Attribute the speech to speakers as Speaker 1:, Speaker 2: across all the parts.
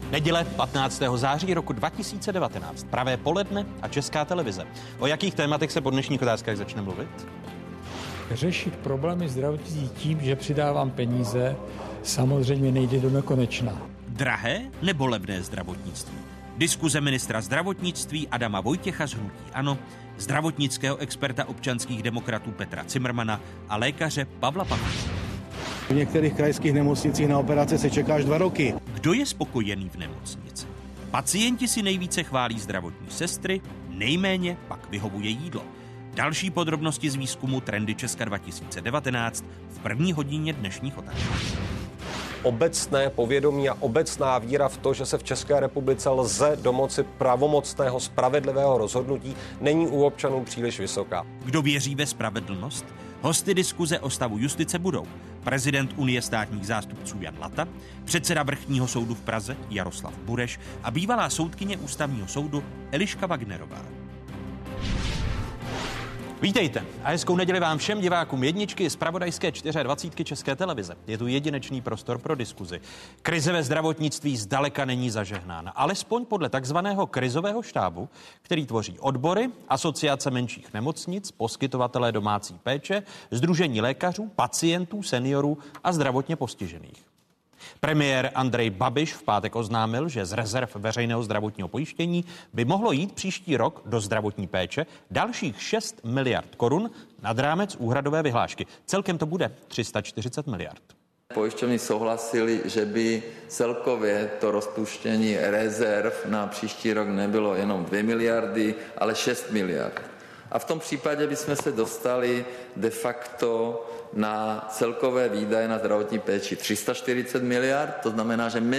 Speaker 1: Neděle 15. září roku 2019. Pravé poledne a Česká televize. O jakých tématech se po dnešních otázkách začne mluvit?
Speaker 2: Řešit problémy zdravotnictví tím, že přidávám peníze, samozřejmě nejde do nekonečna.
Speaker 1: Drahé nebo levné zdravotnictví? Diskuze ministra zdravotnictví Adama Vojtěcha z hnutí ANO, zdravotnického experta občanských demokratů Petra Cimrmana a lékaře Pavla Pavlíka.
Speaker 3: V některých krajských nemocnicích na operace se čeká až 2 roky.
Speaker 1: Kdo je spokojený v nemocnici? Pacienti si nejvíce chválí zdravotní sestry, nejméně pak vyhovuje jídlo. Další podrobnosti z výzkumu Trendy Česka 2019 v první hodině dnešních otázek.
Speaker 4: Obecné povědomí a obecná víra v to, že se v České republice lze domoci pravomocného, spravedlivého rozhodnutí, není u občanů příliš vysoká.
Speaker 1: Kdo věří ve spravedlnost? Hosty diskuze o stavu justice budou prezident Unie státních zástupců Jan Lata, předseda Vrchního soudu v Praze Jaroslav Bureš a bývalá soudkyně Ústavního soudu Eliška Wagnerová. Vítejte a hezkou neděli vám všem divákům jedničky z zpravodajské 24 České televize. Je tu jedinečný prostor pro diskuzi. Krize ve zdravotnictví zdaleka není zažehnána, alespoň podle takzvaného krizového štábu, který tvoří odbory, asociace menších nemocnic, poskytovatelé domácí péče, sdružení lékařů, pacientů, seniorů a zdravotně postižených. Premiér Andrej Babiš v pátek oznámil, že z rezerv veřejného zdravotního pojištění by mohlo jít příští rok do zdravotní péče dalších 6 miliard korun nad rámec úhradové vyhlášky. Celkem to bude 340 miliard.
Speaker 5: Pojišťovny souhlasili, že by celkově to rozpuštění rezerv na příští rok nebylo jenom 2 miliardy, ale 6 miliard. A v tom případě bychom se dostali de facto na celkové výdaje na zdravotní péči 340 miliard, to znamená, že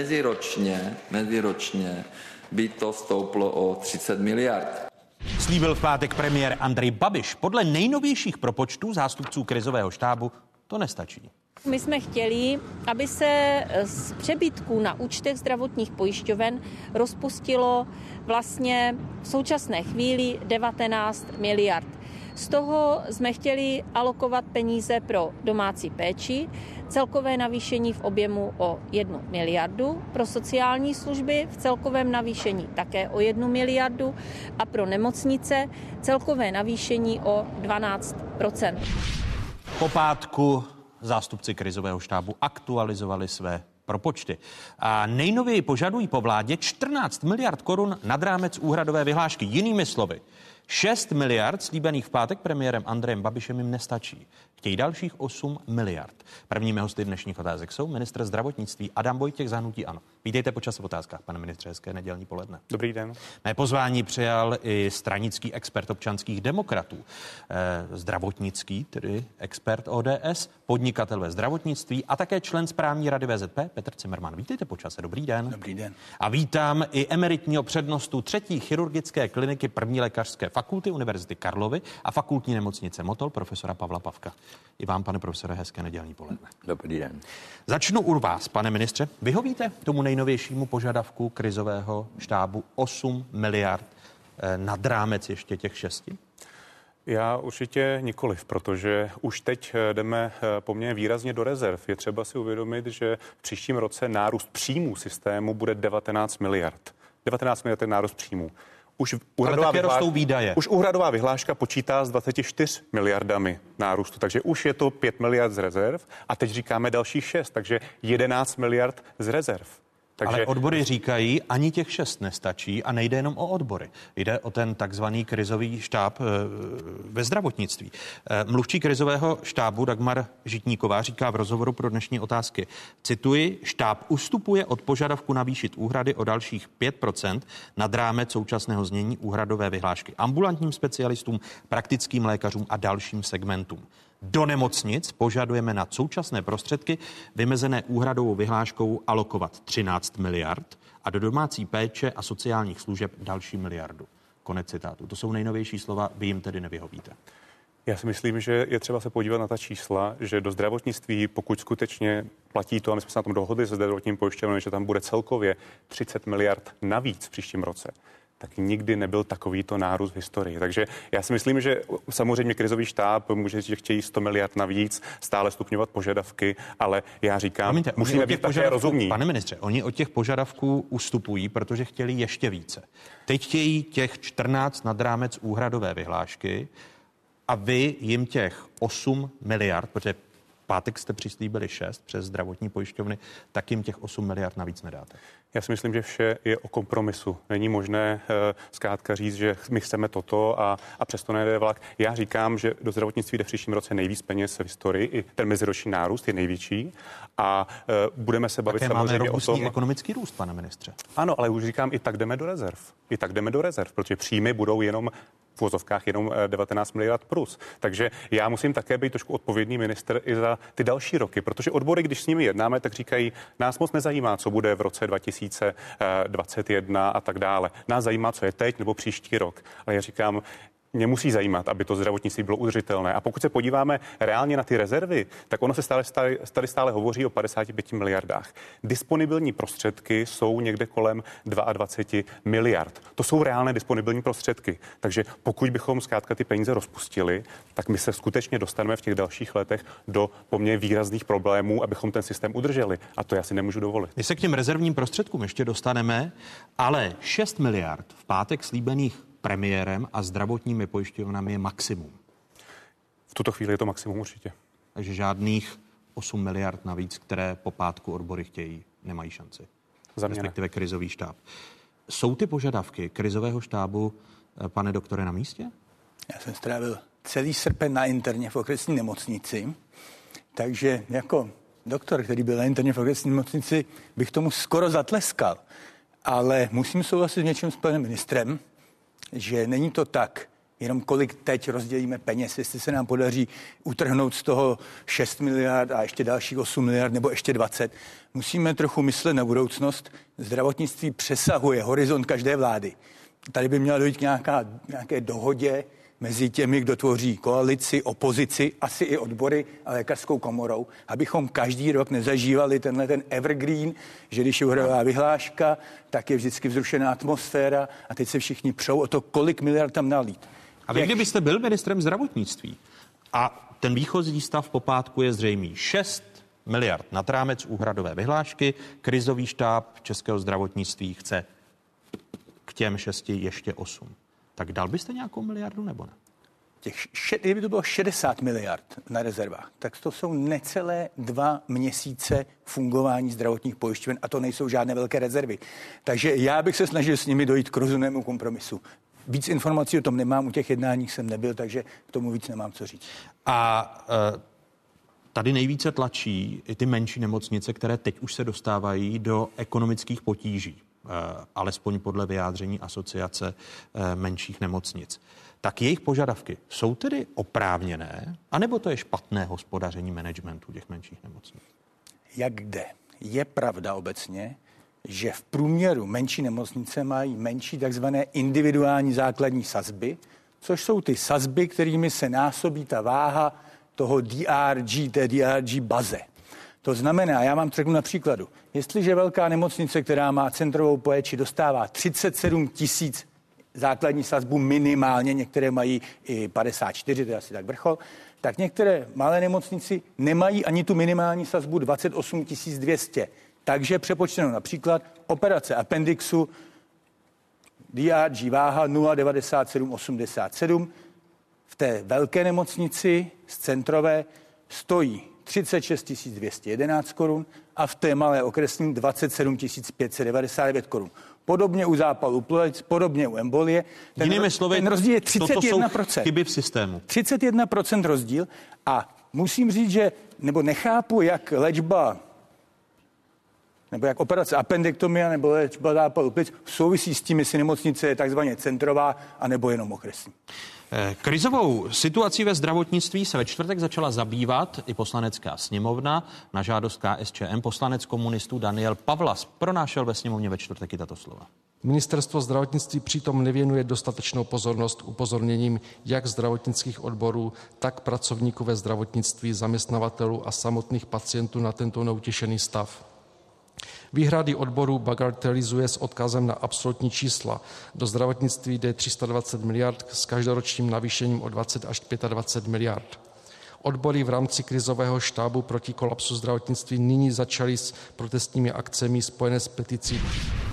Speaker 5: meziročně by to stouplo o 30 miliard.
Speaker 1: Slíbil v pátek premiér Andrej Babiš. Podle nejnovějších propočtů zástupců krizového štábu to nestačí.
Speaker 6: My jsme chtěli, aby se z přebytků na účtech zdravotních pojišťoven rozpustilo vlastně v současné chvíli 19 miliard. Z toho jsme chtěli alokovat peníze pro domácí péči, celkové navýšení v objemu o 1 miliardu, pro sociální služby v celkovém navýšení také o 1 miliardu a pro nemocnice celkové navýšení o 12%.
Speaker 1: Po pátku zástupci krizového štábu aktualizovali své propočty a nejnověji požadují po vládě 14 miliard korun nad rámec úhradové vyhlášky. Jinými slovy, 6 miliard slíbených v pátek premiérem Andrejem Babišem jim nestačí. Chtějí dalších 8 miliard. Prvními hosty dnešních otázek jsou ministr zdravotnictví Adam Vojtěch z hnutí ANO. Vítejte po Čase v otázkách, pane ministře, hezké nedělní poledne.
Speaker 7: Dobrý den.
Speaker 1: Mé pozvání přijal i stranický expert občanských demokratů, zdravotnický, tedy expert ODS, podnikatel ve zdravotnictví a také člen správní rady VZP Petr Cimrman. Vítejte po Čase, dobrý den.
Speaker 3: Dobrý den.
Speaker 1: A vítám i emeritního přednostu 3. chirurgické kliniky 1. lékařské fakulty Univerzity Karlovy a fakultní nemocnice Motol, profesora Pavla Pavka. I vám, pane profesore, hezké nedělní poledne.
Speaker 8: Dobrý den.
Speaker 1: Začnu u vás, pane ministře. Vyhovíte tomu nejnovějšímu požadavku krizového štábu 8 miliard nad rámec ještě těch 6?
Speaker 7: Já určitě nikoliv, protože už teď jdeme poměrně výrazně do rezerv. Je třeba si uvědomit, že v příštím roce nárůst příjmů systému bude 19 miliard. 19 miliard je nárůst příjmů. Už úhradová vyhláška počítá s 24 miliardami nárůstu, takže už je to 5 miliard z rezerv a teď říkáme dalších 6, takže 11 miliard z rezerv. Takže...
Speaker 1: Ale odbory říkají, ani těch 6 nestačí a nejde jenom o odbory. Jde o ten takzvaný krizový štáb ve zdravotnictví. Mluvčí krizového štábu Dagmar Žitníková říká v rozhovoru pro dnešní otázky, cituji, štáb ustupuje od požadavku navýšit úhrady o dalších 5% nad rámec současného znění úhradové vyhlášky ambulantním specialistům, praktickým lékařům a dalším segmentům. Do nemocnic požadujeme na současné prostředky vymezené úhradovou vyhláškou alokovat 13 miliard a do domácí péče a sociálních služeb další miliardu. Konec citátu. To jsou nejnovější slova, vy jim tedy nevyhovíte.
Speaker 7: Já si myslím, že je třeba se podívat na ta čísla, že do zdravotnictví, pokud skutečně platí to, a my jsme se na tom dohodli se zdravotním pojišťovnou, že tam bude celkově 30 miliard navíc v příštím roce, tak nikdy nebyl takovýto nárůst v historii. Takže já si myslím, že samozřejmě krizový štáb může říct, že chtějí 100 miliard navíc, stále stupňovat požadavky, ale já říkám, musíme být také rozumní.
Speaker 1: Pane ministře, oni od těch požadavků ustupují, protože chtěli ještě více. Teď chtějí těch 14 nad rámec úhradové vyhlášky a vy jim těch 8 miliard, protože pátek jste přislíbili 6 přes zdravotní pojišťovny, tak jim těch 8 miliard navíc nedáte.
Speaker 7: Já si myslím, že vše je o kompromisu. Není možné zkrátka říct, že my chceme toto a přesto nejde vlak. Já říkám, že do zdravotnictví jde v příštím roce nejvíc peněz v historii, i ten meziroční nárůst je největší a budeme se bavit samozřejmě o tom.
Speaker 1: Ekonomický růst, pane ministře.
Speaker 7: Ano, ale už říkám, i tak jdeme do rezerv. Protože příjmy budou jenom v uvozovkách jenom 19 miliard plus. Takže já musím také být trošku odpovědný ministr i za ty další roky, protože odbory, když s nimi jednáme, tak říkají, nás moc nezajímá, co bude v roce 2021 a tak dále. Nás zajímá, co je teď nebo příští rok. Ale já říkám, mě musí zajímat, aby to zdravotnictví bylo udržitelné. A pokud se podíváme reálně na ty rezervy, tak ono se stále hovoří o 55 miliardách. Disponibilní prostředky jsou někde kolem 22 miliard. To jsou reálné disponibilní prostředky. Takže pokud bychom zkrátka ty peníze rozpustili, tak my se skutečně dostaneme v těch dalších letech do poměrně výrazných problémů, abychom ten systém udrželi. A to já si nemůžu dovolit.
Speaker 1: My se k těm rezervním prostředkům ještě dostaneme, ale 6 miliard v pátek slíbených premiérem a zdravotními pojišťovnami je maximum.
Speaker 7: V tuto chvíli je to maximum určitě.
Speaker 1: Takže žádných 8 miliard navíc, které po pátku odbory chtějí, nemají šanci. Respektive krizový štáb. Jsou ty požadavky krizového štábu, pane doktore, na místě?
Speaker 8: Já jsem strávil celý srpen na interně v okresní nemocnici, takže jako doktor, který byl na interně v okresní nemocnici, bych tomu skoro zatleskal. Ale musím souhlasit s něčím s panem ministrem, že není to tak, jenom kolik teď rozdělíme peněz, jestli se nám podaří utrhnout z toho 6 miliard a ještě dalších 8 miliard nebo ještě 20. Musíme trochu myslet na budoucnost. Zdravotnictví přesahuje horizont každé vlády. Tady by měla dojít k nějaké dohodě mezi těmi, kdo tvoří koalici, opozici, asi i odbory a lékařskou komorou, abychom každý rok nezažívali ten evergreen, že když je úhradová vyhláška, tak je vždycky vzrušená atmosféra a teď se všichni přou o to, kolik miliard tam nalít.
Speaker 1: A vy, kdybyste byl ministrem zdravotnictví a ten výchozí stav po pátku je zřejmý, 6 miliard nad rámec úhradové vyhlášky, krizový štáb českého zdravotnictví chce k těm 6 ještě 8. Tak dal byste nějakou miliardu nebo ne?
Speaker 8: Kdyby to bylo 60 miliard na rezervách, tak to jsou necelé 2 měsíce fungování zdravotních pojišťoven a to nejsou žádné velké rezervy. Takže já bych se snažil s nimi dojít k rozumnému kompromisu. Víc informací o tom nemám, u těch jednáních jsem nebyl, takže k tomu víc nemám co říct.
Speaker 1: A tady nejvíce tlačí i ty menší nemocnice, které teď už se dostávají do ekonomických potíží. Alespoň podle vyjádření asociace menších nemocnic. Tak jejich požadavky jsou tedy oprávněné, anebo to je špatné hospodaření managementu těch menších nemocnic?
Speaker 8: Jak kde? Je pravda obecně, že v průměru menší nemocnice mají menší takzvané individuální základní sazby, což jsou ty sazby, kterými se násobí ta váha toho DRG, té DRG baze. To znamená, já vám to řeknu na příkladu, jestliže velká nemocnice, která má centrovou péči, dostává 37 000 základní sazbu minimálně, některé mají i 54, to je asi tak vrchol, tak některé malé nemocnici nemají ani tu minimální sazbu 28 200. Takže přepočteno například operace appendixu, DRG váha 0,9787, v té velké nemocnici z centrové stojí 36 211 korun a v té malé okresní 27 599 korun. Podobně u zápalu plic, podobně u embolie.
Speaker 1: Jinými slovy,
Speaker 8: ten rozdíl je 31%.
Speaker 1: To jsou chyby v systému.
Speaker 8: 31% rozdíl a musím říct, že nebo nechápu, jak léčba nebo jak operace appendektomie nebo léčba zápalu plic souvisí s tím, jestli nemocnice je takzvaně centrová anebo jenom okresní.
Speaker 1: Krizovou situací ve zdravotnictví se ve čtvrtek začala zabývat i poslanecká sněmovna. Na žádost KSČM poslanec komunistů Daniel Pawlas pronášel ve sněmovně ve čtvrtek i tato slova.
Speaker 9: Ministerstvo zdravotnictví přitom nevěnuje dostatečnou pozornost upozorněním jak zdravotnických odborů, tak pracovníků ve zdravotnictví, zaměstnavatelů a samotných pacientů na tento neutěšený stav. Výhrady odborů bagatelizuje s odkazem na absolutní čísla. Do zdravotnictví jde 320 miliard s každoročním navýšením o 20 až 25 miliard. Odbory v rámci krizového štábu proti kolapsu zdravotnictví nyní začaly s protestními akcemi spojené s peticí.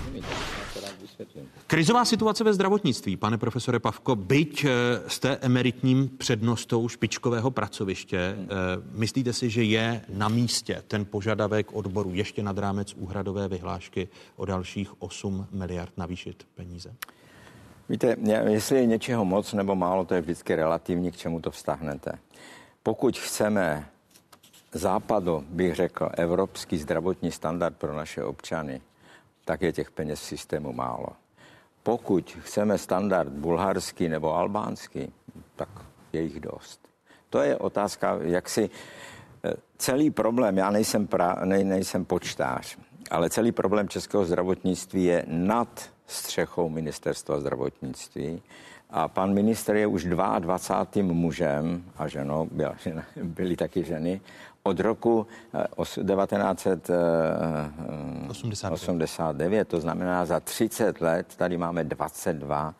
Speaker 1: Krizová situace ve zdravotnictví, pane profesore Pavko, byť jste emeritním přednostou špičkového pracoviště, myslíte si, že je na místě ten požadavek odboru ještě nad rámec úhradové vyhlášky o dalších 8 miliard navýšit peníze?
Speaker 10: Víte, jestli je něčeho moc nebo málo, to je vždycky relativní, k čemu to vztahnete. Pokud chceme bych řekl, evropský zdravotní standard pro naše občany, tak je těch peněz v systému málo. Pokud chceme standard bulharský nebo albánský, tak je jich dost. To je otázka, jak si celý problém, já nejsem počtář, ale celý problém českého zdravotnictví je nad střechou ministerstva zdravotnictví. A pan ministr je už 22. mužem a ženou, byly taky ženy, od roku 1989, to znamená za 30 let, tady máme 22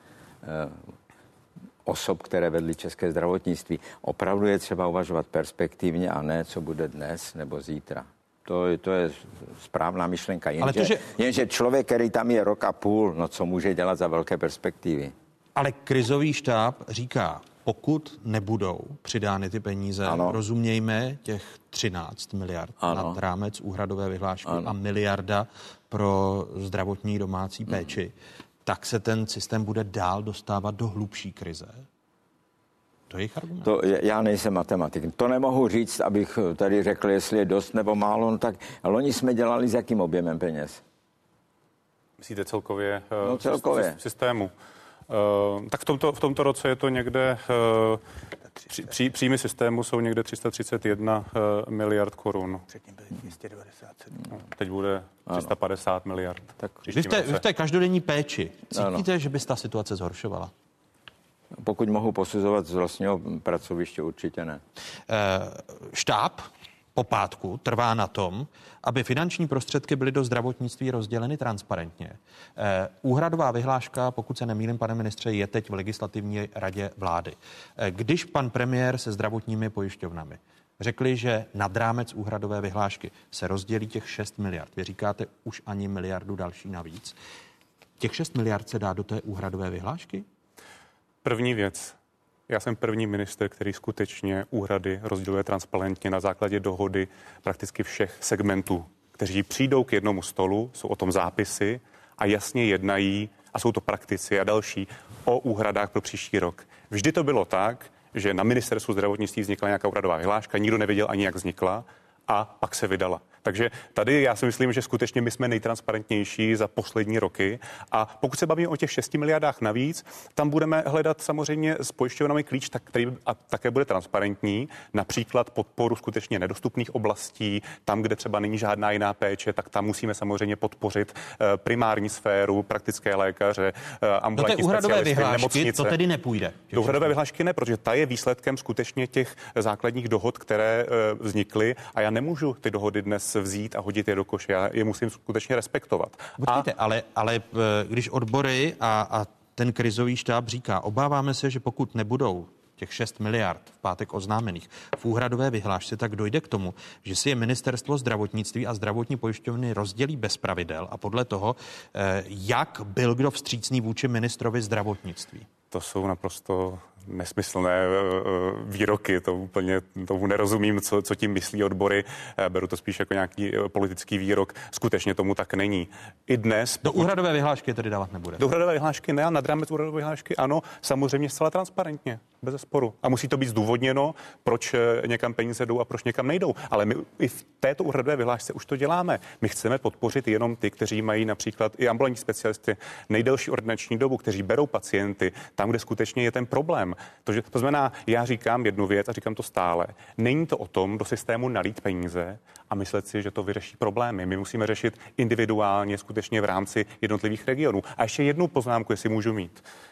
Speaker 10: osob, které vedly české zdravotnictví. Opravdu je třeba uvažovat perspektivně a ne, co bude dnes nebo zítra. To je správná myšlenka. Jenže člověk, který tam je rok a půl, no co může dělat za velké perspektivy?
Speaker 1: Ale krizový štáb říká, pokud nebudou přidány ty peníze, rozumějme těch 13 miliard nad rámec úhradové vyhlášky a miliarda pro zdravotní domácí péči, tak se ten systém bude dál dostávat do hlubší krize. To je jejich argument.
Speaker 10: Já nejsem matematik. To nemohu říct, abych tady řekl, jestli je dost nebo málo. No tak loni jsme dělali s jakým objemem peněz?
Speaker 7: Myslíte celkově?
Speaker 10: Celkově.
Speaker 7: Systému. Tak v tomto roce je to někde, příjmy systému jsou někde 331 miliard korun.
Speaker 8: Předtím byly 297.
Speaker 7: Teď bude 350 miliard.
Speaker 1: Tak vy v té každodenní péči cítíte, že by se ta situace zhoršovala?
Speaker 10: Pokud mohu posuzovat z vlastního pracoviště, určitě ne.
Speaker 1: Štáb po pátku trvá na tom, aby finanční prostředky byly do zdravotnictví rozděleny transparentně. Úhradová vyhláška, pokud se nemýlím, pane ministře, je teď v legislativní radě vlády. Když pan premiér se zdravotními pojišťovnami řekli, že nad rámec úhradové vyhlášky se rozdělí těch 6 miliard, vy říkáte už ani miliardu další navíc, těch 6 miliard se dá do té úhradové vyhlášky?
Speaker 7: První věc. Já jsem první ministr, který skutečně úhrady rozděluje transparentně na základě dohody prakticky všech segmentů, kteří přijdou k jednomu stolu, jsou o tom zápisy a jasně jednají, a jsou to praktici a další, o úhradách pro příští rok. Vždy to bylo tak, že na ministerstvu zdravotnictví vznikla nějaká úhradová vyhláška, nikdo nevěděl ani, jak vznikla, a pak se vydala. Takže tady já si myslím, že skutečně my jsme nejtransparentnější za poslední roky a pokud se bavíme o těch 6 miliardách navíc, tam budeme hledat samozřejmě s pojišťovnami klíč, který a také bude transparentní, například podporu skutečně nedostupných oblastí, tam, kde třeba není žádná jiná péče, tak tam musíme samozřejmě podpořit primární sféru, praktické lékaře, ambulantní specialisty, nemocnice.
Speaker 1: To tedy nepůjde.
Speaker 7: Do úhradové vyhlášky ne, protože ta je výsledkem skutečně těch základních dohod, které vznikly a já nemůžu ty dohody dnes vzít a hodit je do koše. Já je musím skutečně respektovat.
Speaker 1: Počkejte, ale když odbory a ten krizový štáb říká, obáváme se, že pokud nebudou těch 6 miliard v pátek oznámených v úhradové vyhlášce, tak dojde k tomu, že si je ministerstvo zdravotnictví a zdravotní pojišťovny rozdělí bez pravidel a podle toho, jak byl kdo vstřícný vůči ministrovi zdravotnictví.
Speaker 7: To jsou naprosto nesmyslné výroky, tomu nerozumím, co tím myslí odbory, beru to spíš jako nějaký politický výrok, skutečně tomu tak není. I dnes...
Speaker 1: Do úhradové vyhlášky tedy dávat nebude.
Speaker 7: Do úhradové vyhlášky ne, a nad rámec úhradové vyhlášky ano, samozřejmě zcela transparentně, bez sporu. A musí to být zdůvodněno, proč někam peníze jdou a proč někam nejdou. Ale my i v této úhradové vyhlášce už to děláme. My chceme podpořit jenom ty, kteří mají například i ambulantní specialisty nejdelší ordinační dobu, kteří berou pacienty tam, kde skutečně je ten problém. To znamená, já říkám jednu věc a říkám to stále. Není to o tom do systému nalít peníze a myslet si, že to vyřeší problémy. My musíme řešit individuálně, skutečně v rámci jednotlivých regionů. A ještě jednu poznámku, jestli můžu mít.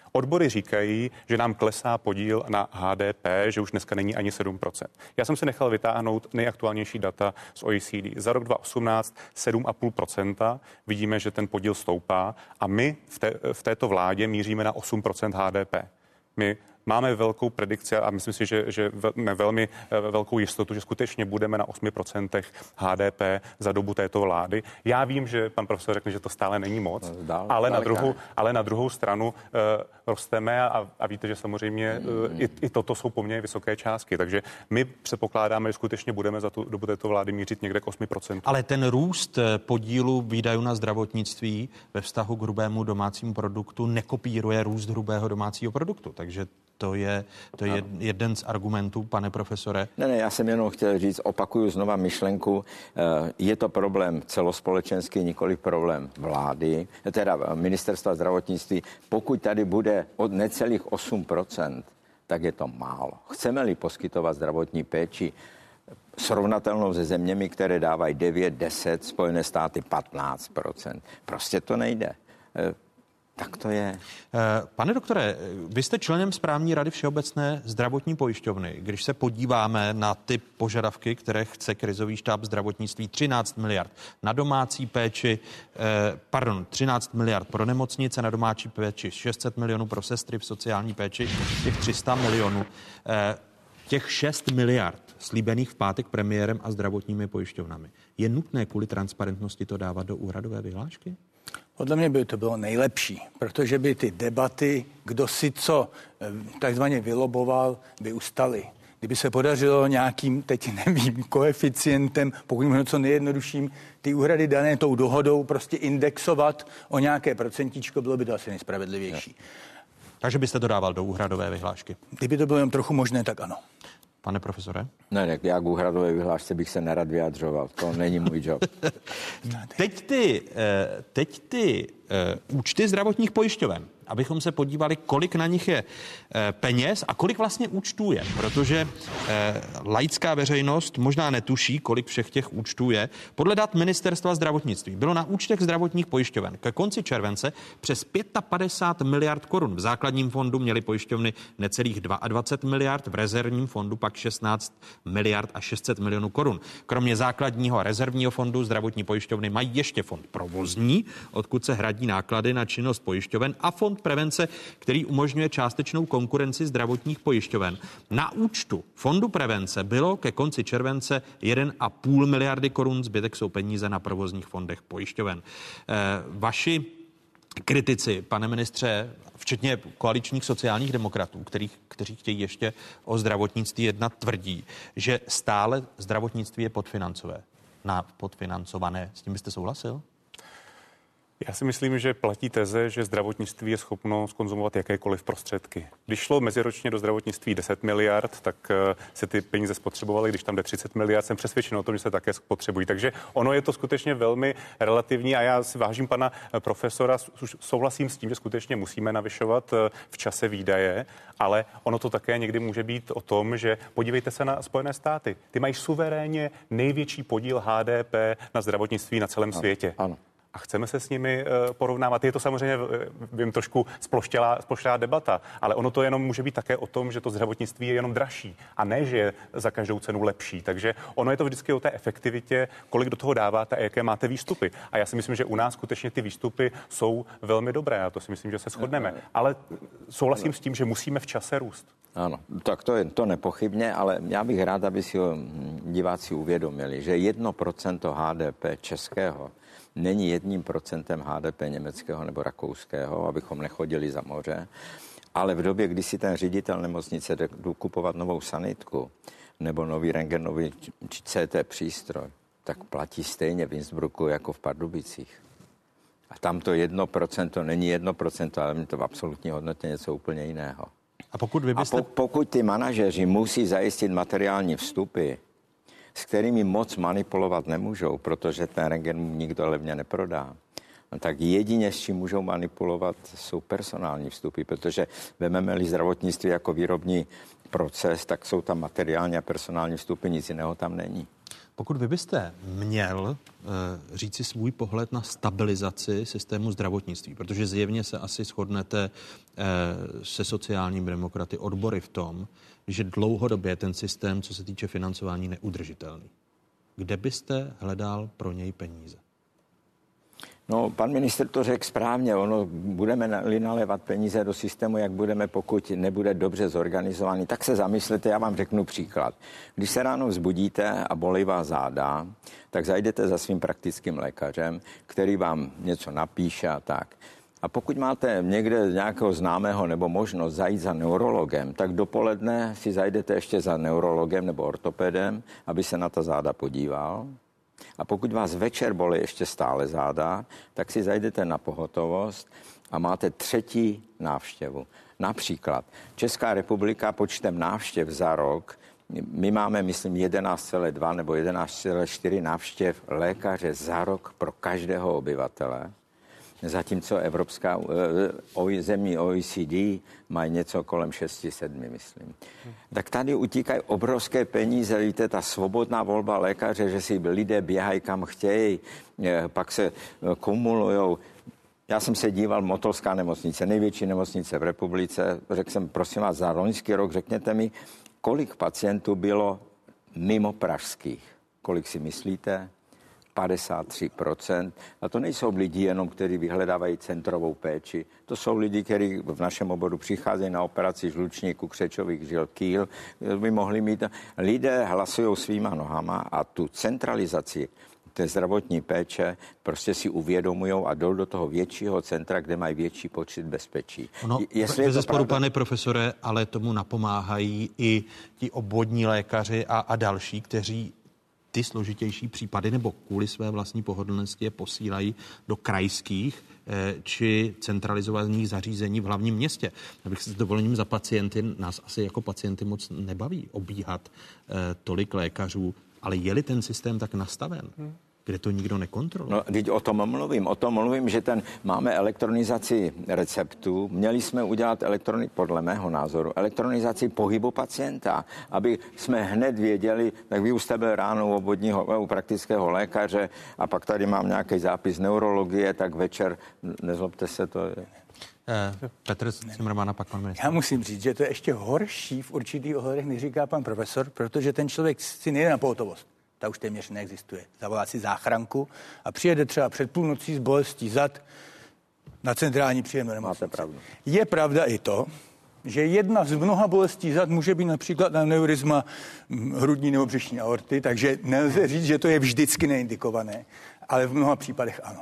Speaker 7: Odbory říkají, že nám klesá podíl na HDP, že už dneska není ani 7%. Já jsem si nechal vytáhnout nejaktuálnější data z OECD. Za rok 2018 7,5%. Vidíme, že ten podíl stoupá a my v této vládě míříme na 8% HDP. My máme velkou predikci a myslím si, že velmi velkou jistotu, že skutečně budeme na 8% HDP za dobu této vlády. Já vím, že pan profesor řekne, že to stále není moc, ale na druhou stranu rosteme a víte, že samozřejmě i toto jsou poměrně vysoké částky. Takže my předpokládáme, že skutečně budeme za tu dobu této vlády mířit někde k 8%.
Speaker 1: Ale ten růst podílu výdajů na zdravotnictví ve vztahu k hrubému domácímu produktu nekopíruje růst hrubého domácího produktu. Takže to je jeden z argumentů, pane profesore.
Speaker 10: Ne, já jsem jenom chtěl říct, opakuju znova myšlenku, je to problém celospolečenský, nikoli problém vlády, teda ministerstva zdravotnictví. Pokud tady bude od necelých 8%, tak je to málo. Chceme-li poskytovat zdravotní péči srovnatelnou se zeměmi, které dávají 9, 10, Spojené státy 15%. Prostě to nejde. Tak to je.
Speaker 1: Pane doktore, vy jste členem správní rady Všeobecné zdravotní pojišťovny. Když se podíváme na ty požadavky, které chce krizový štáb zdravotnictví, 13 miliard na domácí péči, 13 miliard pro nemocnice, na domácí péči 600 milionů pro sestry v sociální péči, těch 300 milionů. Těch 6 miliard slíbených v pátek premiérem a zdravotními pojišťovnami. Je nutné kvůli transparentnosti to dávat do úhradové vyhlášky?
Speaker 8: Podle mě by to bylo nejlepší, protože by ty debaty, kdo si co takzvaně vyloboval, by ustaly. Kdyby se podařilo nějakým, teď nevím, koeficientem, pokud možno co nejjednodušším, ty úhrady dané tou dohodou prostě indexovat o nějaké procentičko, bylo by to asi nejspravedlivější.
Speaker 1: Takže byste to dával do úhradové vyhlášky? Kdyby
Speaker 8: to bylo jen trochu možné, tak ano.
Speaker 1: Pane profesore?
Speaker 10: Ne, já k úhradové vyhlášce bych se nerad vyjadřoval. To není můj job.
Speaker 1: Teď ty účty zdravotních pojišťoven, abychom se podívali, kolik na nich je peněz a kolik vlastně účtů je, protože laická veřejnost možná netuší, kolik všech těch účtů je. Podle dat ministerstva zdravotnictví bylo na účtech zdravotních pojišťoven ke konci července přes 55 miliard korun. V základním fondu měly pojišťovny necelých 22 miliard, v rezervním fondu pak 16 miliard a 600 milionů korun. Kromě základního a rezervního fondu zdravotní pojišťovny mají ještě fond provozní, odkud se hradí náklady na činnost pojišťoven, a fond prevence, který umožňuje částečnou konkurenci zdravotních pojišťoven. Na účtu fondu prevence bylo ke konci července 1,5 miliardy korun, zbytek jsou peníze na provozních fondech pojišťoven. Vaši kritici, pane ministře, včetně koaličních sociálních demokratů, kteří chtějí ještě o zdravotnictví jednat, tvrdí, že stále zdravotnictví je podfinancované. S tím byste souhlasil?
Speaker 7: Já si myslím, že platí teze, že zdravotnictví je schopno zkonzumovat jakékoliv prostředky. Když šlo meziročně do zdravotnictví 10 miliard, tak se ty peníze spotřebovaly. Když tam jde 30 miliard, jsem přesvědčen o tom, že se také spotřebují. Takže ono je to skutečně velmi relativní a já si vážím pana profesora, souhlasím s tím, že skutečně musíme navyšovat v čase výdaje, ale ono to také někdy může být o tom, že podívejte se na Spojené státy. Ty mají suverénně největší podíl HDP na zdravotnictví na celém světě.
Speaker 10: Ano.
Speaker 7: A chceme se s nimi porovnávat. Je to samozřejmě, vím, trošku sploštělá debata, ale ono to jenom může být také o tom, že to zdravotnictví je jenom dražší a ne, že je za každou cenu lepší. Takže ono je to vždycky o té efektivitě, kolik do toho dáváte a jaké máte výstupy. A já si myslím, že u nás skutečně ty výstupy jsou velmi dobré a to si myslím, že se shodneme. Ale souhlasím s tím, že musíme v čase růst.
Speaker 10: Ano, tak to nepochybně, ale já bych rád, aby si diváci uvědomili, že 1% HDP českého není 1% HDP německého nebo rakouského, abychom nechodili za moře, ale v době, kdy si ten ředitel nemocnice jde kupovat novou sanitku nebo nový rentgenový CT přístroj, tak platí stejně v Innsbrucku jako v Pardubicích. A tam to 1% není 1%, ale to v absolutní hodnotě něco úplně jiného.
Speaker 1: A pokud
Speaker 10: ty manažeři musí zajistit materiální vstupy, s kterými moc manipulovat nemůžou, protože ten rentgen mu nikdo levně neprodá, tak jedině, s čím můžou manipulovat, jsou personální vstupy, protože vezmeme-li zdravotnictví jako výrobní proces, tak jsou tam materiální a personální vstupy, nic jiného tam není.
Speaker 1: Pokud vy byste měl říci svůj pohled na stabilizaci systému zdravotnictví, protože zjevně se asi shodnete se sociálními demokraty odbory v tom, že dlouhodobě ten systém, co se týče financování, neudržitelný. Kde byste hledal pro něj peníze?
Speaker 10: No, pan ministr to řekl správně. Budeme-li nalévat peníze do systému, jak budeme, pokud nebude dobře zorganizovaný, tak se zamyslete, já vám řeknu příklad. Když se ráno vzbudíte a bolí vás záda, tak zajdete za svým praktickým lékařem, který vám něco napíše a tak. A pokud máte někde nějakého známého nebo možnost zajít za neurologem, tak dopoledne si zajdete ještě za neurologem nebo ortopedem, aby se na ta záda podíval. A pokud vás večer bolí ještě stále záda, tak si zajdete na pohotovost a máte 3. návštěvu. Například Česká republika počtem návštěv za rok, my máme, myslím, 11,2 nebo 11,4 návštěv lékaře za rok pro každého obyvatele. Zatímco Evropská země OECD mají něco kolem 6-7, myslím. Tak tady utíkají obrovské peníze, víte, ta svobodná volba lékaře, že si lidé běhají kam chtějí, pak se kumulujou. Já jsem se díval, Motolská nemocnice, největší nemocnice v republice, řekl jsem, prosím vás, za loňský rok řekněte mi, kolik pacientů bylo mimo pražských. Kolik si myslíte? 53%. A to nejsou lidi jenom, kteří vyhledávají centrovou péči. To jsou lidi, kteří v našem oboru přicházejí na operaci žlučníku, křečových žil, kýl. By mohli mít. Lidé hlasují svýma nohama a tu centralizaci té zdravotní péče prostě si uvědomujou a jdou do toho většího centra, kde mají větší počet bezpečí.
Speaker 1: Bezesporu, pane profesore, ale tomu napomáhají i ti obvodní lékaři a další, kteří ty složitější případy nebo kvůli své vlastní pohodlnosti je posílají do krajských či centralizovaných zařízení v hlavním městě. Abych se s dovolením za pacienty, nás asi jako pacienty moc nebaví obíhat tolik lékařů, ale je-li ten systém tak nastaven, kde to nikdo nekontroluje.
Speaker 10: No, teď o tom mluvím, že máme elektronizaci receptů, měli jsme udělat podle mého názoru, elektronizaci pohybu pacienta, aby jsme hned věděli, tak vy už jste byl ráno u praktického lékaře a pak tady mám nějaký zápis neurologie, tak večer, nezlobte se, to je...
Speaker 1: Petr Cimrman a pak pan ministr.
Speaker 8: Já musím říct, že to je ještě horší v určitých ohledech, než říká pan profesor, protože ten člověk si nejde na pohotovost. Ta už téměř neexistuje. Zavolá si záchranku a přijede třeba před půlnocí s bolestí zad na centrální příjem nemocnice.
Speaker 10: Máte pravdu.
Speaker 8: Je pravda i to, že jedna z mnoha bolestí zad může být například aneurisma hrudní nebo břišní aorty, takže nelze říct, že to je vždycky neindikované, ale v mnoha případech ano.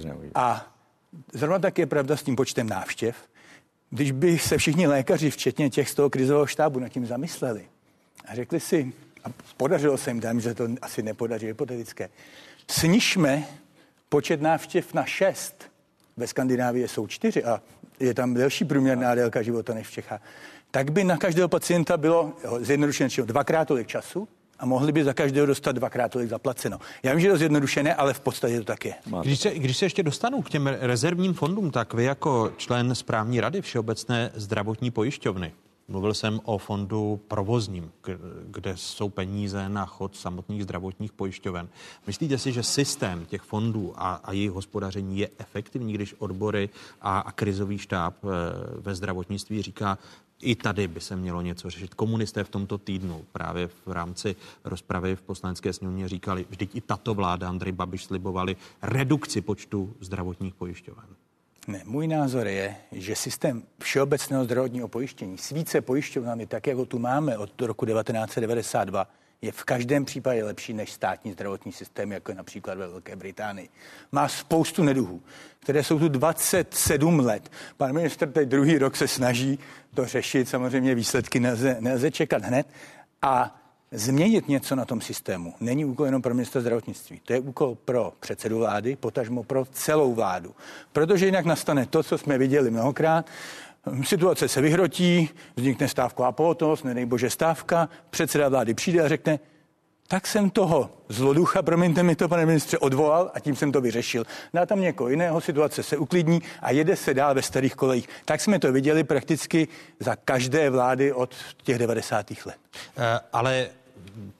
Speaker 8: A zrovna tak je pravda s tím počtem návštěv. Když by se všichni lékaři, včetně těch z toho krizového štábu, nad tím zamysleli a řekli si, a podařilo se jim, dám, že to asi nepodaří, hypotetické, snižme počet návštěv na 6. Ve Skandinávii jsou 4 a je tam delší průměrná délka života než v Čechách. Tak by na každého pacienta bylo zjednodušeně 2x tolik času a mohli by za každého dostat 2x tolik zaplaceno. Já vím, že je to zjednodušené, ale v podstatě to tak je.
Speaker 1: Když se ještě dostanu k těm rezervním fondům, tak vy jako člen správní rady Všeobecné zdravotní pojišťovny, mluvil jsem o fondu provozním, kde jsou peníze na chod samotných zdravotních pojišťoven. Myslíte si, že systém těch fondů a jejich hospodaření je efektivní, když odbory a krizový štáb ve zdravotnictví říká, i tady by se mělo něco řešit. Komunisté v tomto týdnu právě v rámci rozpravy v Poslanecké sněmovně říkali, vždyť i tato vláda Andrej Babiš slibovali redukci počtu zdravotních pojišťoven.
Speaker 8: Ne, můj názor je, že systém všeobecného zdravotního pojištění s více pojišťovnami, tak jak ho tu máme od roku 1992, je v každém případě lepší než státní zdravotní systém, jako je například ve Velké Británii. Má spoustu neduhů, které jsou tu 27 let. Pan ministr teď druhý rok se snaží to řešit, samozřejmě výsledky nelze čekat hned a změnit něco na tom systému není úkol jenom pro ministra zdravotnictví. To je úkol pro předsedu vlády, potažmo pro celou vládu. Protože jinak nastane to, co jsme viděli mnohokrát. Situace se vyhrotí, vznikne stávková pohotovost, nedej bože stávka, předseda vlády přijde a řekne, tak jsem toho zloducha, promiňte mi to, pane ministře, odvolal a tím jsem to vyřešil. Dá tam někoho jiného, situace se uklidní a jede se dál ve starých kolejích. Tak jsme to viděli prakticky za každé vlády od těch 90. let.
Speaker 1: Ale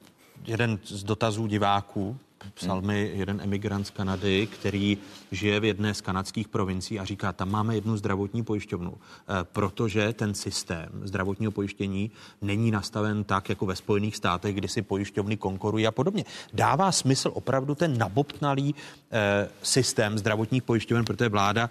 Speaker 1: jeden z dotazů diváků. Psal mi jeden emigrant z Kanady, který žije v jedné z kanadských provincií a říká, tam máme jednu zdravotní pojišťovnu, protože ten systém zdravotního pojištění není nastaven tak, jako ve Spojených státech, kdy si pojišťovny konkurují a podobně. Dává smysl opravdu ten nabobtnalý systém zdravotních pojišťoven, protože vláda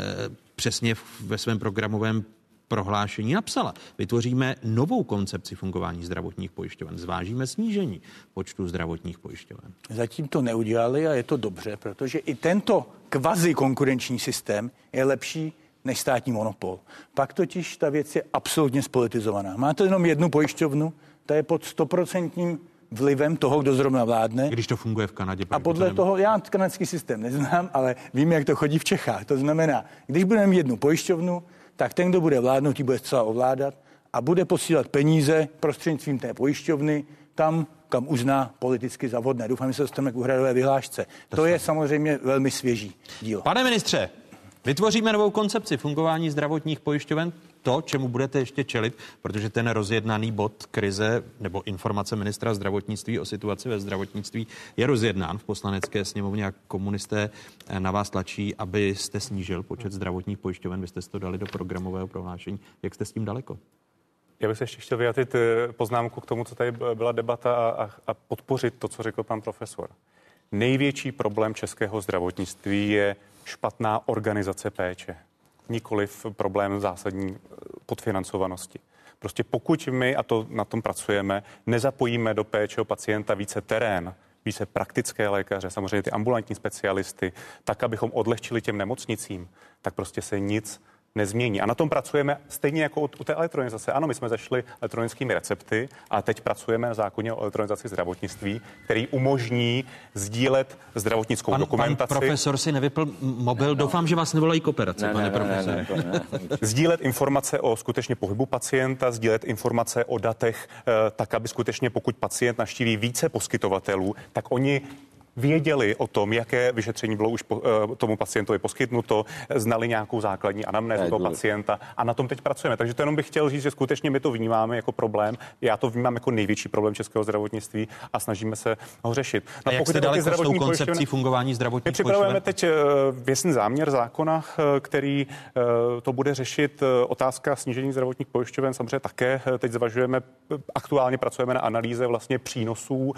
Speaker 1: přesně ve svém programovém prohlášení napsala. Vytvoříme novou koncepci fungování zdravotních pojišťoven. Zvážíme snížení počtu zdravotních pojišťoven.
Speaker 8: Zatím to neudělali a je to dobře, protože i tento kvazi konkurenční systém je lepší než státní monopol. Pak totiž ta věc je absolutně spolitizovaná. Máte jenom jednu pojišťovnu, ta je pod 100% vlivem toho, kdo zrovna vládne.
Speaker 1: Když to funguje v Kanadě.
Speaker 8: A podle toho, já kanadský systém neznám, ale vím, jak to chodí v Čechách. To znamená, když budeme mít jednu pojišťovnu, tak ten, kdo bude vládnout, ji bude zcela ovládat a bude posílat peníze prostřednictvím té pojišťovny tam, kam uzná politicky za vhodné. Doufám, že se dostaneme k úhradové vyhlášce. To je samozřejmě velmi svěží díl.
Speaker 1: Pane ministře, vytvoříme novou koncepci fungování zdravotních pojišťoven, to, čemu budete ještě čelit, protože ten rozjednaný bod krize nebo informace ministra zdravotnictví o situaci ve zdravotnictví je rozjednán v Poslanecké sněmovně a komunisté na vás tlačí, abyste snížil počet zdravotních pojišťoven. Vy jste to dali do programového prohlášení. Jak jste s tím daleko?
Speaker 7: Já bych se ještě chtěl vyjádřit poznámku k tomu, co tady byla debata a podpořit to, co řekl pan profesor. Největší problém českého zdravotnictví je špatná organizace péče. Nikoliv problém zásadní podfinancovanosti. Prostě pokud my, a to na tom pracujeme, nezapojíme do péče o pacienta více terén, více praktické lékaře, samozřejmě ty ambulantní specialisty, tak, abychom odlehčili těm nemocnicím, tak prostě se nic nezmění. A na tom pracujeme stejně jako u té elektronizace. Ano, my jsme zašli elektronickými recepty a teď pracujeme na zákoně o elektronizaci zdravotnictví, který umožní sdílet zdravotnickou dokumentaci.
Speaker 1: Pan profesor si nevypl mobil. Doufám, že vás nevolají k operaci, pane profesore.
Speaker 7: Sdílet informace o skutečně pohybu pacienta, sdílet informace o datech, tak, aby skutečně pokud pacient navštíví více poskytovatelů, tak oni věděli o tom, jaké vyšetření bylo už tomu pacientovi poskytnuto, znali nějakou základní anamnézu toho pacienta a na tom teď pracujeme. Takže to jenom bych chtěl říct, že skutečně my to vnímáme jako problém. Já to vnímám jako největší problém českého zdravotnictví a snažíme se ho řešit.
Speaker 1: No, a jak jste daleko s tou koncepcí fungování zdravotních pojišťoven?
Speaker 7: My připravujeme teď věcný záměr zákona, který to bude řešit. Otázka snížení zdravotních pojišťoven samozřejmě také teď zvažujeme. Aktuálně pracujeme na analýze vlastně přínosů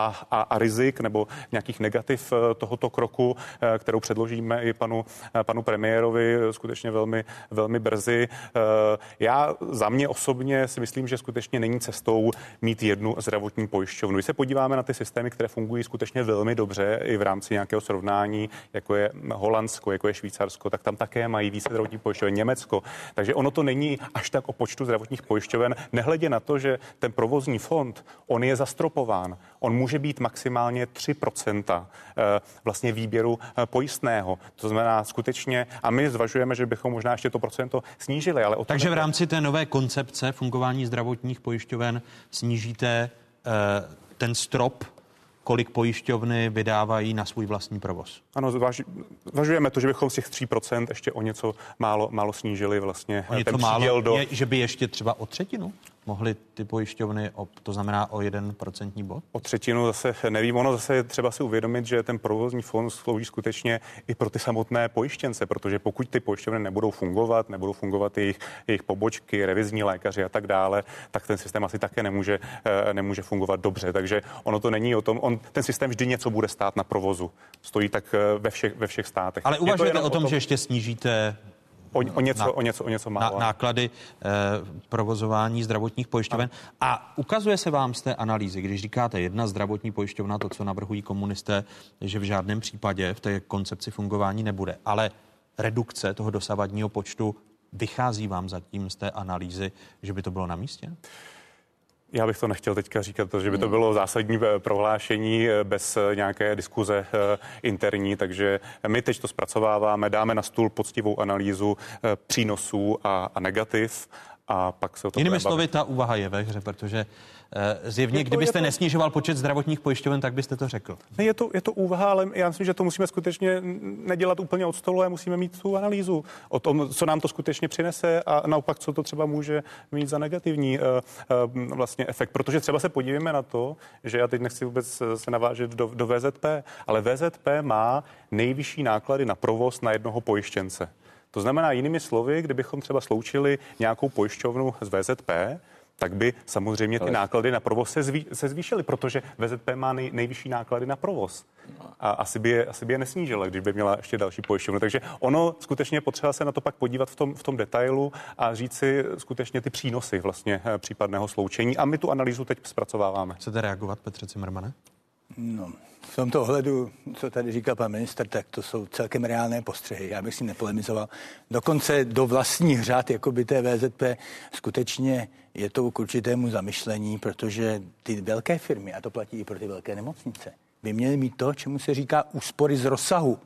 Speaker 7: a rizik nebo nějakých negativ tohoto kroku, kterou předložíme i panu premiérovi skutečně velmi, velmi brzy. Já za mě osobně si myslím, že skutečně není cestou mít jednu zdravotní pojišťovnu. Když se podíváme na ty systémy, které fungují skutečně velmi dobře i v rámci nějakého srovnání, jako je Holandsko, jako je Švýcarsko, tak tam také mají více zdravotních pojišťoven, Německo. Takže ono to není až tak o počtu zdravotních pojišťoven, nehledě na to, že ten provozní fond, on je zastropován. On může být maximálně 3% vlastně výběru pojistného. To znamená skutečně, a my zvažujeme, že bychom možná ještě to procento snížili. Ale
Speaker 1: takže v rámci té nové koncepce fungování zdravotních pojišťoven snížíte ten strop, kolik pojišťovny vydávají na svůj vlastní provoz.
Speaker 7: Ano, zvažujeme to, že bychom z těch 3% ještě o něco málo snížili vlastně.
Speaker 1: O něco málo, že by ještě třeba o třetinu mohly ty pojišťovny, to znamená o 1% bod?
Speaker 7: O třetinu zase nevím. Ono zase je třeba si uvědomit, že ten provozní fond slouží skutečně i pro ty samotné pojištěnce, protože pokud ty pojišťovny nebudou fungovat jejich pobočky, revizní lékaři a tak dále, tak ten systém asi také nemůže fungovat dobře. Takže ono to není o tom, ten systém vždy něco bude stát na provozu. Stojí tak ve všech státech.
Speaker 1: Ale uvažujete o tom, že ještě snížíte
Speaker 7: o něco málo.
Speaker 1: Náklady provozování zdravotních pojišťoven. A ukazuje se vám z té analýzy, když říkáte jedna zdravotní pojišťovna, to, co navrhují komunisté, že v žádném případě v té koncepci fungování nebude. Ale redukce toho dosavadního počtu vychází vám zatím z té analýzy, že by to bylo na místě?
Speaker 7: Já bych to nechtěl teďka říkat, protože by to bylo zásadní prohlášení bez nějaké diskuze interní, takže my teď to zpracováváme, dáme na stůl poctivou analýzu přínosů a negativ a pak se o tom
Speaker 1: Jinými slovy, ta úvaha je ve hře, protože zjevně, kdybyste nesnižoval počet zdravotních pojišťoven, tak byste to řekl.
Speaker 7: Ne, je to úvaha, ale já myslím, že to musíme skutečně nedělat úplně od stolu, ale musíme mít tu analýzu o tom, co nám to skutečně přinese a naopak, co to třeba může mít za negativní vlastně efekt. Protože třeba se podívejme na to, že já teď nechci vůbec se navážet do VZP, ale VZP má nejvyšší náklady na provoz na jednoho pojištěnce. To znamená, jinými slovy, kdybychom třeba sloučili nějakou pojišťovnu z VZP, tak by samozřejmě ty náklady na provoz se zvýšily, protože VZP má nejvyšší náklady na provoz. A asi by je nesnížila, když by měla ještě další pojišťovnu. Takže ono skutečně potřeba se na to pak podívat v tom detailu a říct si skutečně ty přínosy vlastně případného sloučení. A my tu analýzu teď zpracováváme.
Speaker 1: Chcete reagovat, Petře Cimrmane?
Speaker 8: No, v tomto ohledu, co tady říkal pan ministr, tak to jsou celkem reálné postřehy. Já bych s ním nepolemizoval. Dokonce do vlastních řád, jako by té VZP, skutečně je to k určitému zamyšlení, protože ty velké firmy, a to platí i pro ty velké nemocnice, by měly mít to, čemu se říká úspory z rozsahu.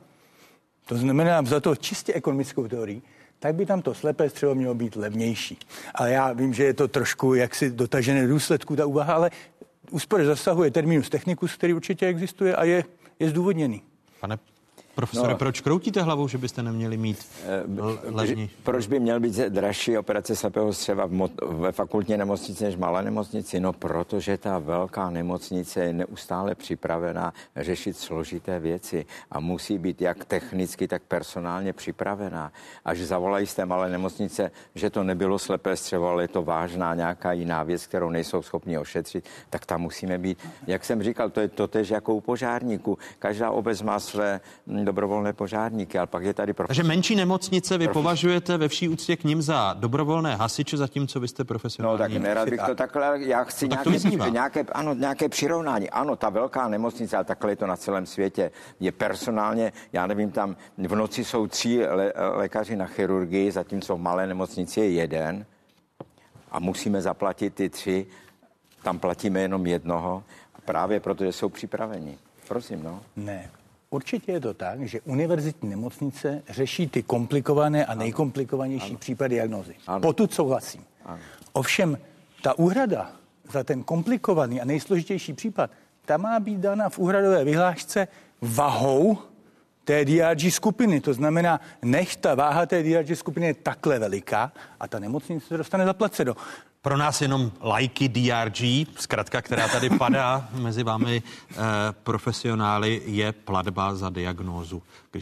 Speaker 8: To znamená, za to čistě ekonomickou teorii, tak by tam to slepé střevo mělo být levnější. Ale já vím, že je to trošku jaksi dotažené důsledku ta úvaha, ale úspory zasahuje terminus technicus, který určitě existuje a je zdůvodněný.
Speaker 1: Pane profesore, proč kroutíte hlavou, že byste neměli mít levní?
Speaker 10: Proč by měl být dražší operace slepého střeva ve fakultní nemocnici než malé nemocnici? No, protože ta velká nemocnice je neustále připravená řešit složité věci a musí být jak technicky, tak personálně připravená. Až zavolají z té malé nemocnice, že to nebylo slepé střevo, ale je to vážná nějaká jiná věc, kterou nejsou schopni ošetřit, tak tam musíme být. Jak jsem říkal, to je totéž jako u požárníků. Každá obec má své dobrovolné požárníky, ale pak je tady
Speaker 1: Takže menší nemocnice vy považujete ve vší úctě k nim za dobrovolné hasiče, zatímco vy jste profesionální.
Speaker 10: No tak nerad bych to takhle, já chci nějaké přirovnání. Ano, ta velká nemocnice, ale takhle je to na celém světě, je personálně, já nevím, tam v noci jsou 3 lékaři na chirurgii, zatímco v malé nemocnici je 1 a musíme zaplatit ty 3, tam platíme jenom jednoho, právě protože jsou připraveni. Prosím, no.
Speaker 8: Ne. Určitě je to tak, že univerzitní nemocnice řeší ty komplikované a nejkomplikovanější případy diagnózy. Potud souhlasím. Ano. Ovšem, ta úhrada za ten komplikovaný a nejsložitější případ, ta má být dána v úhradové vyhlášce vahou té DRG skupiny. To znamená, nech ta váha té DRG skupiny je takhle veliká a ta nemocnice se dostane zaplaceno.
Speaker 1: Pro nás jenom lajky DRG, zkratka, která tady padá mezi vámi profesionály, je platba za diagnózu.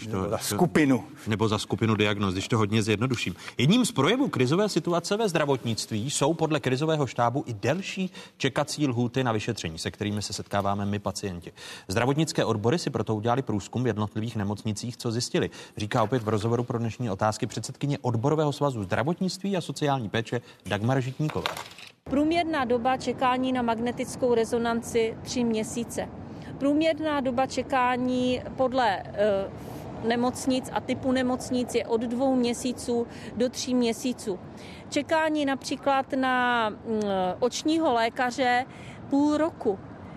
Speaker 1: Nebo za skupinu diagnóz, když to hodně zjednoduším. Jedním z projevů krizové situace ve zdravotnictví jsou podle krizového štábu i delší čekací lhůty na vyšetření, se kterými se setkáváme my pacienti. Zdravotnické odbory si proto udělali průzkum v jednotlivých nemocnicích, co zjistili. Říká opět v rozhovoru pro dnešní otázky předsedkyně Odborového svazu zdravotnictví a sociální péče Dagmar Žitníková.
Speaker 6: Průměrná doba čekání na magnetickou rezonanci 3 měsíce. Průměrná doba čekání podle nemocnic a typu nemocnic je od 2 měsíců do 3 měsíců. Čekání například na očního lékaře půl roku.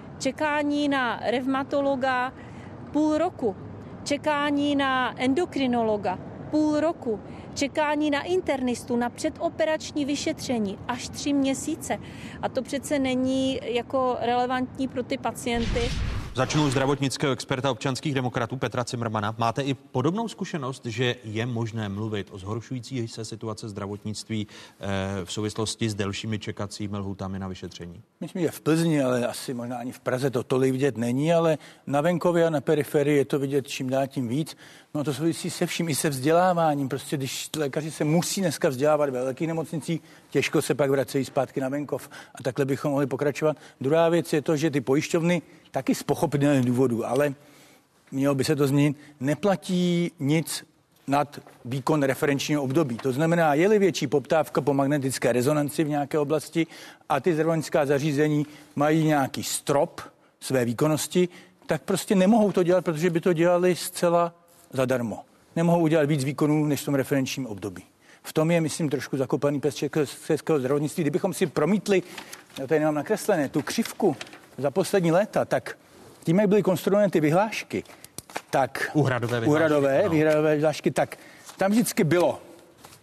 Speaker 6: Čekání na revmatologa půl roku. Čekání na endokrinologa půl roku. Čekání na internistu, na předoperační vyšetření až 3 měsíce. A to přece není jako relevantní pro ty pacienty.
Speaker 1: Začnu zdravotnického experta občanských demokratů Petra Cimrmana. Máte i podobnou zkušenost, že je možné mluvit o zhoršující se situace zdravotnictví v souvislosti s delšími čekacími lhůtami na vyšetření?
Speaker 8: Myslím, že v Plzni, ale asi možná ani v Praze to tolik vidět není, ale na venkově a na periferii je to vidět čím dál tím víc. No to souvisí se vším, i se vzděláváním. Prostě když lékaři se musí dneska vzdělávat ve velkých nemocnicích, těžko se pak vracejí zpátky na venkov. A takhle bychom mohli pokračovat. Druhá věc je to, že ty pojišťovny taky z pochopitelných důvodů, ale mělo by se to změnit, neplatí nic nad výkon referenčního období. To znamená, je-li větší poptávka po magnetické rezonanci v nějaké oblasti a ty zdravotnická zařízení mají nějaký strop své výkonnosti, tak prostě nemohou to dělat, protože by to dělali zcela zadarmo. Nemohou udělat víc výkonů než v tom referenčním období. V tom je, myslím, trošku zakopaný pes českého zdravotnictví. Kdybychom si promítli, já tady nemám nakreslené, tu křivku za poslední léta, tak tím, jak byly konstruované ty vyhlášky, tak
Speaker 1: úhradové vyhlášky,
Speaker 8: tak tam vždycky bylo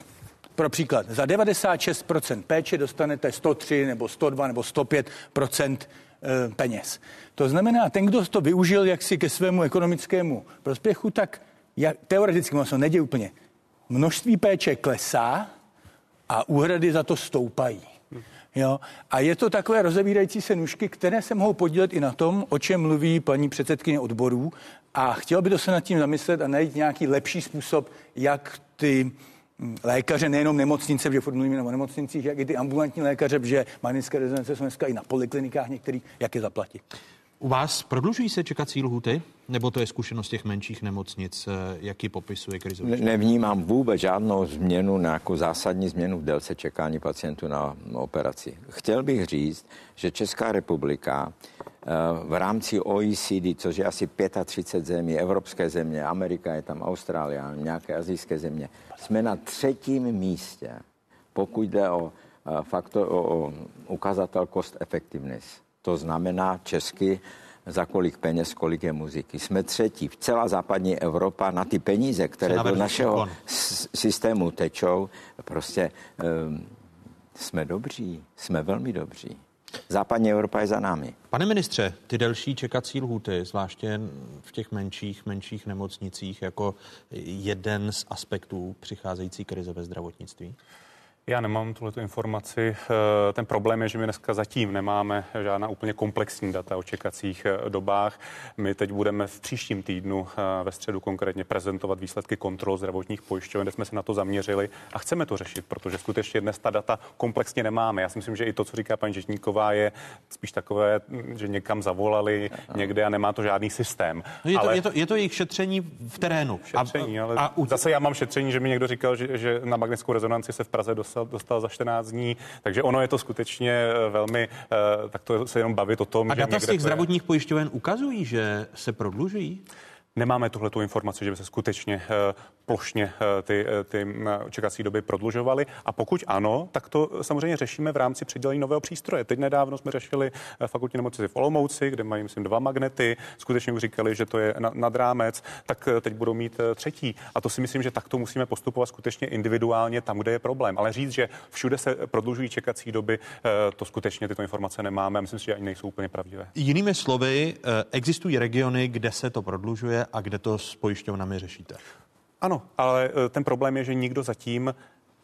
Speaker 8: Pro příklad, za 96% péče dostanete 103 nebo 102 nebo 105% peněz. To znamená, ten, kdo to využil jaksi ke svému ekonomickému prospěchu, tak teoreticky se neděje úplně. Množství péče klesá a úhrady za to stoupají. Jo? A je to takové rozevírající se nůžky, které se mohou podílet i na tom, o čem mluví paní předsedkyně odborů, a chtělo by to se nad tím zamyslet a najít nějaký lepší způsob, jak ty lékaře, nejenom nemocnice, protože furt mluvíme o nemocnicích, jak i ty ambulantní lékaře, protože magnetické rezonance jsou dneska i na poliklinikách některých, jak je zaplatit.
Speaker 1: U vás prodlužují se čekací lhůty, nebo to je zkušenost těch menších nemocnic, jak ji popisuje krizový štáb?
Speaker 10: Nevnímám vůbec žádnou změnu, nějakou zásadní změnu v délce čekání pacientů na operaci. Chtěl bych říct, že Česká republika v rámci OECD, což je asi 35 zemí, evropské země, Amerika je tam, Austrálie, nějaké asijské země, jsme na 3. místě, pokud jde o ukazatel cost effectiveness. To znamená česky, za kolik peněz, kolik je muziky. Jsme 3. v celá západní Evropa na ty peníze, které do našeho systému tečou. Prostě jsme dobří, jsme velmi dobří. Západní Evropa je za námi.
Speaker 1: Pane ministře, ty delší čekací lhůty, zvláště v těch menších nemocnicích, jako jeden z aspektů přicházející krize ve zdravotnictví?
Speaker 7: Já nemám tuhletu informaci. Ten problém je, že my dneska zatím nemáme žádná úplně komplexní data o čekacích dobách. My teď budeme v příštím týdnu ve středu konkrétně prezentovat výsledky kontrol zdravotních pojišťoven, kde jsme se na to zaměřili a chceme to řešit, protože skutečně dnes ta data komplexně nemáme. Já si myslím, že i to, co říká paní Žitníková, je spíš takové, že někam zavolali někde a nemá to žádný systém.
Speaker 1: No je to jejich šetření v terénu.
Speaker 7: Šetření, zase já mám šetření, že mi někdo říkal, že na magnetickou rezonanci se v Praze dostal za 14 dní, takže ono je to skutečně velmi, tak to se jenom bavit o tom,
Speaker 1: a že data z těch zdravotních pojišťoven ukazují, že se prodlužují?
Speaker 7: Nemáme tuhletu informaci, že by se skutečně plošně ty čekací doby prodlužovaly. A pokud ano, tak to samozřejmě řešíme v rámci přidělení nového přístroje. Teď nedávno jsme řešili fakultní nemocnici v Olomouci, kde mají, myslím, 2 magnety. Skutečně už říkali, že to je nad rámec, tak teď budou mít 3. A to si myslím, že takto musíme postupovat skutečně individuálně tam, kde je problém. Ale říct, že všude se prodlužují čekací doby, to skutečně tyto informace nemáme a myslím si, že ani nejsou úplně pravdivé.
Speaker 1: Jinými slovy, existují regiony, kde se to prodlužuje a kde to s pojišťovnami řešíte?
Speaker 7: Ano, ale ten problém je, že nikdo zatím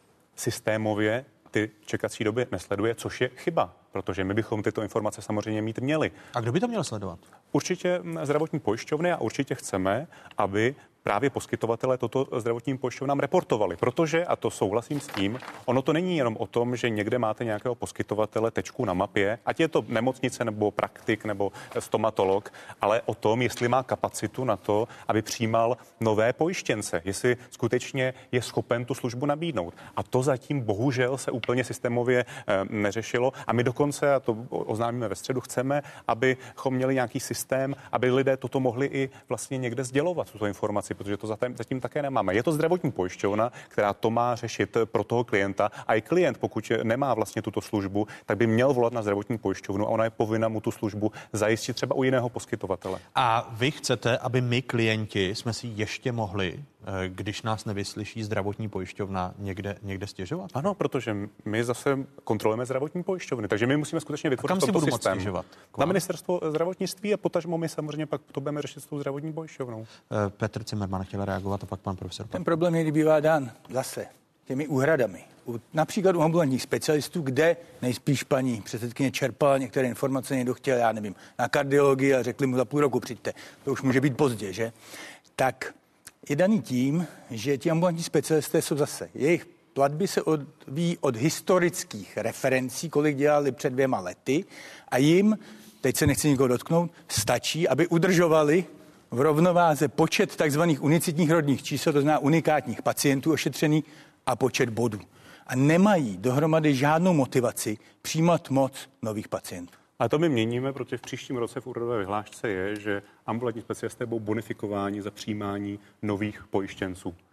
Speaker 7: systémově ty čekací doby nesleduje, což je chyba, protože my bychom tyto informace samozřejmě mít měli.
Speaker 1: A kdo by to měl sledovat?
Speaker 7: Určitě zdravotní pojišťovny a určitě chceme, aby právě poskytovatelé toto zdravotním pojišťovnám reportovali, protože, a to souhlasím s tím, ono to není jenom o tom, že někde máte nějakého poskytovatele tečku na mapě, ať je to nemocnice nebo praktik nebo stomatolog, ale o tom, jestli má kapacitu na to, aby přijímal nové pojištěnce, jestli skutečně je schopen tu službu nabídnout. A to zatím bohužel se úplně systémově neřešilo a my dokonce, a to oznámíme ve středu, chceme, abychom měli nějaký systém, aby lidé toto mohli i vlastně někde sdělovat, tuto informaci, protože to zatím také nemáme. Je to zdravotní pojišťovna, která to má řešit pro toho klienta a i klient, pokud nemá vlastně tuto službu, tak by měl volat na zdravotní pojišťovnu a ona je povinna mu tu službu zajistit třeba u jiného poskytovatele.
Speaker 1: A vy chcete, aby my klienti jsme si ještě mohli, když nás nevyslyší zdravotní pojišťovna, někde stěžovat?
Speaker 7: Ano, protože my zase kontrolujeme zdravotní pojišťovny, takže my musíme skutečně vytvořit tento systém. Na ministerstvo zdravotnictví a potažmo my samozřejmě pak to budeme řešit s tou zdravotní pojišťovnou.
Speaker 1: Petr Cimrman chtěl reagovat a pak pan profesor.
Speaker 8: Ten problém někdy bývá dán zase těmi úhradami. Například u ambulantních specialistů, kde nejspíš paní předsedkyně čerpala některé informace, někdo chtěl, já nevím, na kardiologii a řekli mu za půl roku přijďte. To už může být pozdě, že? Tak je daný tím, že ti ambulantní specialisté jsou zase, jejich platby se odvíjí od historických referencí, kolik dělali před 2 lety a jim, teď se nechci nikoho dotknout, stačí, aby udržovali v rovnováze počet takzvaných unicitních rodných čísel, to znamená unikátních pacientů ošetřených a počet bodů. A nemají dohromady žádnou motivaci přijímat moc nových pacientů.
Speaker 7: A to my měníme, protože v příštím roce v úhradové vyhlášce je, že ambulantní specialisté budou bonifikováni za přijímání nových pojištěnců.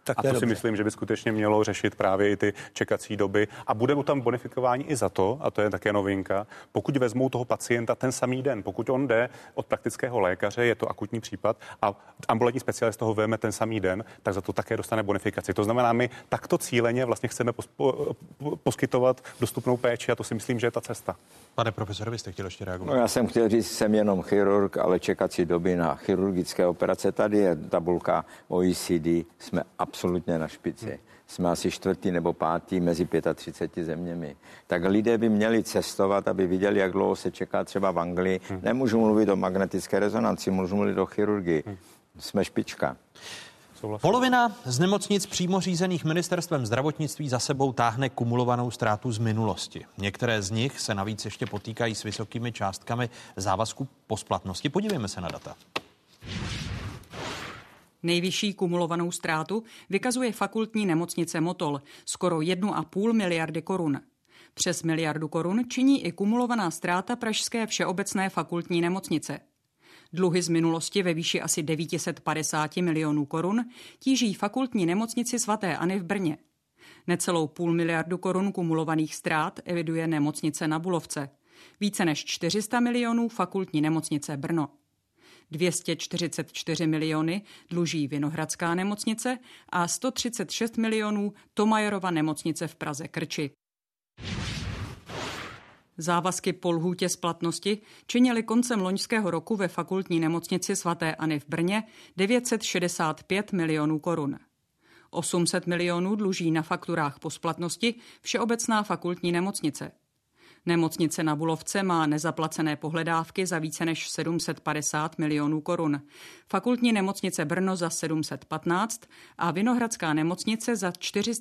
Speaker 7: A to si myslím, že by skutečně mělo řešit právě i ty čekací doby. A bude tam bonifikování i za to, a to je také novinka, pokud vezmou toho pacienta ten samý den, pokud on jde od praktického lékaře, je to akutní případ a ambulantní specialista ho vezme ten samý den, tak za to také dostane bonifikaci. To znamená, my takto cíleně vlastně chceme poskytovat dostupnou péči a to si myslím, že je ta cesta.
Speaker 1: Pane profesore, vy jste chtěl ještě reagovat?
Speaker 10: No, já jsem chtěl říct, jsem jenom chirurg, ale čekací doby na chirurgické operace, tady je tabulka OECD, jsme absolutně na špici. Jsme asi 4. nebo 5. mezi 35 zeměmi. Tak lidé by měli cestovat, aby viděli, jak dlouho se čeká třeba v Anglii. Nemůžu mluvit o magnetické rezonanci, můžu mluvit o chirurgii. Jsme špička.
Speaker 1: Polovina z nemocnic přímo řízených ministerstvem zdravotnictví za sebou táhne kumulovanou ztrátu z minulosti. Některé z nich se navíc ještě potýkají s vysokými částkami závazku po splatnosti. Podívejme se na data.
Speaker 11: Nejvyšší kumulovanou ztrátu vykazuje fakultní nemocnice Motol, skoro 1,5 miliardy korun. Přes miliardu korun činí i kumulovaná ztráta pražské všeobecné fakultní nemocnice. Dluhy z minulosti ve výši asi 950 milionů korun tíží fakultní nemocnici sv. Anny v Brně. Necelou 0,5 miliardu korun kumulovaných ztrát eviduje nemocnice Na Bulovce. Více než 400 milionů fakultní nemocnice Brno. 244 miliony dluží Vinohradská nemocnice a 136 milionů Thomayerova nemocnice v Praze Krči. Závazky po lhůtě splatnosti činily koncem loňského roku ve fakultní nemocnici sv. Anny v Brně 965 milionů korun. 800 milionů dluží na fakturách po splatnosti Všeobecná fakultní nemocnice. Nemocnice Na Bulovce má nezaplacené pohledávky za více než 750 milionů korun. Fakultní nemocnice Brno za 715 a Vinohradská nemocnice za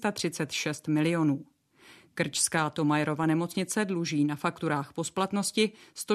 Speaker 11: 436 milionů. Krčská Thomayerova nemocnice dluží na fakturách po splatnosti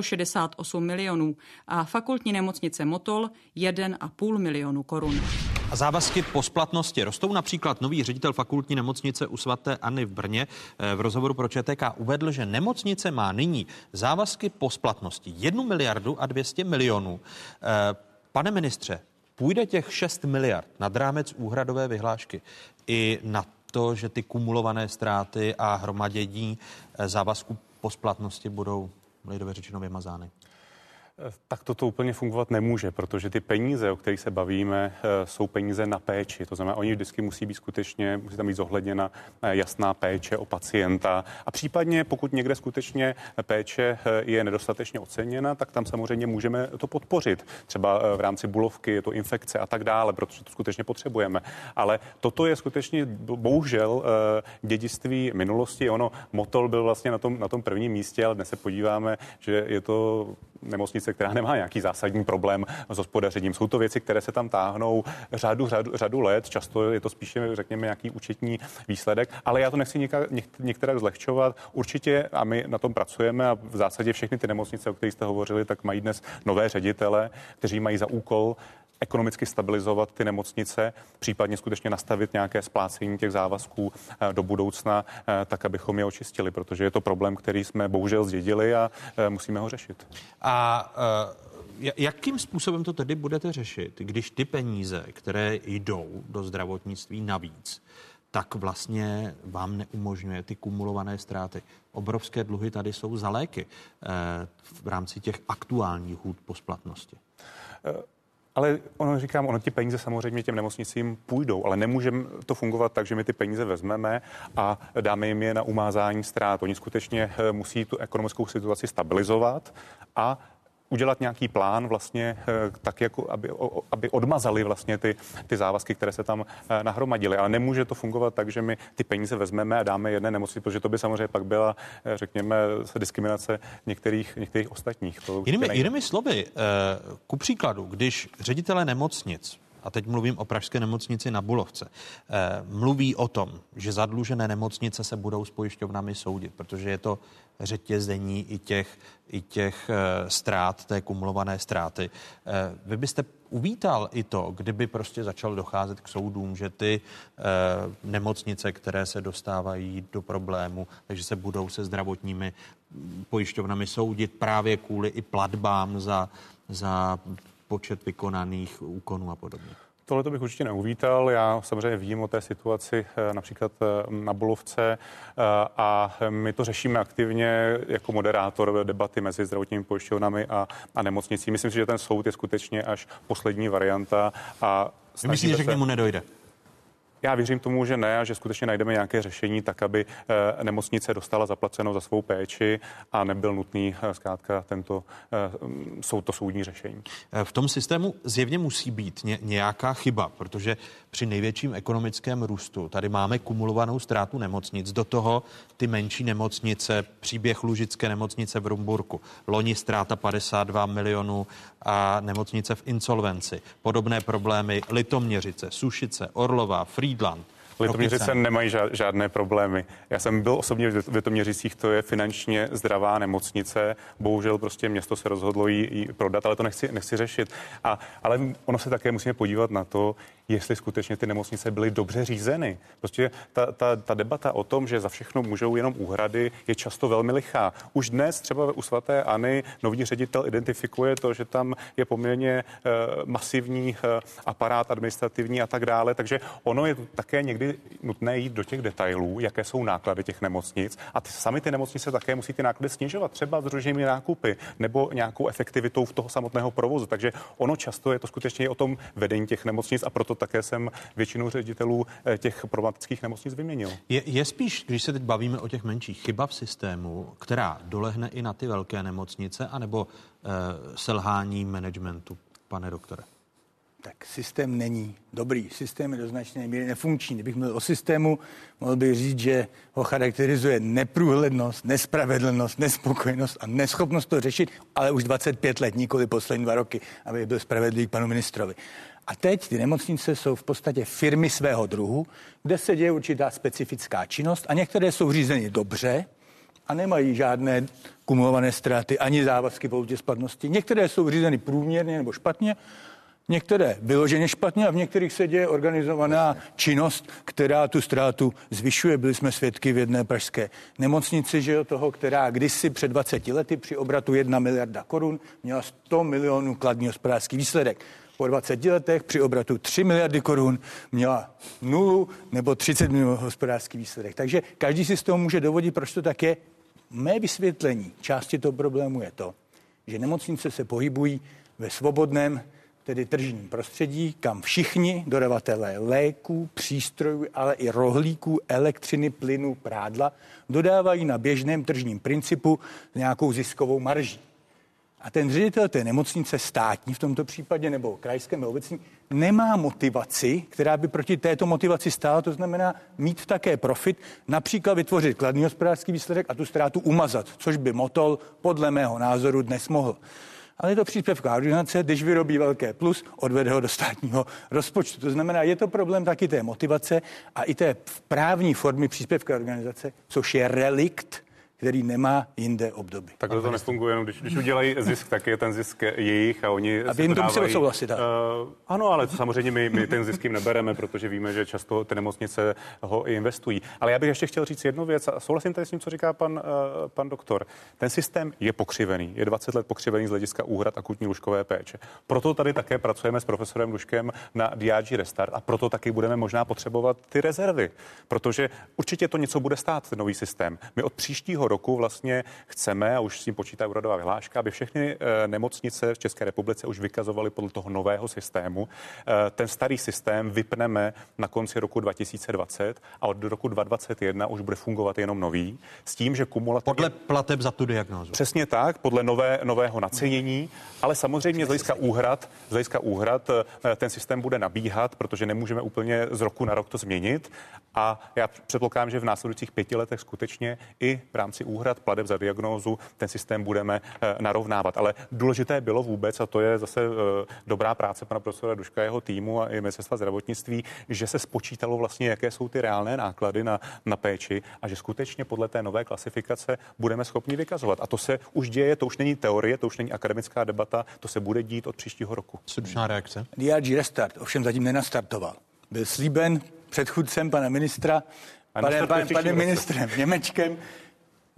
Speaker 11: 168 milionů a fakultní nemocnice Motol 1,5 milionu korun.
Speaker 1: A závazky po splatnosti rostou. Například nový ředitel fakultní nemocnice u sv. Anny v Brně v rozhovoru pro ČTK uvedl, že nemocnice má nyní závazky po splatnosti 1 miliardu a 200 milionů. Pane ministře, půjde těch 6 miliard nad rámec úhradové vyhlášky i na to, že ty kumulované ztráty a hromadění závazků po splatnosti budou lidově řečeno vymazány?
Speaker 7: Tak to úplně fungovat nemůže, protože ty peníze, o kterých se bavíme, jsou peníze na péči. To znamená, oni vždycky musí tam být zohledněna jasná péče o pacienta. A případně, pokud někde skutečně péče je nedostatečně oceněna, tak tam samozřejmě můžeme to podpořit. Třeba v rámci Bulovky je to infekce a tak dále, protože to skutečně potřebujeme. Ale toto je skutečně bohužel dědictví minulosti. Motol byl vlastně na tom prvním místě, ale dnes se podíváme, že je to nemocnice, která nemá nějaký zásadní problém s hospodařením. Jsou to věci, které se tam táhnou řadu let, často je to spíše, řekněme, nějaký účetní výsledek, ale já to nechci některé zlehčovat. Určitě, a my na tom pracujeme a v zásadě všechny ty nemocnice, o kterých jste hovořili, tak mají dnes nové ředitele, kteří mají za úkol ekonomicky stabilizovat ty nemocnice, případně skutečně nastavit nějaké splácení těch závazků do budoucna, tak abychom je očistili, protože je to problém, který jsme bohužel zdědili a musíme ho řešit.
Speaker 1: A jakým způsobem to tedy budete řešit, když ty peníze, které jdou do zdravotnictví navíc, tak vlastně vám neumožňuje ty kumulované ztráty? Obrovské dluhy tady jsou za léky v rámci těch aktuálních lhůt po splatnosti.
Speaker 7: Ale ono ty peníze samozřejmě těm nemocnicím půjdou, ale nemůžeme to fungovat tak, že my ty peníze vezmeme a dáme jim je na umázání ztrát. Oni skutečně musí tu ekonomickou situaci stabilizovat a udělat nějaký plán vlastně tak, jako aby odmazali vlastně ty závazky, které se tam nahromadily. Ale nemůže to fungovat tak, že my ty peníze vezmeme a dáme jedné nemocnici, protože to by samozřejmě pak byla, řekněme, diskriminace některých ostatních.
Speaker 1: Jinými slovy, ku příkladu, když ředitelé nemocnic, a teď mluvím o pražské nemocnici Na Bulovce, mluví o tom, že zadlužené nemocnice se budou s pojišťovnami soudit, protože je to řetězení i těch ztrát, té kumulované ztráty. Vy byste uvítal i to, kdyby prostě začal docházet k soudům, že ty nemocnice, které se dostávají do problému, takže se budou se zdravotními pojišťovnami soudit právě kvůli i platbám za počet vykonaných úkonů a podobně.
Speaker 7: Tohle to bych určitě neuvítal. Já samozřejmě vím o té situaci například na Bulovce a my to řešíme aktivně jako moderátor debaty mezi zdravotními pojišťovnami a nemocnicí. Myslím si, že ten soud je skutečně až poslední varianta. A
Speaker 1: myslíte, že k němu nedojde?
Speaker 7: Já věřím tomu, že ne a že skutečně najdeme nějaké řešení tak, aby nemocnice dostala zaplaceno za svou péči a nebyl nutný zkrátka to soudní řešení.
Speaker 1: V tom systému zjevně musí být nějaká chyba, protože při největším ekonomickém růstu tady máme kumulovanou ztrátu nemocnic. Do toho ty menší nemocnice, příběh Lužické nemocnice v Rumburku, loni ztráta 52 milionů a nemocnice v insolvenci. Podobné problémy Litoměřice, Sušice, Orlová, Frýdlant.
Speaker 7: Litoměřice nemají žádné problémy. Já jsem byl osobně v Litoměřicích, to je finančně zdravá nemocnice. Bohužel prostě město se rozhodlo ji prodat, ale to nechci řešit. Ale ono se také musíme podívat na to, jestli skutečně ty nemocnice byly dobře řízeny. Prostě ta debata o tom, že za všechno můžou jenom úhrady, je často velmi lichá. Už dnes třeba u svaté Anny nový ředitel identifikuje to, že tam je poměrně masivní aparát administrativní a tak dále, takže ono je také někdy nutné jít do těch detailů, jaké jsou náklady těch nemocnic a sami ty nemocnice také musí ty náklady snižovat, třeba združenými nákupy nebo nějakou efektivitou v toho samotného provozu. Takže ono často je to skutečně o tom vedení těch nemocnic a proto také jsem většinu ředitelů těch problematických nemocnic vyměnil.
Speaker 1: Je spíš, když se teď bavíme o těch menších, chyba v systému, která dolehne i na ty velké nemocnice, anebo selhání managementu, pane doktore?
Speaker 8: Tak systém není dobrý. Systém je do značné míry nefunkční. Kdybych mluvil o systému, mohl bych říct, že ho charakterizuje neprůhlednost, nespravedlnost, nespokojenost a neschopnost to řešit, ale už 25 let, nikoli poslední 2 roky, aby byl spravedlivý k panu ministrovi. A teď ty nemocnice jsou v podstatě firmy svého druhu, kde se děje určitá specifická činnost a některé jsou řízeny dobře a nemají žádné kumulované ztráty ani závazky po lhůtě splatnosti. Některé jsou řízeny průměrně nebo špatně, některé vyloženě špatně a v některých se děje organizovaná činnost, která tu ztrátu zvyšuje. Byli jsme svědky v jedné pražské nemocnici, že jo, toho, která kdysi před 20 lety při obratu 1 miliarda korun měla 100 milionů kladný hospodářský výsledek. Po 20 letech při obratu 3 miliardy korun měla 0 nebo 30 milionů hospodářský výsledek. Takže každý si z toho může dovodit, proč to tak je. Mé vysvětlení části toho problému je to, že nemocnice se pohybují ve svobodném, tedy tržním prostředí, kam všichni dodavatelé léků, přístrojů, ale i rohlíků, elektřiny, plynu, prádla dodávají na běžném tržním principu nějakou ziskovou marží. A ten ředitel té nemocnice státní v tomto případě nebo krajské nebo obecní nemá motivaci, která by proti této motivaci stála, to znamená mít také profit, například vytvořit kladný hospodářský výsledek a tu ztrátu umazat, což by Motol podle mého názoru dnes mohl. Ale je to příspěvková organizace, když vyrobí velké plus, odvede ho do státního rozpočtu. To znamená, je to problém taky té motivace a i té právní formy příspěvkové organizace, což je relikt, který nemá jinde obdoby.
Speaker 7: Tak to nefunguje, jenom když udělají zisk, tak je ten zisk jejich a oni
Speaker 8: a vy jim to musíte souhlasit.
Speaker 7: Ano, ale samozřejmě my ten zisk jim nebereme, protože víme, že často ty nemocnice ho i investují. Ale já bych ještě chtěl říct jednu věc a souhlasím tady s tím, co říká pan doktor. Ten systém je pokřivený, je 20 let pokřivený z hlediska úhrad akutní lůžkové péče. Proto tady také pracujeme s profesorem Duškem na DRG Restart a proto taky budeme možná potřebovat ty rezervy, protože určitě to něco bude stát, ten nový systém. My od příštího roku vlastně chceme, a už s tím počítá úhradová vyhláška, aby všechny nemocnice v České republice už vykazovaly podle toho nového systému. Ten starý systém vypneme na konci roku 2020 a od roku 2021 už bude fungovat jenom nový, s tím, že kumulativně...
Speaker 1: Podle plateb za tu diagnózu.
Speaker 7: Přesně tak, podle nového nacenění, ale samozřejmě z hlediska úhrad ten systém bude nabíhat, protože nemůžeme úplně z roku na rok to změnit a já předpokládám, že v následujících 5 letech skutečně i v rámci úhrad plateb za diagnózu ten systém budeme narovnávat. Ale důležité bylo vůbec, a to je zase dobrá práce pana profesora Duška a jeho týmu a i ministerstva zdravotnictví, že se spočítalo vlastně, jaké jsou ty reálné náklady na péči a že skutečně podle té nové klasifikace budeme schopni vykazovat. A to se už děje, to už není teorie, to už není akademická debata, to se bude dít od příštího roku.
Speaker 1: Stručná reakce.
Speaker 8: DRG Restart ovšem zatím nenastartoval. Byl slíben předchůdcem pana ministra, panem ministrem Němečkem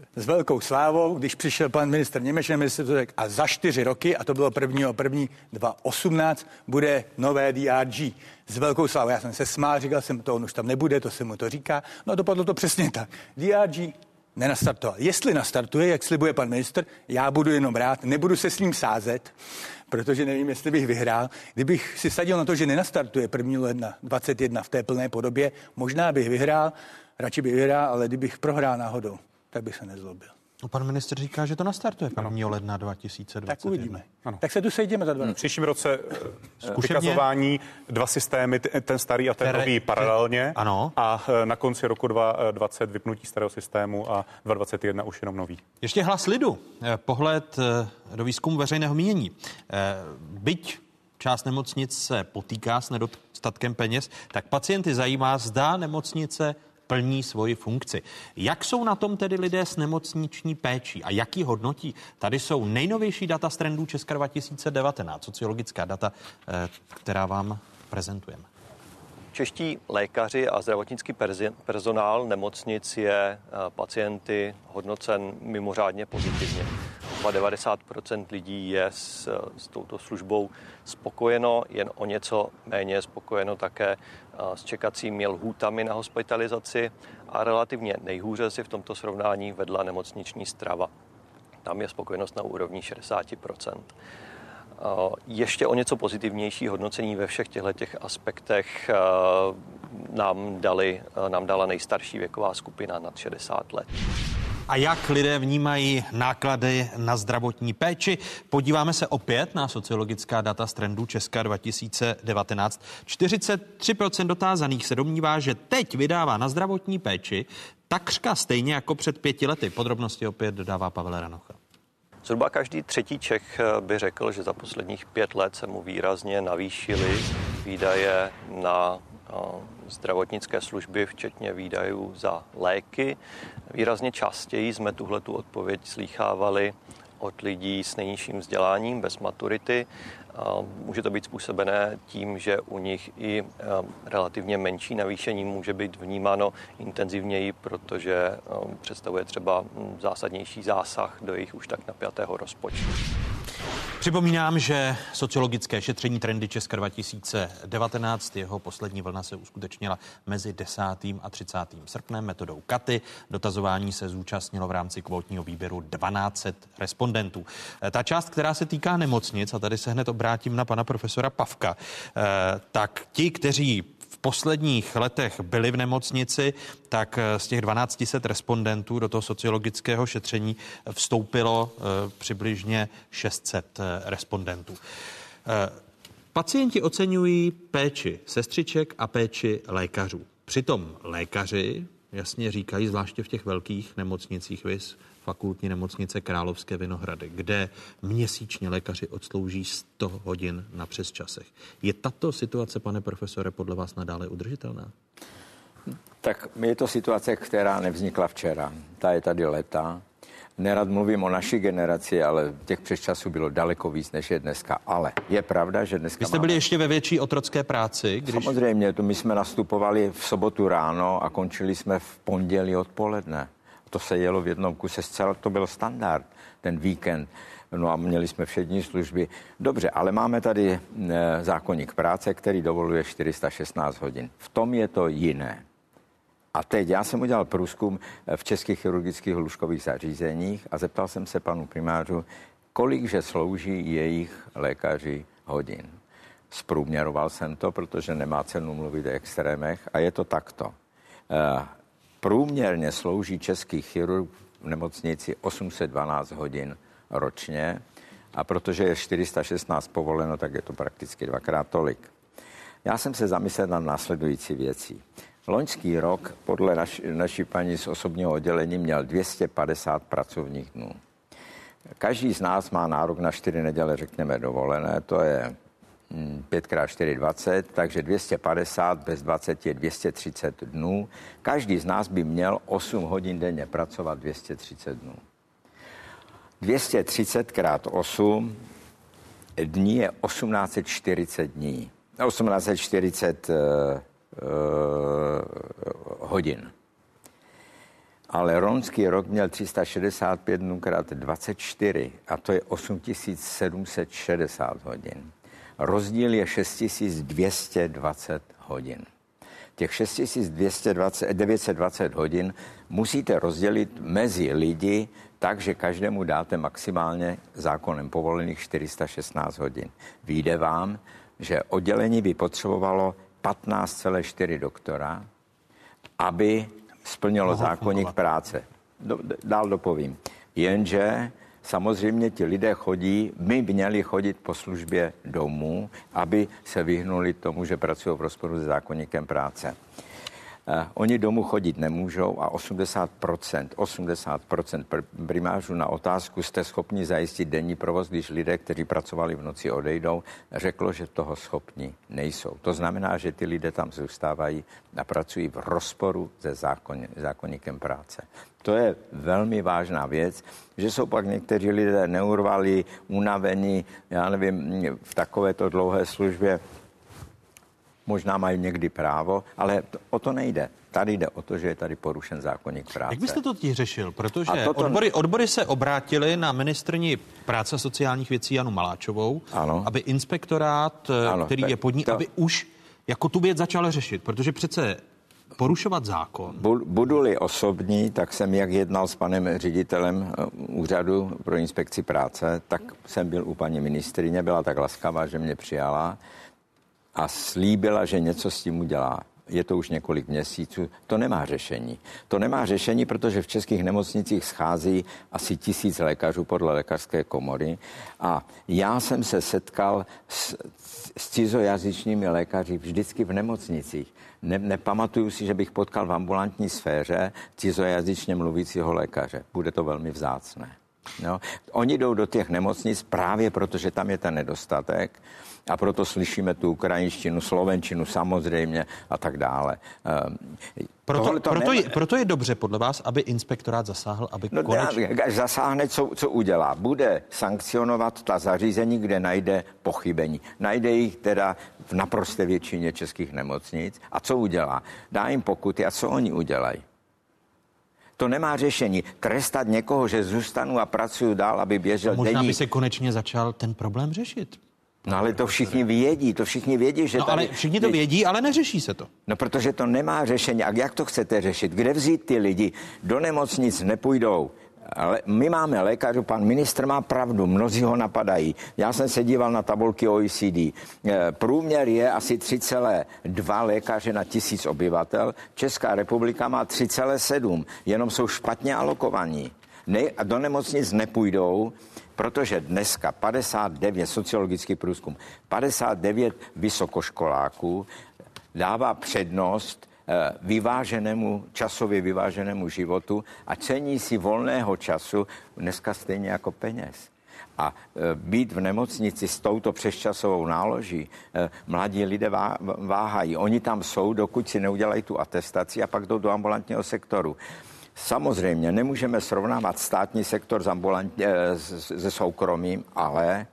Speaker 8: s velkou slávou, když přišel pan ministr Němeček, ministr to řekl, a za 4 roky, a to bylo 1.1.2018, bude nové DRG. S velkou slávou. Já jsem se smál, říkal jsem to, on už tam nebude, to se mu to říká. No dopadlo to přesně tak. DRG nenastartoval. Jestli nastartuje, jak slibuje pan ministr, já budu jenom rád, nebudu se s ním sázet, protože nevím, jestli bych vyhrál. Kdybych si sadil na to, že nenastartuje 1. ledna 2021 v té plné podobě, možná bych vyhrál, radši bych vyhrál, ale kdybych prohrál náhodou, tak bych se nezlobil.
Speaker 1: Pan ministr říká, že to nastartuje 1. ledna 2021.
Speaker 8: Tak uvidíme. Ano. Tak se tu sejdeme za 2 roky.
Speaker 7: V příštím roce vykazování 2 systémy, ten starý a ten nový paralelně.
Speaker 1: Ano.
Speaker 7: A na konci roku 2020 vypnutí starého systému a 2021 už jenom nový.
Speaker 1: Ještě hlas lidu. Pohled do výzkumu veřejného mínění. Byť část nemocnic se potýká s nedostatkem peněz, tak pacienty zajímá, zda nemocnice plní svoji funkci. Jak jsou na tom tedy lidé s nemocniční péčí a jaký hodnotí? Tady jsou nejnovější data z trendů Česka 2019, sociologická data, která vám prezentujeme.
Speaker 12: Čeští lékaři a zdravotnický personál nemocnic je pacienty hodnocen mimořádně pozitivně. 90% lidí je s touto službou spokojeno, jen o něco méně spokojeno také s čekacími lhůtami na hospitalizaci a relativně nejhůře si v tomto srovnání vedla nemocniční strava. Tam je spokojenost na úrovni 60%. Ještě o něco pozitivnější hodnocení ve všech těchto aspektech nám dala nejstarší věková skupina nad 60 let.
Speaker 1: A jak lidé vnímají náklady na zdravotní péči? Podíváme se opět na sociologická data z trendů Česka 2019. 43% dotázaných se domnívá, že teď vydává na zdravotní péči takřka stejně jako před 5 lety. Podrobnosti opět dodává Pavel Ranocha.
Speaker 12: Zhruba každý 3. Čech by řekl, že za posledních 5 let se mu výrazně navýšily výdaje na zdravotnické služby, včetně výdajů za léky. Výrazně častěji jsme tuhletu odpověď slýchávali od lidí s nejnižším vzděláním, bez maturity. Může to být způsobené tím, že u nich i relativně menší navýšení může být vnímáno intenzivněji, protože představuje třeba zásadnější zásah do jejich už tak napjatého rozpočtu.
Speaker 1: Připomínám, že sociologické šetření trendy Česka 2019, jeho poslední vlna se uskutečnila mezi 10. a 30. srpnem metodou KATY. Dotazování se zúčastnilo v rámci kvótního výběru 1200 respondentů. Ta část, která se týká nemocnic, a tady se hned obrátím na pana profesora Pavka, tak ti, kteří v posledních letech byli v nemocnici, tak z těch 1200 respondentů do toho sociologického šetření vstoupilo přibližně 600 respondentů. Pacienti oceňují péči sestřiček a péči lékařů. Přitom lékaři jasně říkají, zvláště v těch velkých nemocnicích, viz Fakultní nemocnice Královské Vinohrady, kde měsíčně lékaři odslouží 100 hodin na přesčasech. Je tato situace, pane profesore, podle vás nadále udržitelná?
Speaker 10: Tak je to situace, která nevznikla včera. Ta je tady léta. Nerad mluvím o naší generaci, ale těch přesčasů bylo daleko víc, než je dneska. Ale je pravda, že dneska...
Speaker 1: Vy jste byli ještě ve větší otrocké práci?
Speaker 10: Samozřejmě, my jsme nastupovali v sobotu ráno a končili jsme v pondělí odpoledne. To se jelo v jednom kuse zcela, to byl standard, ten víkend. No a měli jsme všední služby. Dobře, ale máme tady zákoník práce, který dovoluje 416 hodin. V tom je to jiné. A teď já jsem udělal průzkum v českých chirurgických lůžkových zařízeních a zeptal jsem se panu primářu, kolikže slouží jejich lékaři hodin. Zprůměroval jsem to, protože nemá cenu mluvit o extrémech a je to takto. Průměrně slouží český chirurg v nemocnici 812 hodin ročně a protože je 416 povoleno, tak je to prakticky 2x tolik. Já jsem se zamyslel na následující věcí. Loňský rok podle naší paní z osobního oddělení měl 250 pracovních dnů. Každý z nás má nárok na 4 neděle, řekněme, dovolené, to je 5x4 20, takže 250 bez 20 je 230 dnů. Každý z nás by měl 8 hodin denně pracovat 230 dnů. 230 x 8 dní je 1840 dní. 1840 hodin. ale loňský rok měl 365 dnů krát 24 a to je 8760 hodin. Rozdíl je 6220 hodin. Těch 6920 hodin musíte rozdělit mezi lidi tak, že každému dáte maximálně zákonem povolených 416 hodin. Vyjde vám, že oddělení by potřebovalo 15,4 doktora, aby splnilo zákoník práce. Dál dopovím. Jenže samozřejmě ti lidé by měli chodit po službě domů, aby se vyhnuli tomu, že pracují v rozporu se zákoníkem práce. Oni domů chodit nemůžou a 80% primářů na otázku, jste schopni zajistit denní provoz, když lidé, kteří pracovali v noci, odejdou, řeklo, že toho schopni nejsou. To znamená, že ty lidé tam zůstávají a pracují v rozporu se zákoníkem práce. To je velmi vážná věc, že jsou pak někteří lidé neurvali, unavení, já nevím, v takovéto dlouhé službě. Možná mají někdy právo, ale o to nejde. Tady jde o to, že je tady porušen zákoník práce.
Speaker 1: Jak byste to teď řešil? Protože odbory se obrátily na ministryni práce a sociálních věcí Janu Maláčovou, aby inspektorát, který je pod ní, aby už jako tu věc začal řešit, protože přece porušovat zákon.
Speaker 10: Budu-li osobní, tak jsem jak jednal s panem ředitelem úřadu pro inspekci práce, tak jsem byl u paní ministryně, byla tak laskavá, že mě přijala a slíbila, že něco s tím udělá. Je to už několik měsíců. To nemá řešení. To nemá řešení, protože v českých nemocnicích schází asi 1000 lékařů podle lékařské komory a já jsem se setkal s cizojazyčnými lékaři vždycky v nemocnicích. Nepamatuju si, že bych potkal v ambulantní sféře cizojazyčně mluvícího lékaře. Bude to velmi vzácné. No, oni jdou do těch nemocnic právě protože tam je ten nedostatek a proto slyšíme tu ukrajinštinu, slovenčinu samozřejmě a tak dále.
Speaker 1: Proto je dobře podle vás, aby inspektorát zasáhl, aby konečně...
Speaker 10: Až zasáhne, co udělá? Bude sankcionovat ta zařízení, kde najde pochybení. Najde jich teda v naprosté většině českých nemocnic. A co udělá? Dá jim pokuty a co oni udělají? To nemá řešení. Trestat někoho, že zůstanu a pracuju dál, aby běžel denní.
Speaker 1: Možná by se konečně začal ten problém řešit.
Speaker 10: No ale to všichni vědí, že
Speaker 1: no, ale všichni to vědí, ale neřeší se to.
Speaker 10: No protože to nemá řešení. A jak to chcete řešit? Kde vzít ty lidi? Do nemocnic nepůjdou. Ale my máme lékařů, pan ministr má pravdu, mnozí ho napadají. Já jsem se díval na tabulky OECD. Průměr je asi 3,2 lékaře na 1000 obyvatel. Česká republika má 3,7, jenom jsou špatně alokovaní. A do nemocnic nepůjdou, protože dneska 59, sociologický průzkum, 59 vysokoškoláků dává přednost časově vyváženému životu a cení si volného času dneska stejně jako peněz. A být v nemocnici s touto přesčasovou náloží, mladí lidé váhají. Oni tam jsou, dokud si neudělají tu atestaci a pak jdou do ambulantního sektoru. Samozřejmě nemůžeme srovnávat státní sektor se soukromým, ale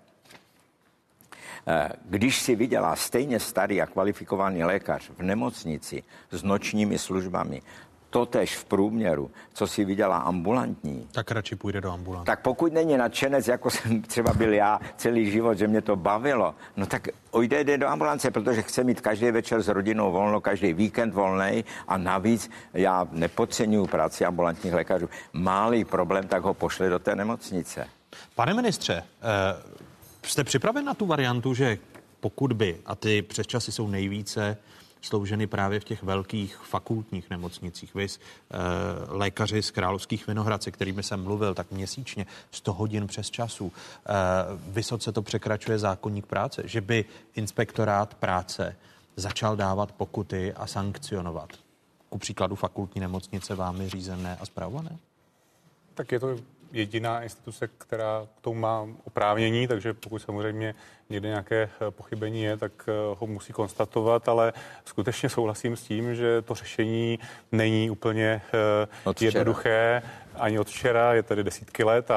Speaker 10: když si vydělá stejně starý a kvalifikovaný lékař v nemocnici s nočními službami, totež v průměru, co si vydělá ambulantní,
Speaker 1: tak radši půjde do ambulance.
Speaker 10: Tak pokud není nadšenec, jako jsem třeba byl já celý život, že mě to bavilo, no tak jde do ambulance, protože chce mít každý večer s rodinou volno, každý víkend volnej a navíc já nepodceňuji práci ambulantních lékařů. Má-li problém, tak ho pošle do té nemocnice.
Speaker 1: Pane ministře, jste připraven na tu variantu, že pokud by, a ty přesčasy jsou nejvíce slouženy právě v těch velkých fakultních nemocnicích, viz lékaři z Královských Vinohrad, se kterými jsem mluvil, tak měsíčně 100 hodin přes časů. Vysoce to překračuje zákoník práce, že by inspektorát práce začal dávat pokuty a sankcionovat. Ku příkladu fakultní nemocnice vámi řízené a spravované?
Speaker 7: Tak je to jediná instituce, která k tomu má oprávnění, takže pokud samozřejmě někde nějaké pochybení je, tak ho musí konstatovat, ale skutečně souhlasím s tím, že to řešení není úplně jednoduché. Ani od včera, je tady desítky let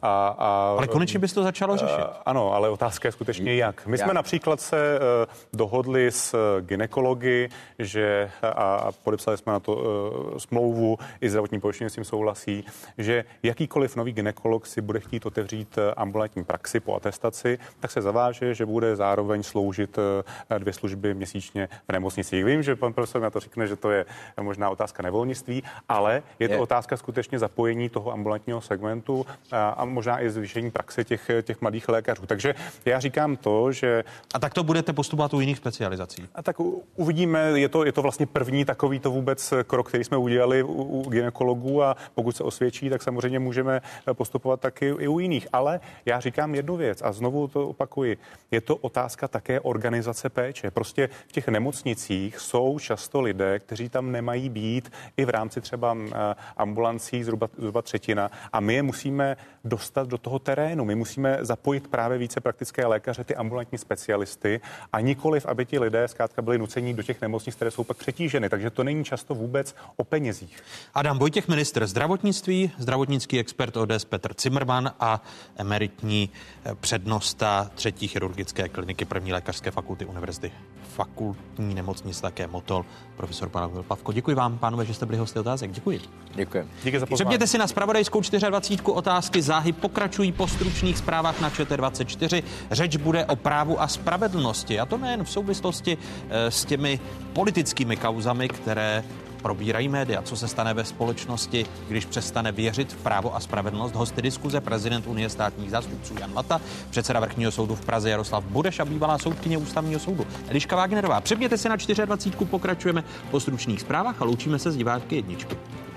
Speaker 1: ale konečně by se to začalo řešit.
Speaker 7: Ano, ale otázka je skutečně jak. My jsme například se dohodli s gynekology, že a podepsali jsme na to smlouvu, i zdravotní pojišťovny s tím souhlasí, že jakýkoliv nový gynekolog si bude chtít otevřít ambulantní praxi po atestaci, tak se zaváže, že bude zároveň sloužit 2 služby měsíčně v nemocnici. Vím, že pan profesor na to řekne, že to je možná otázka nevolnictví, ale je to otázka skutečně zapojení toho ambulantního segmentu a možná i zvýšení praxe těch mladých lékařů. Takže já říkám to, že...
Speaker 1: A tak to budete postupovat u jiných specializací?
Speaker 7: A tak uvidíme, je to vlastně první takovýto vůbec krok, který jsme udělali u gynekologů a pokud se osvědčí, tak samozřejmě můžeme postupovat taky i u jiných. Ale já říkám jednu věc a znovu to opakuji. Je to otázka také organizace péče. Prostě v těch nemocnicích jsou často lidé, kteří tam nemají být i v rámci třeba ambulancí zhruba třetina a my je musíme dostat do toho terénu. My musíme zapojit právě více praktické lékaře, ty ambulantní specialisty a nikoliv, aby ti lidé zkrátka byli nuceni do těch nemocnic, které jsou pak přetíženy. Takže to není často vůbec o penězích.
Speaker 1: Adam Vojtěch, ministr zdravotnictví, zdravotnický expert ODS Petr Cimrman a emeritní přednosta 3. chirurgické kliniky 1. lékařské fakulty univerzity fakultní nemocnice také Motol, profesor Pavel Pavko. Děkuji vám, pánové, že jste byli hosty otázek. Děkuji.
Speaker 10: Děkuji.
Speaker 7: Díky za pozvání.
Speaker 1: Přepněte si na zpravodajskou 24 otázky. Záhy pokračují po stručných zprávách na ČT24. Řeč bude o právu a spravedlnosti. A to nejen v souvislosti s těmi politickými kauzami, které probírají média. Co se stane ve společnosti, když přestane věřit v právo a spravedlnost? Hosty diskuze prezident Unie státních zástupců Jan Lata, předseda Vrchního soudu v Praze Jaroslav Bureš a bývalá soudkyně Ústavního soudu Eliška Wagnerová. Přepněte si na 24. Pokračujeme po stručných zprávách a loučíme se s diváky jedničky.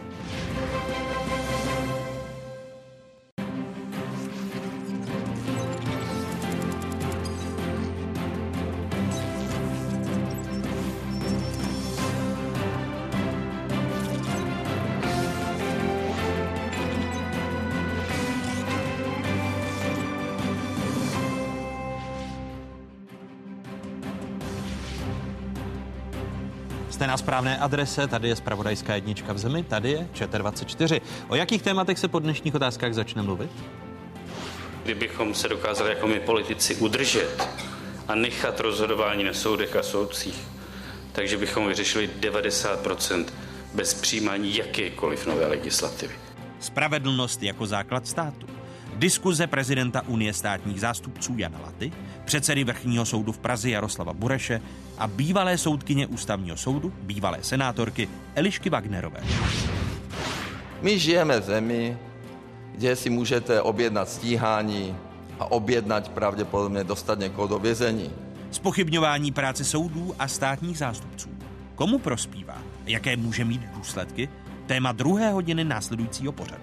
Speaker 1: Jste na správné adrese, tady je zpravodajská jednička v zemi, tady je ČT24. O jakých tématech se po dnešních otázkách začne mluvit?
Speaker 13: Kdybychom se dokázali jako my politici udržet a nechat rozhodování na soudech a soudcích, takže bychom vyřešili 90% bez přijímání jakékoliv nové legislativy.
Speaker 1: Spravedlnost jako základ státu. Diskuze prezidenta Unie státních zástupců Jana Laty, předsedy Vrchního soudu v Praze Jaroslava Bureše a bývalé soudkyně Ústavního soudu, bývalé senátorky Elišky Wagnerové.
Speaker 5: My žijeme v zemi, kde si můžete objednat stíhání a objednat pravděpodobně dostat někoho do vězení.
Speaker 1: Zpochybňování práce soudů a státních zástupců. Komu prospívá? Jaké může mít důsledky? Téma 2. hodiny následujícího pořadu.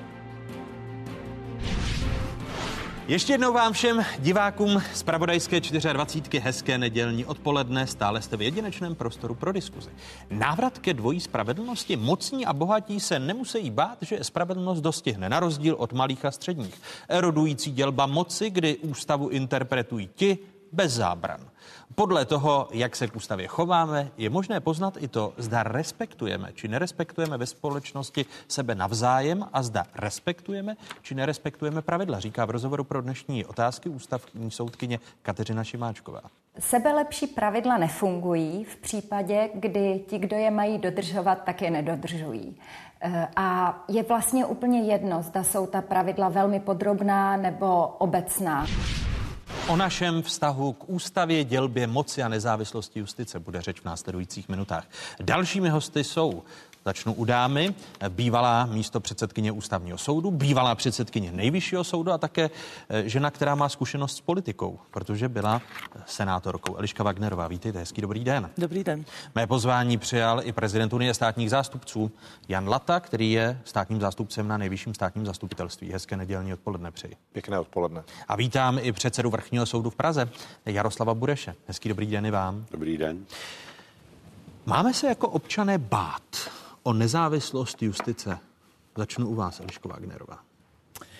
Speaker 1: Ještě jednou vám všem divákům zpravodajské 24 hezké nedělní odpoledne. Stále jste v jedinečném prostoru pro diskuzi. Návrat ke dvojí spravedlnosti. Mocní a bohatí se nemusí bát, že spravedlnost dostihne, na rozdíl od malých a středních. Erodující dělba moci, kdy ústavu interpretují ti bez zábran. Podle toho, jak se k ústavě chováme, je možné poznat i to, zda respektujeme či nerespektujeme ve společnosti sebe navzájem a zda respektujeme či nerespektujeme pravidla, říká v rozhovoru pro dnešní otázky ústavní soudkyně Kateřina Šimáčková.
Speaker 14: Sebelepší pravidla nefungují v případě, kdy ti, kdo je mají dodržovat, tak je nedodržují. A je vlastně úplně jedno, zda jsou ta pravidla velmi podrobná nebo obecná.
Speaker 1: O našem vztahu k ústavě, dělbě moci a nezávislosti justice bude řeč v následujících minutách. Dalšími hosty jsou, začnu u dámy, bývalá místopředsedkyně Ústavního soudu, bývalá předsedkyně Nejvyššího soudu a také žena, která má zkušenost s politikou, protože byla senátorkou. Eliška Wagnerová, vítejte, hezký dobrý den.
Speaker 15: Dobrý den.
Speaker 1: Mé pozvání přijal i prezident Unie státních zástupců Jan Lata, který je státním zástupcem na Nejvyšším státním zastupitelství. Hezké nedělní odpoledne přeji.
Speaker 16: Pěkné odpoledne.
Speaker 1: A vítám i předsedu Vrchního soudu v Praze Jaroslava Bureše. Hezký dobrý den i vám.
Speaker 16: Dobrý den.
Speaker 1: Máme se jako občané bát o nezávislost justice? Začnu u vás, Eliško Wagnerová.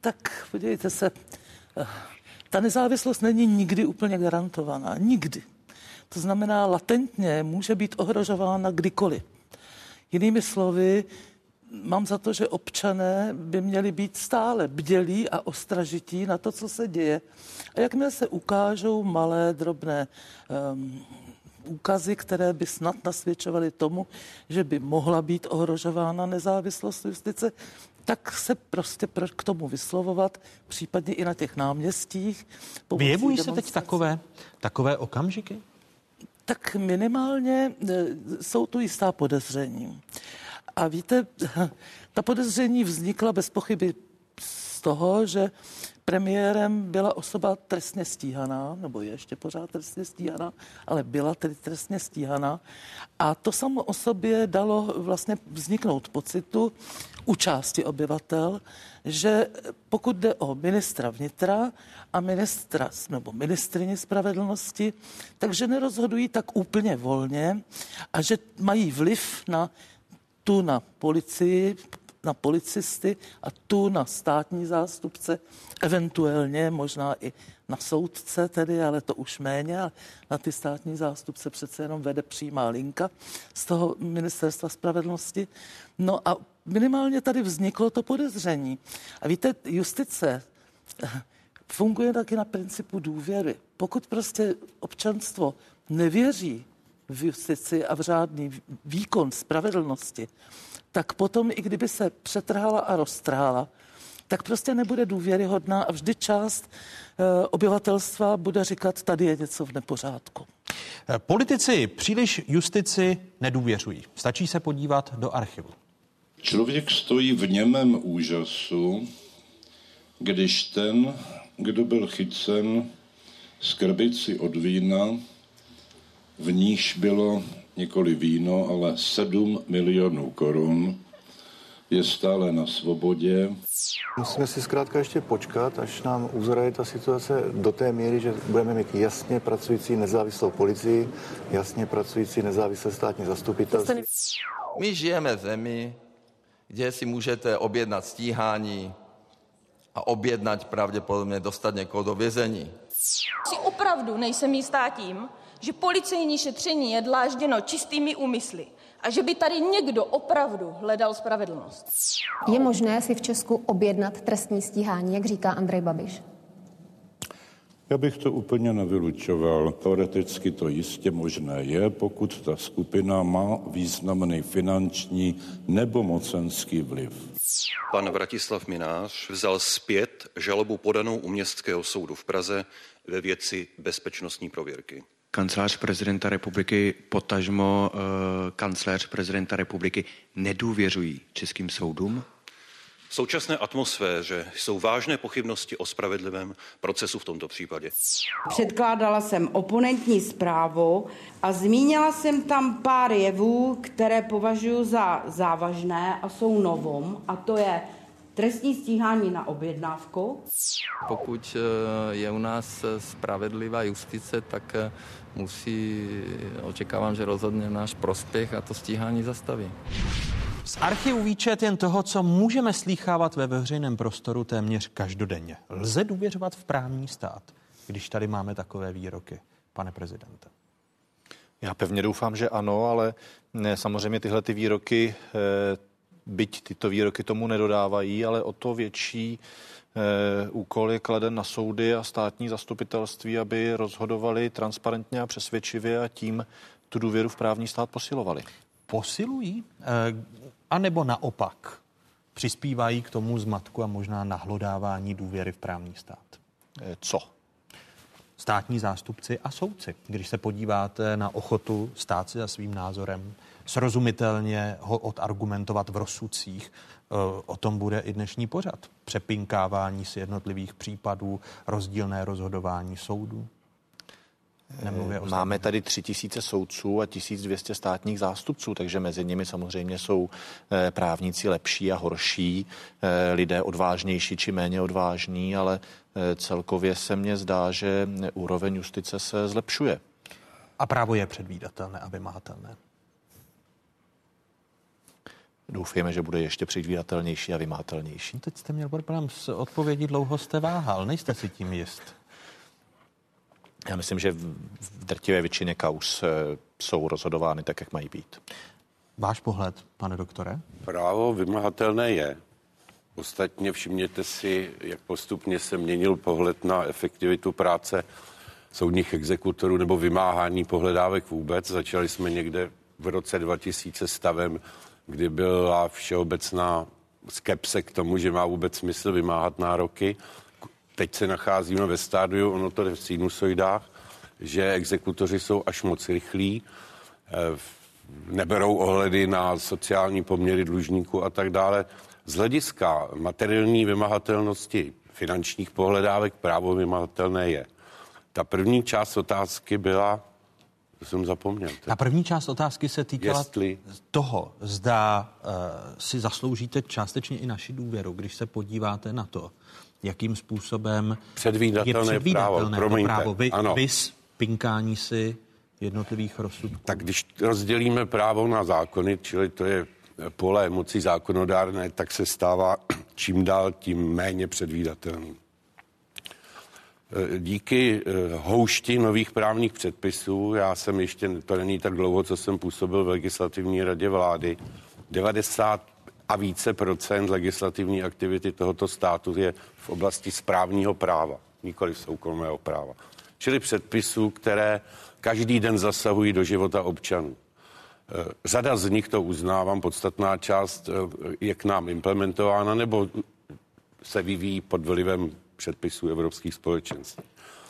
Speaker 15: Tak podívejte se, ta nezávislost není nikdy úplně garantovaná. Nikdy. To znamená, latentně může být ohrožována kdykoliv. Jinými slovy, mám za to, že občané by měli být stále bdělí a ostražití na to, co se děje. A jakmile se ukážou malé, drobné úkazy, které by snad nasvědčovaly tomu, že by mohla být ohrožována nezávislost justice, tak se prostě k tomu vyslovovat, případně i na těch náměstích.
Speaker 1: Vyjevují se teď takové okamžiky?
Speaker 15: Tak minimálně jsou tu jistá podezření. A víte, ta podezření vznikla bez pochyby z toho, že premiérem byla osoba trestně stíhaná, nebo je ještě pořád trestně stíhaná, ale byla tedy trestně stíhaná. A to samo o sobě dalo vlastně vzniknout pocitu u části obyvatel, že pokud jde o ministra vnitra a ministra nebo ministryni spravedlnosti, takže nerozhodují tak úplně volně a že mají vliv na policii, na policisty a tu na státní zástupce, eventuálně možná i na soudce tedy, ale to už méně, ale na ty státní zástupce přece jenom vede přímá linka z toho ministerstva spravedlnosti. No a minimálně tady vzniklo to podezření. A víte, justice funguje taky na principu důvěry. Pokud prostě občanstvo nevěří v justici a v řádný výkon spravedlnosti, tak potom, i kdyby se přetrhala a roztrhala, tak prostě nebude důvěryhodná a vždy část obyvatelstva bude říkat, tady je něco v nepořádku.
Speaker 1: Politici příliš justici nedůvěřují. Stačí se podívat do archivu.
Speaker 16: Člověk stojí v němém úžasu, když ten, kdo byl chycen s krbici od vína, v níž bylo nikoli víno, ale 7 milionů korun, je stále na svobodě.
Speaker 17: Musíme si zkrátka ještě počkat, až nám uzraje ta situace do té míry, že budeme mít jasně pracující nezávislou policii, jasně pracující nezávislé státní zastupitelství.
Speaker 5: My žijeme v zemi, kde si můžete objednat stíhání a objednat pravděpodobně dostat někoho do vězení.
Speaker 18: Si opravdu nejsem jistá tím, že policejní šetření je dlážděno čistými úmysly a že by tady někdo opravdu hledal spravedlnost.
Speaker 19: Je možné si v Česku objednat trestní stíhání, jak říká Andrej Babiš?
Speaker 16: Já bych to úplně nevylučoval. Teoreticky to jistě možné je, pokud ta skupina má významný finanční nebo mocenský vliv.
Speaker 20: Pan Vratislav Minář vzal zpět žalobu podanou u Městského soudu v Praze ve věci bezpečnostní prověrky.
Speaker 21: Kancelář prezidenta republiky, potažmo kancléř prezidenta republiky nedůvěřují českým soudům?
Speaker 20: V současné atmosféře jsou vážné pochybnosti o spravedlivém procesu v tomto případě.
Speaker 22: Předkládala jsem oponentní zprávu a zmínila jsem tam pár jevů, které považuji za závažné a jsou novum, a to je trestní stíhání na objednávku.
Speaker 5: Pokud je u nás spravedlivá justice, tak očekávám, že rozhodne náš prospěch a to stíhání zastaví.
Speaker 1: Z archivu výčet jen toho, co můžeme slýchávat ve veřejném prostoru téměř každodenně. Lze důvěřovat v právní stát, když tady máme takové výroky, pane prezidente?
Speaker 23: Já pevně doufám, že ano, ale samozřejmě tyhle ty výroky, byť tyto výroky tomu nedodávají, ale o to větší úkol je kladen na soudy a státní zastupitelství, aby rozhodovali transparentně a přesvědčivě a tím tu důvěru v právní stát posilovali.
Speaker 1: Posilují? A nebo naopak přispívají k tomu zmatku a možná nahlodávání důvěry v právní stát?
Speaker 23: Co?
Speaker 1: Státní zástupci a soudci. Když se podíváte na ochotu stát si za svým názorem, srozumitelně ho odargumentovat v rozsudcích, o tom bude i dnešní pořad. Přepinkávání si jednotlivých případů, rozdílné rozhodování soudů.
Speaker 23: Máme tady 3000 soudců a 1200 státních zástupců, takže mezi nimi samozřejmě jsou právníci lepší a horší, lidé odvážnější či méně odvážní, ale celkově se mně zdá, že úroveň justice se zlepšuje.
Speaker 1: A právo je předvídatelné a vymahatelné.
Speaker 23: doufejme, že bude ještě předvídatelnější a vymahatelnější.
Speaker 1: Teď jste měl problém s odpovědí, dlouho jste váhal, nejste si tím jist.
Speaker 23: Já myslím, že v drtivé většině kauz jsou rozhodovány tak, jak mají být.
Speaker 1: Váš pohled, pane doktore?
Speaker 2: Právo vymahatelné je. Ostatně všimněte si, jak postupně se měnil pohled na efektivitu práce soudních exekutorů nebo vymáhání pohledávek vůbec. Začali jsme někde v roce 2000 stavem, kdy byla všeobecná skepse k tomu, že má vůbec smysl vymáhat nároky. Teď se nacházíme ve stádiu, ono to jde v sinusoidách, že exekutoři jsou až moc rychlí, neberou ohledy na sociální poměry dlužníků a tak dále. Z hlediska materiální vymahatelnosti finančních pohledávek právo vymahatelné je. Ta první část otázky byla, to jsem zapomněl.
Speaker 1: Ta první část otázky se týkala toho, zda si zasloužíte částečně i naši důvěru, když se podíváte na to, jakým způsobem
Speaker 2: předvídatelné právo. Promiňte,
Speaker 1: právo.
Speaker 2: Ano.
Speaker 1: Vys pinkání si jednotlivých rozsudků.
Speaker 2: Tak když rozdělíme právo na zákony, čili to je pole moci zákonodárné, tak se stává čím dál tím méně předvídatelný. Díky houšti nových právních předpisů, já jsem ještě, to není tak dlouho, co jsem působil v legislativní radě vlády, 90 a více procent legislativní aktivity tohoto státu je v oblasti správního práva, nikoli soukromého práva. Čili předpisů, které každý den zasahují do života občanů. Řada z nich, to uznávám, podstatná část je k nám implementována nebo se vyvíjí pod vlivem předpisů evropských společenství.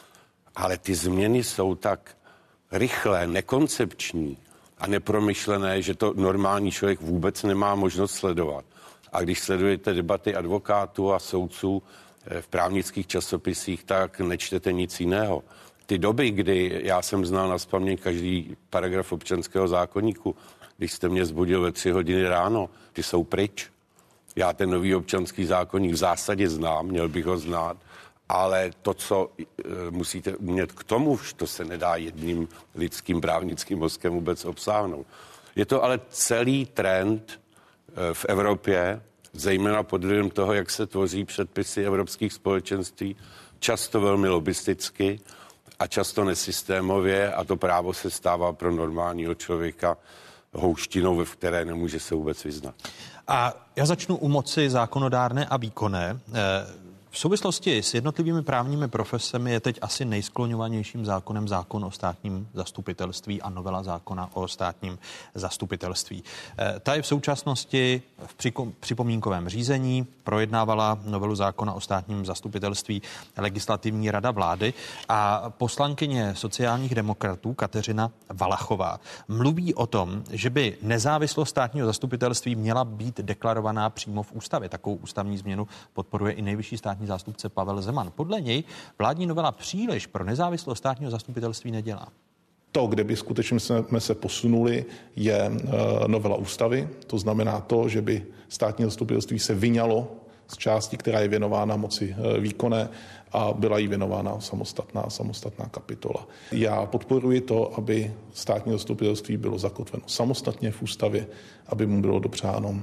Speaker 2: Ale ty změny jsou tak rychlé, nekoncepční a nepromyšlené, že to normální člověk vůbec nemá možnost sledovat. A když sledujete debaty advokátů a soudců v právnických časopisích, tak nečtete nic jiného. Ty doby, kdy já jsem znal nazpaměť každý paragraf občanského zákoníku, když jste mě zbudil ve 3 hodiny ráno, ty jsou pryč. Já ten nový občanský zákoník v zásadě znám, měl bych ho znát, ale to, co musíte umět k tomu, to se nedá jedním lidským právnickým mozkem vůbec obsáhnout. Je to ale celý trend v Evropě, zejména pod vlivem toho, jak se tvoří předpisy evropských společenství, často velmi lobisticky a často nesystémově, a to právo se stává pro normálního člověka houštinou, ve které nemůže se vůbec vyznat.
Speaker 1: A já začnu u moci zákonodárné a výkonné. V souvislosti s jednotlivými právními profesemi je teď asi nejskloňovanějším zákonem zákon o státním zastupitelství a novela zákona o státním zastupitelství. Ta je v současnosti v připomínkovém řízení, projednávala novelu zákona o státním zastupitelství Legislativní rada vlády a poslankyně sociálních demokratů Kateřina Valachová mluví o tom, že by nezávislost státního zastupitelství měla být deklarovaná přímo v ústavě. Takovou ústavní změnu podporuje i nejvyšší státní zástupce Pavel Zeman. Podle něj vládní novela příliš pro nezávislost státního zastupitelství nedělá.
Speaker 3: To, kde by skutečně jsme se posunuli, je novela ústavy. To znamená to, že by státní zastupitelství se vyňalo z části, která je věnována moci výkonné a byla jí věnována samostatná kapitola. Já podporuji to, aby státní zastupitelství bylo zakotveno samostatně v ústavě, aby mu bylo dopřáno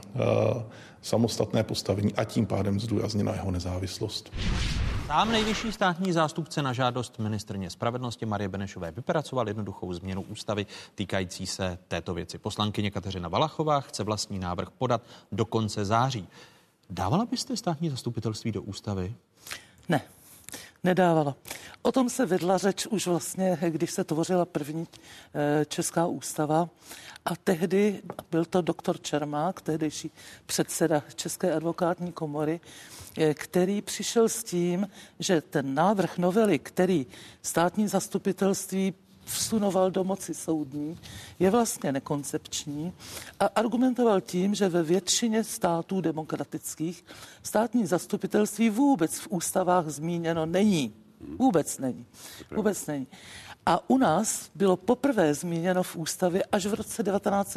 Speaker 3: samostatné postavení a tím pádem zdůrazněna jeho nezávislost.
Speaker 1: Sám nejvyšší státní zástupce na žádost ministryně spravedlnosti Marie Benešové vypracoval jednoduchou změnu ústavy týkající se této věci. Poslankyně Kateřina Valachová chce vlastní návrh podat do konce září. Dávala byste státní zastupitelství do ústavy?
Speaker 15: Ne, nedávala. O tom se vedla řeč už vlastně, když se tvořila první česká ústava. A tehdy byl to doktor Čermák, tehdejší předseda České advokátní komory, který přišel s tím, že ten návrh novely, který státní zastupitelství vsunoval do moci soudní, je vlastně nekoncepční a argumentoval tím, že ve většině států demokratických státní zastupitelství vůbec v ústavách zmíněno není. Vůbec není. Vůbec není. A u nás bylo poprvé zmíněno v ústavě až v roce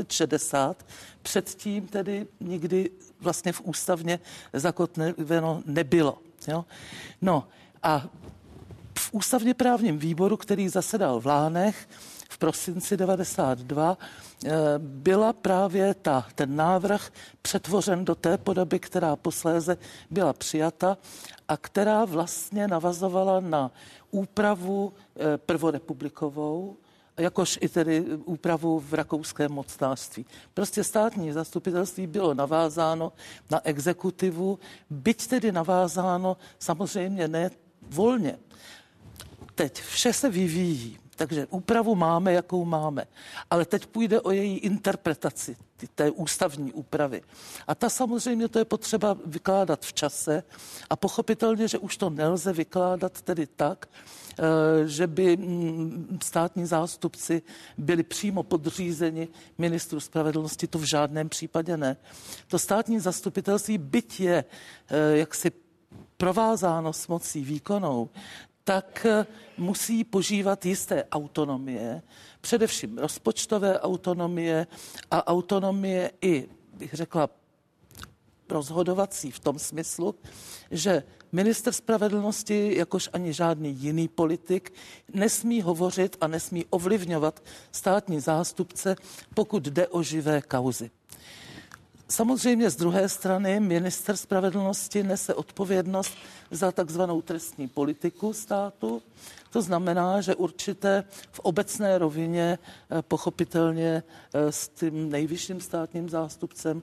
Speaker 15: 1960, předtím tedy nikdy vlastně v ústavně zakotveno nebylo. Jo? No a v ústavně právním výboru, který zasedal v Lánech, v v prosinci 92 byla právě ten návrh přetvořen do té podoby, která posléze byla přijata a která vlastně navazovala na úpravu prvorepublikovou, jakož i tedy úpravu v rakouském mocnářství. Prostě státní zastupitelství bylo navázáno na exekutivu, byť tedy navázáno samozřejmě ne volně. Teď vše se vyvíjí, takže úpravu máme, jakou máme. Ale teď půjde o její interpretaci té ústavní úpravy. A ta samozřejmě to je potřeba vykládat v čase a pochopitelně, že už to nelze vykládat tedy tak, že by státní zástupci byli přímo podřízeni ministru spravedlnosti, to v žádném případě ne. To státní zastupitelství, byť je jaksi provázáno s mocí výkonnou, tak musí požívat jisté autonomie, především rozpočtové autonomie a autonomie i, bych řekla, rozhodovací v tom smyslu, že ministr spravedlnosti, jakož ani žádný jiný politik, nesmí hovořit a nesmí ovlivňovat státní zástupce, pokud jde o živé kauzy. Samozřejmě z druhé strany ministr spravedlnosti nese odpovědnost za takzvanou trestní politiku státu. To znamená, že určité v obecné rovině pochopitelně s tím nejvyšším státním zástupcem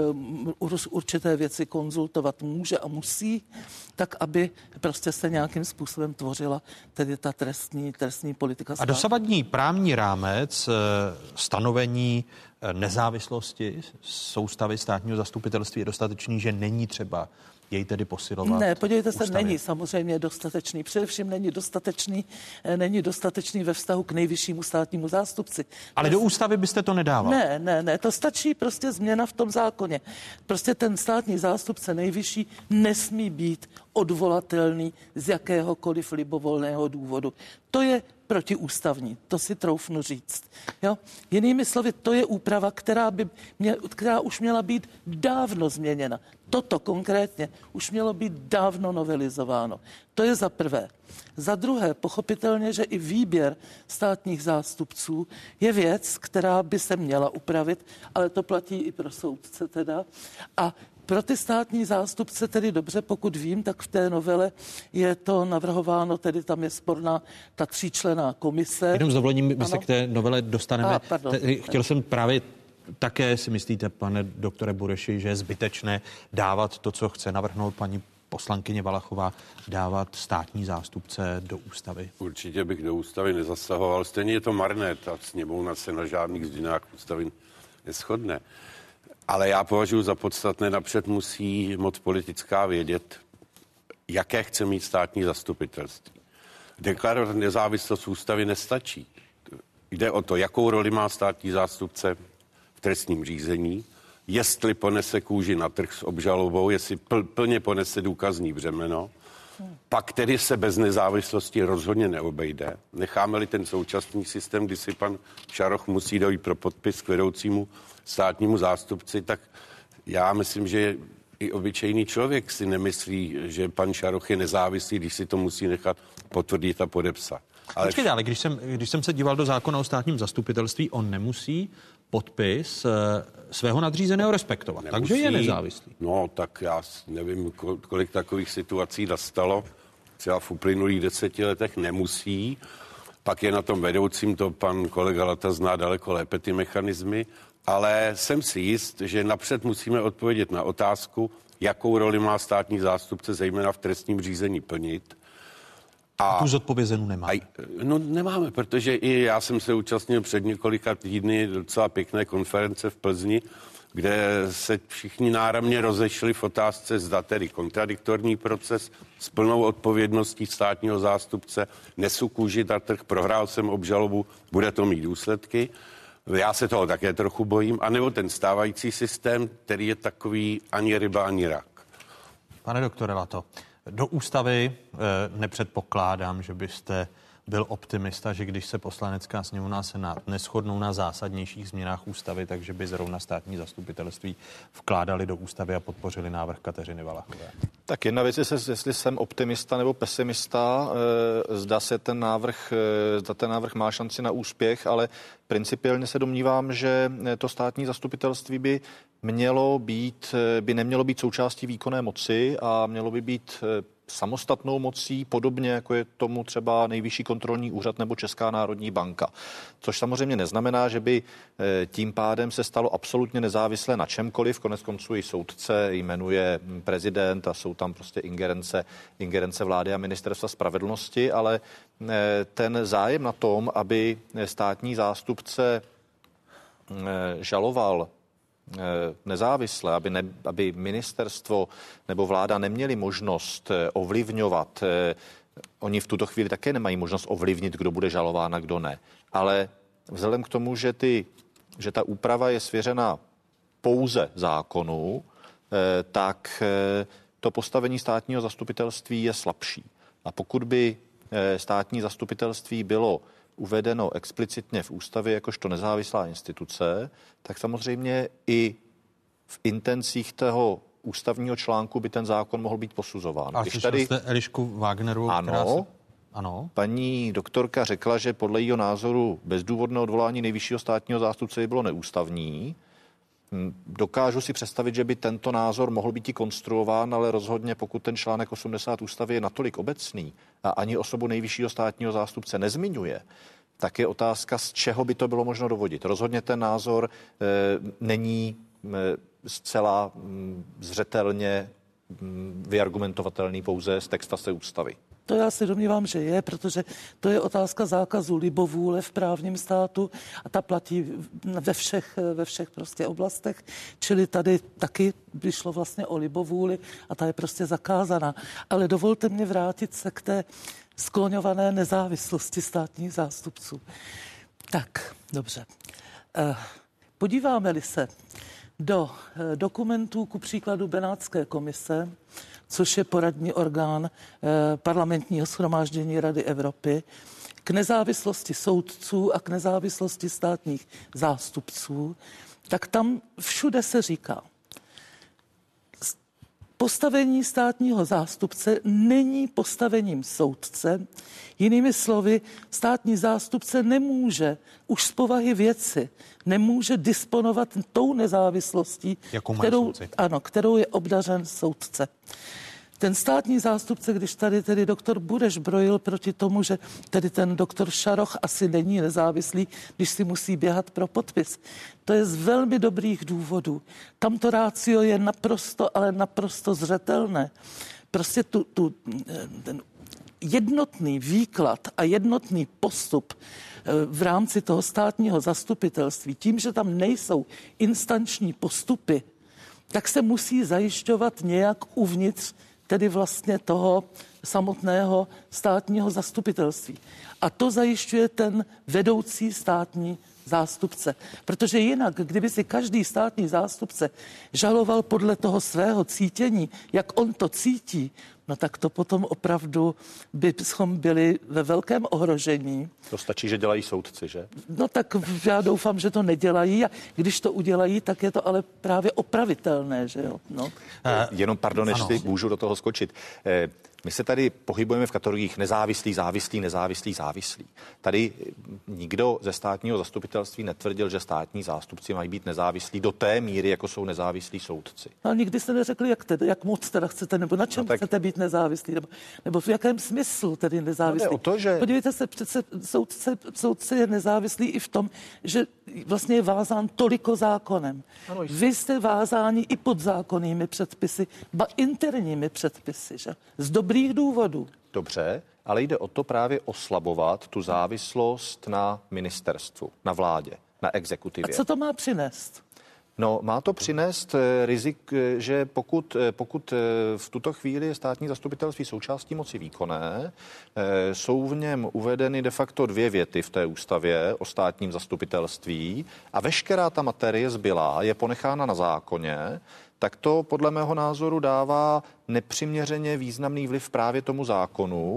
Speaker 15: určité věci konzultovat může a musí, tak aby prostě se nějakým způsobem tvořila tedy ta trestní politika státu.
Speaker 1: A dosavadní právní rámec stanovení nezávislosti soustavy státního zastupitelství je dostatečný, že není třeba jej tedy posilovat?
Speaker 15: Ne, podívejte se,
Speaker 1: ústavě.
Speaker 15: není samozřejmě dostatečný. Především není dostatečný ve vztahu k nejvyššímu státnímu zástupci.
Speaker 1: Ale do ústavy byste to nedával?
Speaker 15: Ne, to stačí prostě změna v tom zákoně. Prostě ten státní zástupce nejvyšší nesmí být odvolatelný z jakéhokoliv libovolného důvodu. To je protiústavní, to si troufnu říct. Jo? Jinými slovy, to je úprava, která už měla být dávno změněna. Toto konkrétně už mělo být dávno novelizováno. To je za prvé. Za druhé, pochopitelně, že i výběr státních zástupců je věc, která by se měla upravit, ale to platí i pro soudce teda. A pro ty státní zástupce tedy dobře, pokud vím, tak v té novele je to navrhováno, tedy tam je sporná ta 3členná komise.
Speaker 1: Jenom s dovolením, my se k té novele dostaneme. Chtěl jsem právě také, si myslíte, pane doktore Bureši, že je zbytečné dávat to, co chce navrhnout paní poslankyně Valachová, dávat státní zástupce do ústavy?
Speaker 2: Určitě bych do ústavy nezasahoval. Stejně je to marné, ta sněmovna se na žádných změnách ústavy neshodne. Ale já považuji za podstatné, napřed musí moc politická vědět, jaké chce mít státní zastupitelství. Deklarovat nezávislost ústavy nestačí. Jde o to, jakou roli má státní zástupce v trestním řízení, jestli ponese kůži na trh s obžalobou, jestli plně ponese důkazní břemeno, pak tedy se bez nezávislosti rozhodně neobejde. Necháme-li ten současný systém, kdy si pan Šaroch musí dojít pro podpis k vedoucímu státnímu zástupci, tak já myslím, že i obyčejný člověk si nemyslí, že pan Šaroch je nezávislý, když si to musí nechat potvrdit a podepsat.
Speaker 1: Počkejte, ale když jsem se díval do zákona o státním zastupitelství, on nemusí podpis svého nadřízeného respektovat. Nemusí, takže je nezávislý.
Speaker 2: No, tak já nevím, kolik takových situací nastalo. Třeba v uplynulých 10 letech nemusí. Pak je na tom vedoucím, to pan kolega Lata zná daleko lépe ty mechanismy, ale jsem si jist, že napřed musíme odpovědět na otázku, jakou roli má státní zástupce, zejména v trestním řízení, plnit.
Speaker 1: A tu zodpovězenou nemáme.
Speaker 2: No nemáme, protože i já jsem se účastnil před několika týdny docela pěkné konference v Plzni, kde se všichni náramně rozešli v otázce, zda tedy kontradiktorní proces s plnou odpovědností státního zástupce, nesu kůži na trh, prohrál jsem obžalobu, bude to mít důsledky. Já se toho také trochu bojím, anebo ten stávající systém, který je takový ani ryba, ani rak.
Speaker 1: Pane doktore Lato, do ústavy nepředpokládám, že byste byl optimista, že když se Poslanecká sněmovna a Senát neshodnou na zásadnějších změnách ústavy, takže by zrovna státní zastupitelství vkládali do ústavy a podpořili návrh Kateřiny Valachové.
Speaker 23: Tak jedna věc je, jestli jsem optimista nebo pesimista, zda ten návrh má šanci na úspěch, ale principiálně se domnívám, že to státní zastupitelství by nemělo být součástí výkonné moci a mělo by být samostatnou mocí, podobně jako je tomu třeba Nejvyšší kontrolní úřad nebo Česká národní banka. Což samozřejmě neznamená, že by tím pádem se stalo absolutně nezávislé na čemkoliv. Koneckonců i soudce jmenuje prezident a jsou tam prostě ingerence vlády a ministerstva spravedlnosti, ale ten zájem na tom, aby státní zástupce žaloval nezávisle, aby ministerstvo nebo vláda neměli možnost ovlivňovat. Oni v tuto chvíli také nemají možnost ovlivnit, kdo bude žalován a kdo ne. Ale vzhledem k tomu, že ta úprava je svěřena pouze zákonu, tak to postavení státního zastupitelství je slabší. A pokud by státní zastupitelství bylo uvedeno explicitně v ústavě jakožto nezávislá instituce, tak samozřejmě i v intencích toho ústavního článku by ten zákon mohl být posuzován.
Speaker 1: A slyšeli jste Elišku Wagnerovou? Ano.
Speaker 23: Paní doktorka řekla, že podle jejího názoru bezdůvodné odvolání nejvyššího státního zástupce by bylo neústavní. Dokážu si představit, že by tento názor mohl být i konstruován, ale rozhodně pokud ten článek 80 ústavy je natolik obecný a ani osobu nejvyššího státního zástupce nezmiňuje, tak je otázka, z čeho by to bylo možno dovodit. Rozhodně ten názor není zcela zřetelně vyargumentovatelný pouze z textace ústavy.
Speaker 15: To já si domnívám, že je, protože to je otázka zákazu libovůle v právním státu a ta platí ve všech prostě oblastech, čili tady taky by šlo vlastně o libovůli a ta je prostě zakázaná. Ale dovolte mě vrátit se k té skloňované nezávislosti státních zástupců. Tak, dobře. Podíváme-li se do dokumentů ku příkladu Benátské komise, což je poradní orgán Parlamentního shromáždění Rady Evropy, k nezávislosti soudců a k nezávislosti státních zástupců, tak tam všude se říká, postavení státního zástupce není postavením soudce. Jinými slovy, státní zástupce nemůže už z povahy věci, nemůže disponovat tou nezávislostí, kterou je obdařen soudce. Ten státní zástupce, když tady tedy doktor Bureš brojil proti tomu, že tedy ten doktor Šaroch asi není nezávislý, když si musí běhat pro podpis. To je z velmi dobrých důvodů. Tamto rácio je naprosto, ale naprosto zřetelné. Prostě ten jednotný výklad a jednotný postup v rámci toho státního zastupitelství, tím, že tam nejsou instanční postupy, tak se musí zajišťovat nějak uvnitř tedy vlastně toho samotného státního zastupitelství. A to zajišťuje ten vedoucí státní zástupce. Protože jinak, kdyby si každý státní zástupce žaloval podle toho svého cítění, jak on to cítí, no tak to potom opravdu bychom byli ve velkém ohrožení.
Speaker 23: To stačí, že dělají soudci, že?
Speaker 15: No tak já doufám, že to nedělají a když to udělají, tak je to ale právě opravitelné, že jo? No.
Speaker 23: Jenom pardon, jestli můžu do toho skočit. My se tady pohybujeme v kategoriích nezávislý, závislý, nezávislý, závislý. Tady nikdo ze státního zastupitelství netvrdil, že státní zástupci mají být nezávislí do té míry, jako jsou nezávislí soudci.
Speaker 15: Ale nikdy jste neřekli, jak moc teda chcete, nebo na čem chcete být nezávislí, nebo v jakém smyslu tedy nezávislí.
Speaker 23: No, to, že...
Speaker 15: Podívejte se, přece soudce je nezávislý i v tom, že vlastně je vázán toliko zákonem. Ano, vy jste vázáni i podzákonnými předpisy, ba interními předpisy, že? Z dobrých důvodů.
Speaker 23: Dobře, ale jde o to právě oslabovat tu závislost na ministerstvu, na vládě, na exekutivě.
Speaker 15: A co to má přinést?
Speaker 23: No, má to přinést rizik, že pokud v tuto chvíli je státní zastupitelství součástí moci výkonné, jsou v něm uvedeny de facto 2 věty v té ústavě o státním zastupitelství a veškerá ta materie zbylá je ponechána na zákoně, tak to podle mého názoru dává nepřiměřeně významný vliv právě tomu zákonu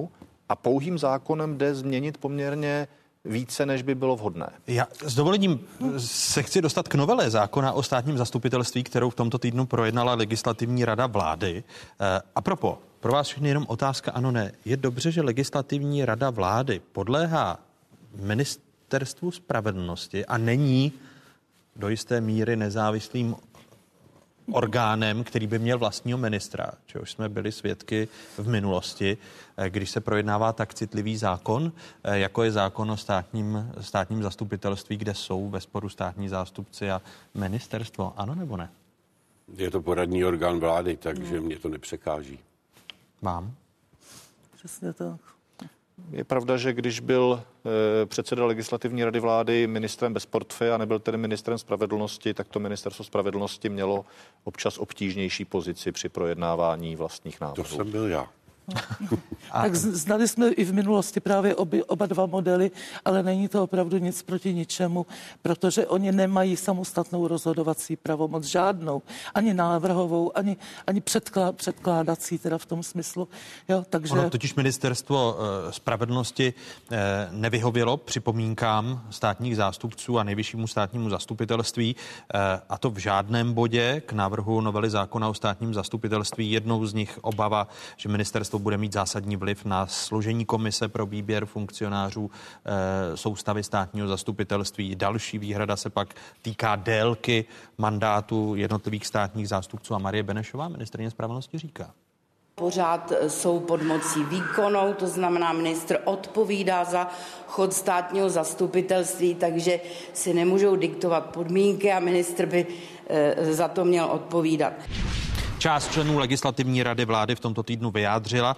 Speaker 23: A pouhým zákonem jde změnit poměrně více, než by bylo vhodné.
Speaker 1: Já s dovolením se chci dostat k novele zákona o státním zastupitelství, kterou v tomto týdnu projednala Legislativní rada vlády. A propos, pro vás všechny jenom otázka, ano, ne. Je dobře, že Legislativní rada vlády podléhá Ministerstvu spravedlnosti a není do jisté míry nezávislým orgánem, který by měl vlastního ministra, čehož jsme byli svědky v minulosti, když se projednává tak citlivý zákon, jako je zákon o státním zastupitelství, kde jsou ve sporu státní zástupci a ministerstvo. Ano nebo ne?
Speaker 2: Je to poradní orgán vlády, takže mě to nepřekáží.
Speaker 1: Mám.
Speaker 15: Přesně tak.
Speaker 23: Je pravda, že když byl předseda Legislativní rady vlády ministrem bez portfeje a nebyl tedy ministrem spravedlnosti, tak to ministerstvo spravedlnosti mělo občas obtížnější pozici při projednávání vlastních návrhů.
Speaker 2: To jsem byl já.
Speaker 15: Tak znali jsme i v minulosti právě oba dva modely, ale není to opravdu nic proti ničemu, protože oni nemají samostatnou rozhodovací pravomoc žádnou, ani návrhovou, ani předkládací, teda v tom smyslu. Jo, takže...
Speaker 1: Ono totiž ministerstvo spravedlnosti nevyhovělo připomínkám státních zástupců a nejvyššímu státnímu zastupitelství, a to v žádném bodě k návrhu novely zákona o státním zastupitelství. Jednou z nich obava, že ministerstvo bude mít zásadní vliv na složení komise pro výběr funkcionářů soustavy státního zastupitelství. Další výhrada se pak týká délky mandátu jednotlivých státních zástupců a Marie Benešová, ministryně spravedlnosti, říká.
Speaker 22: Pořád jsou pod mocí výkonnou, to znamená, ministr odpovídá za chod státního zastupitelství, takže si nemůžou diktovat podmínky a ministr by za to měl odpovídat.
Speaker 1: Část členů Legislativní rady vlády v tomto týdnu vyjádřila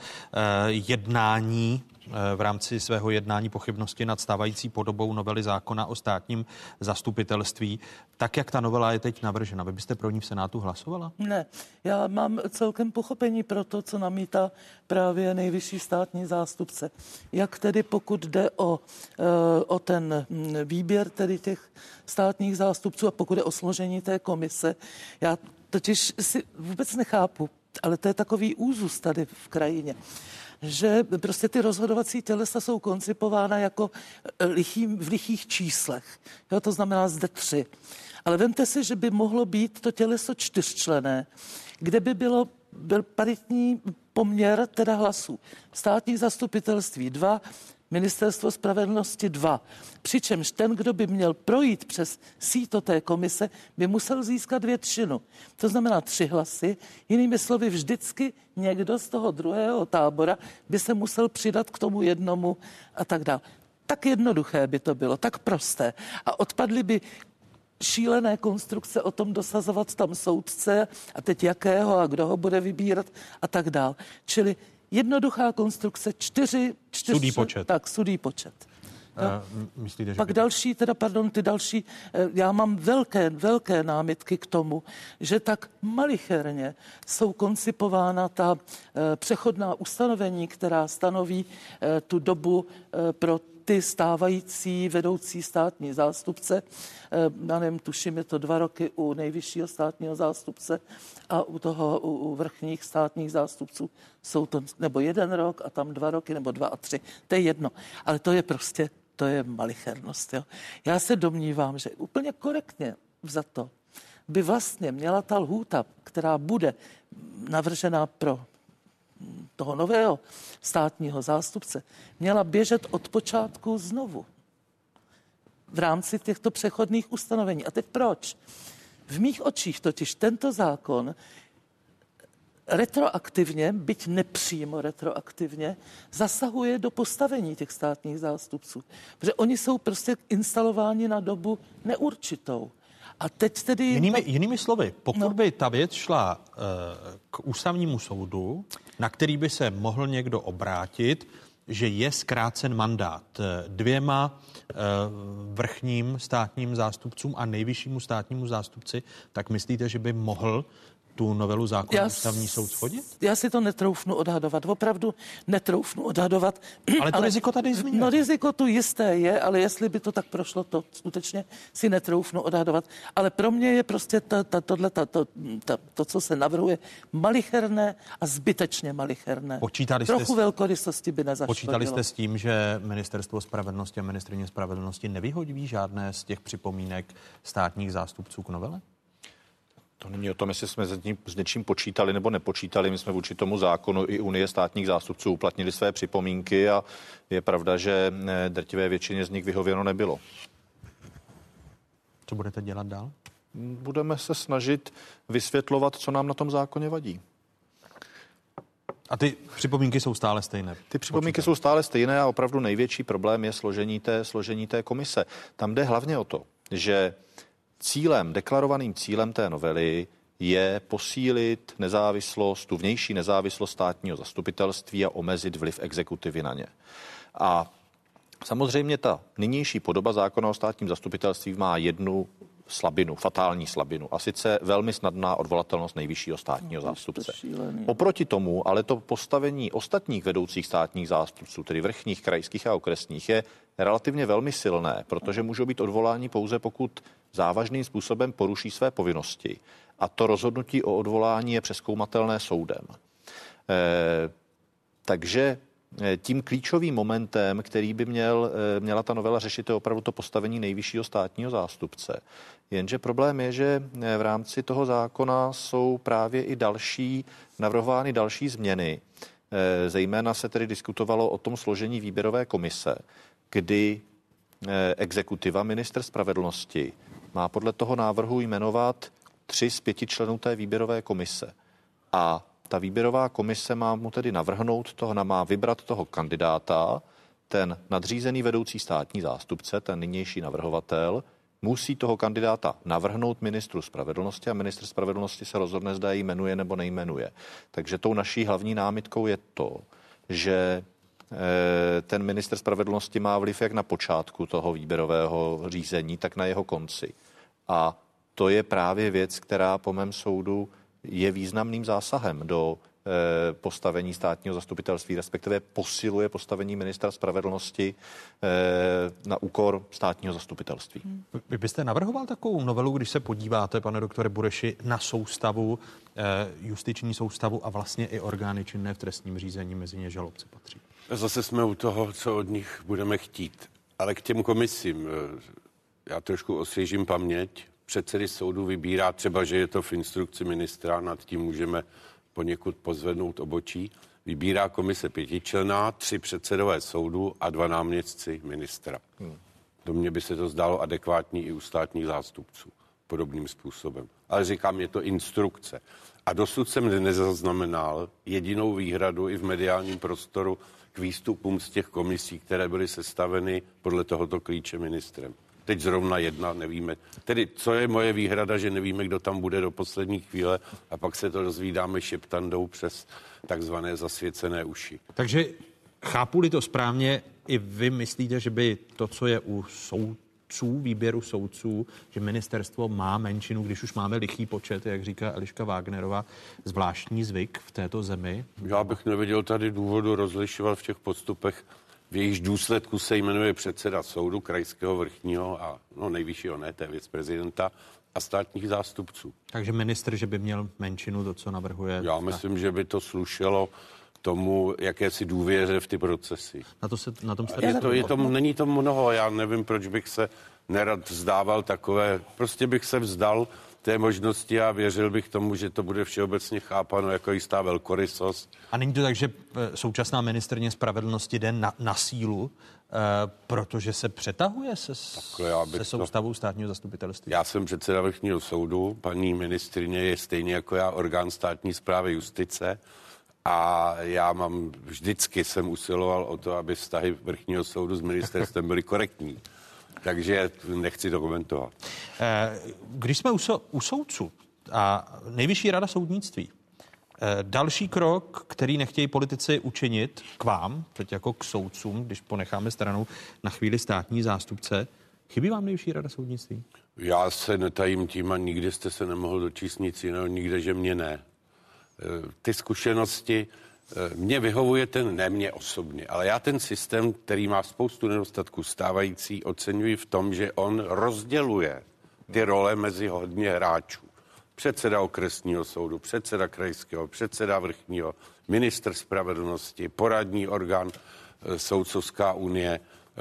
Speaker 1: v rámci svého jednání pochybnosti nad stávající podobou novely zákona o státním zastupitelství. Tak, jak ta novela je teď navržena, vy byste pro ní v Senátu hlasovala?
Speaker 15: Ne, já mám celkem pochopení pro to, co namítá právě nejvyšší státní zástupce. Jak tedy pokud jde o ten výběr tedy těch státních zástupců a pokud jde o složení té komise, já totiž si vůbec nechápu, ale to je takový úzus tady v krajině, že prostě ty rozhodovací tělesa jsou koncipována jako v lichých číslech. Jo, to znamená zde 3. Ale vemte si, že by mohlo být to těleso 4členné, kde by byl paritní poměr teda hlasů. Státní zastupitelství 2, Ministerstvo spravedlnosti 2. Přičemž ten, kdo by měl projít přes síto té komise, by musel získat většinu. To znamená 3 hlasy. Jinými slovy, vždycky někdo z toho druhého tábora by se musel přidat k tomu jednomu a tak dále. Tak jednoduché by to bylo, tak prosté. A odpadly by šílené konstrukce o tom dosazovat tam soudce a teď jakého a kdo ho bude vybírat a tak dále. Čili jednoduchá konstrukce, 4
Speaker 1: sudý počet.
Speaker 15: Tak, sudý počet.
Speaker 1: Myslíte, že
Speaker 15: pak další, ty další, já mám velké námitky k tomu, že tak malicherně jsou koncipována ta přechodná ustanovení, která stanoví tu dobu pro ty stávající vedoucí státní zástupce. Já nevím, tuším, je to 2 roky u nejvyššího státního zástupce a u vrchních státních zástupců jsou to nebo 1 rok a tam 2 roky nebo 2 a 3. To je jedno. Ale to je malichernost. Jo. Já se domnívám, že úplně korektně vzato by vlastně měla ta lhůta, která bude navržená pro toho nového státního zástupce, měla běžet od počátku znovu v rámci těchto přechodných ustanovení. A teď proč? V mých očích totiž tento zákon retroaktivně, byť nepřímo retroaktivně, zasahuje do postavení těch státních zástupců. Protože oni jsou prostě instalováni na dobu neurčitou. A teď tedy...
Speaker 1: Jinými slovy, pokud by ta věc šla k ústavnímu soudu, na který by se mohl někdo obrátit, že je zkrácen mandát 2 vrchním státním zástupcům a nejvyššímu státnímu zástupci, tak myslíte, že by mohl tu novelu zákona ústavní soud shodit?
Speaker 15: Já si to netroufnu odhadovat, opravdu netroufnu odhadovat.
Speaker 1: Ale to riziko tady zmiňuje.
Speaker 15: No riziko tu jisté je, ale jestli by to tak prošlo, to skutečně si netroufnu odhadovat. Ale pro mě je prostě to, co se navrhuje, malicherné a zbytečně malicherné. Trochu velkorysosti by nezaškodilo.
Speaker 1: Počítali jste s tím, že Ministerstvo spravedlnosti a ministryně spravedlnosti nevyhodí žádné z těch připomínek státních zástupců k novele?
Speaker 23: To není o tom, jestli jsme s něčím počítali nebo nepočítali. My jsme vůči tomu zákonu i Unie státních zástupců uplatnili své připomínky a je pravda, že drtivé většině z nich vyhověno nebylo.
Speaker 1: Co budete dělat dál?
Speaker 23: Budeme se snažit vysvětlovat, co nám na tom zákoně vadí.
Speaker 1: A ty připomínky jsou stále stejné?
Speaker 23: Ty připomínky jsou stále stejné a opravdu největší problém je složení té komise. Tam jde hlavně o to, že deklarovaným cílem té novely je posílit nezávislost, tu vnější nezávislost státního zastupitelství a omezit vliv exekutivy na ně. A samozřejmě ta nynější podoba zákona o státním zastupitelství má jednu slabinu, fatální slabinu, a sice velmi snadná odvolatelnost nejvyššího státního zástupce. Oproti tomu ale to postavení ostatních vedoucích státních zástupců, tedy vrchních, krajských a okresních, je relativně velmi silné, protože můžou být odvoláni pouze pokud závažným způsobem poruší své povinnosti. A to rozhodnutí o odvolání je přezkoumatelné soudem. Takže tím klíčovým momentem, který by měla ta novela řešit, je opravdu to postavení nejvyššího státního zástupce. Jenže problém je, že v rámci toho zákona jsou právě i navrhovány další změny. Zejména se tedy diskutovalo o tom složení výběrové komise, kdy exekutiva, ministr spravedlnosti, má podle toho návrhu jmenovat 3 z 5 členů té výběrové komise. A ta výběrová komise má mu tedy má vybrat toho kandidáta, ten nadřízený vedoucí státní zástupce, ten nynější navrhovatel, musí toho kandidáta navrhnout ministru spravedlnosti a ministr spravedlnosti se rozhodne, zda ji jmenuje nebo nejmenuje. Takže tou naší hlavní námitkou je to, že ten ministr spravedlnosti má vliv jak na počátku toho výběrového řízení, tak na jeho konci. A to je právě věc, která po mém soudu je významným zásahem do postavení státního zastupitelství, respektive posiluje postavení ministra spravedlnosti na úkor státního zastupitelství.
Speaker 1: Vy byste navrhoval takovou novelu, když se podíváte, pane doktore Bureši, na soustavu, justiční soustavu a vlastně i orgány činné v trestním řízení, mezi ně žalobci patří?
Speaker 2: Zase jsme u toho, co od nich budeme chtít. Ale k těm komisím, já trošku osvěžím paměť. Předsedy soudu vybírá třeba, že je to v instrukci ministra, nad tím můžeme poněkud pozvednout obočí. Vybírá komise 5členná, 3 předsedové soudu a 2 náměstci ministra. Do mě by se to zdálo adekvátní i u státních zástupců podobným způsobem. Ale říkám, je to instrukce. A dosud jsem nezaznamenal jedinou výhradu i v mediálním prostoru k výstupům z těch komisí, které byly sestaveny podle tohoto klíče ministrem. Teď zrovna jedna, nevíme. Tedy, co je moje výhrada, že nevíme, kdo tam bude do poslední chvíle a pak se to dozvídáme šeptandou přes takzvané zasvěcené uši.
Speaker 1: Takže chápu-li to správně, i vy myslíte, že by to, co je u soudců, výběru soudců, že ministerstvo má menšinu, když už máme lichý počet, jak říká Eliška Wagnerová, zvláštní zvyk v této zemi?
Speaker 2: Já bych neviděl tady důvodu rozlišovat v těch postupech. V jejíž důsledku se jmenuje předseda soudu, krajského, vrchního a nejvyššího ne, to je věc prezidenta a státních zástupců.
Speaker 1: Takže ministr, že by měl menšinu, to, co navrhuje?
Speaker 2: Já myslím, že by to slušelo tomu, jakési důvěře v ty procesy.
Speaker 1: Na tom jste
Speaker 2: není to mnoho, já nevím, proč bych se nerad vzdával takové, prostě bych se vzdal té možnosti a věřil bych tomu, že to bude všeobecně chápáno jako jistá velkorysost.
Speaker 1: A není to tak, že současná ministryně spravedlnosti jde na sílu, protože se přetahuje se soustavou státního zastupitelství?
Speaker 2: Já jsem předseda vrchního soudu, paní ministryně je stejně jako já orgán státní správy justice a já vždycky jsem usiloval o to, aby vztahy vrchního soudu s ministerstvem byly korektní. Takže nechci to komentovat.
Speaker 1: Když jsme u soudců a Nejvyšší rada soudnictví, další krok, který nechtějí politici učinit k vám, teď jako k soudcům, když ponecháme stranou na chvíli státní zástupce, chybí vám Nejvyšší rada soudnictví?
Speaker 2: Já se netajím tím a nikdy jste se nemohl dočíst nic jiného, nikde, že mě ne. Ty zkušenosti, mě vyhovuje ne mě osobně, ale já ten systém, který má spoustu nedostatků stávající, oceňuji v tom, že on rozděluje ty role mezi hodně hráčů. Předseda okresního soudu, předseda krajského, předseda vrchního, ministr spravedlnosti, poradní orgán soudcovská unie,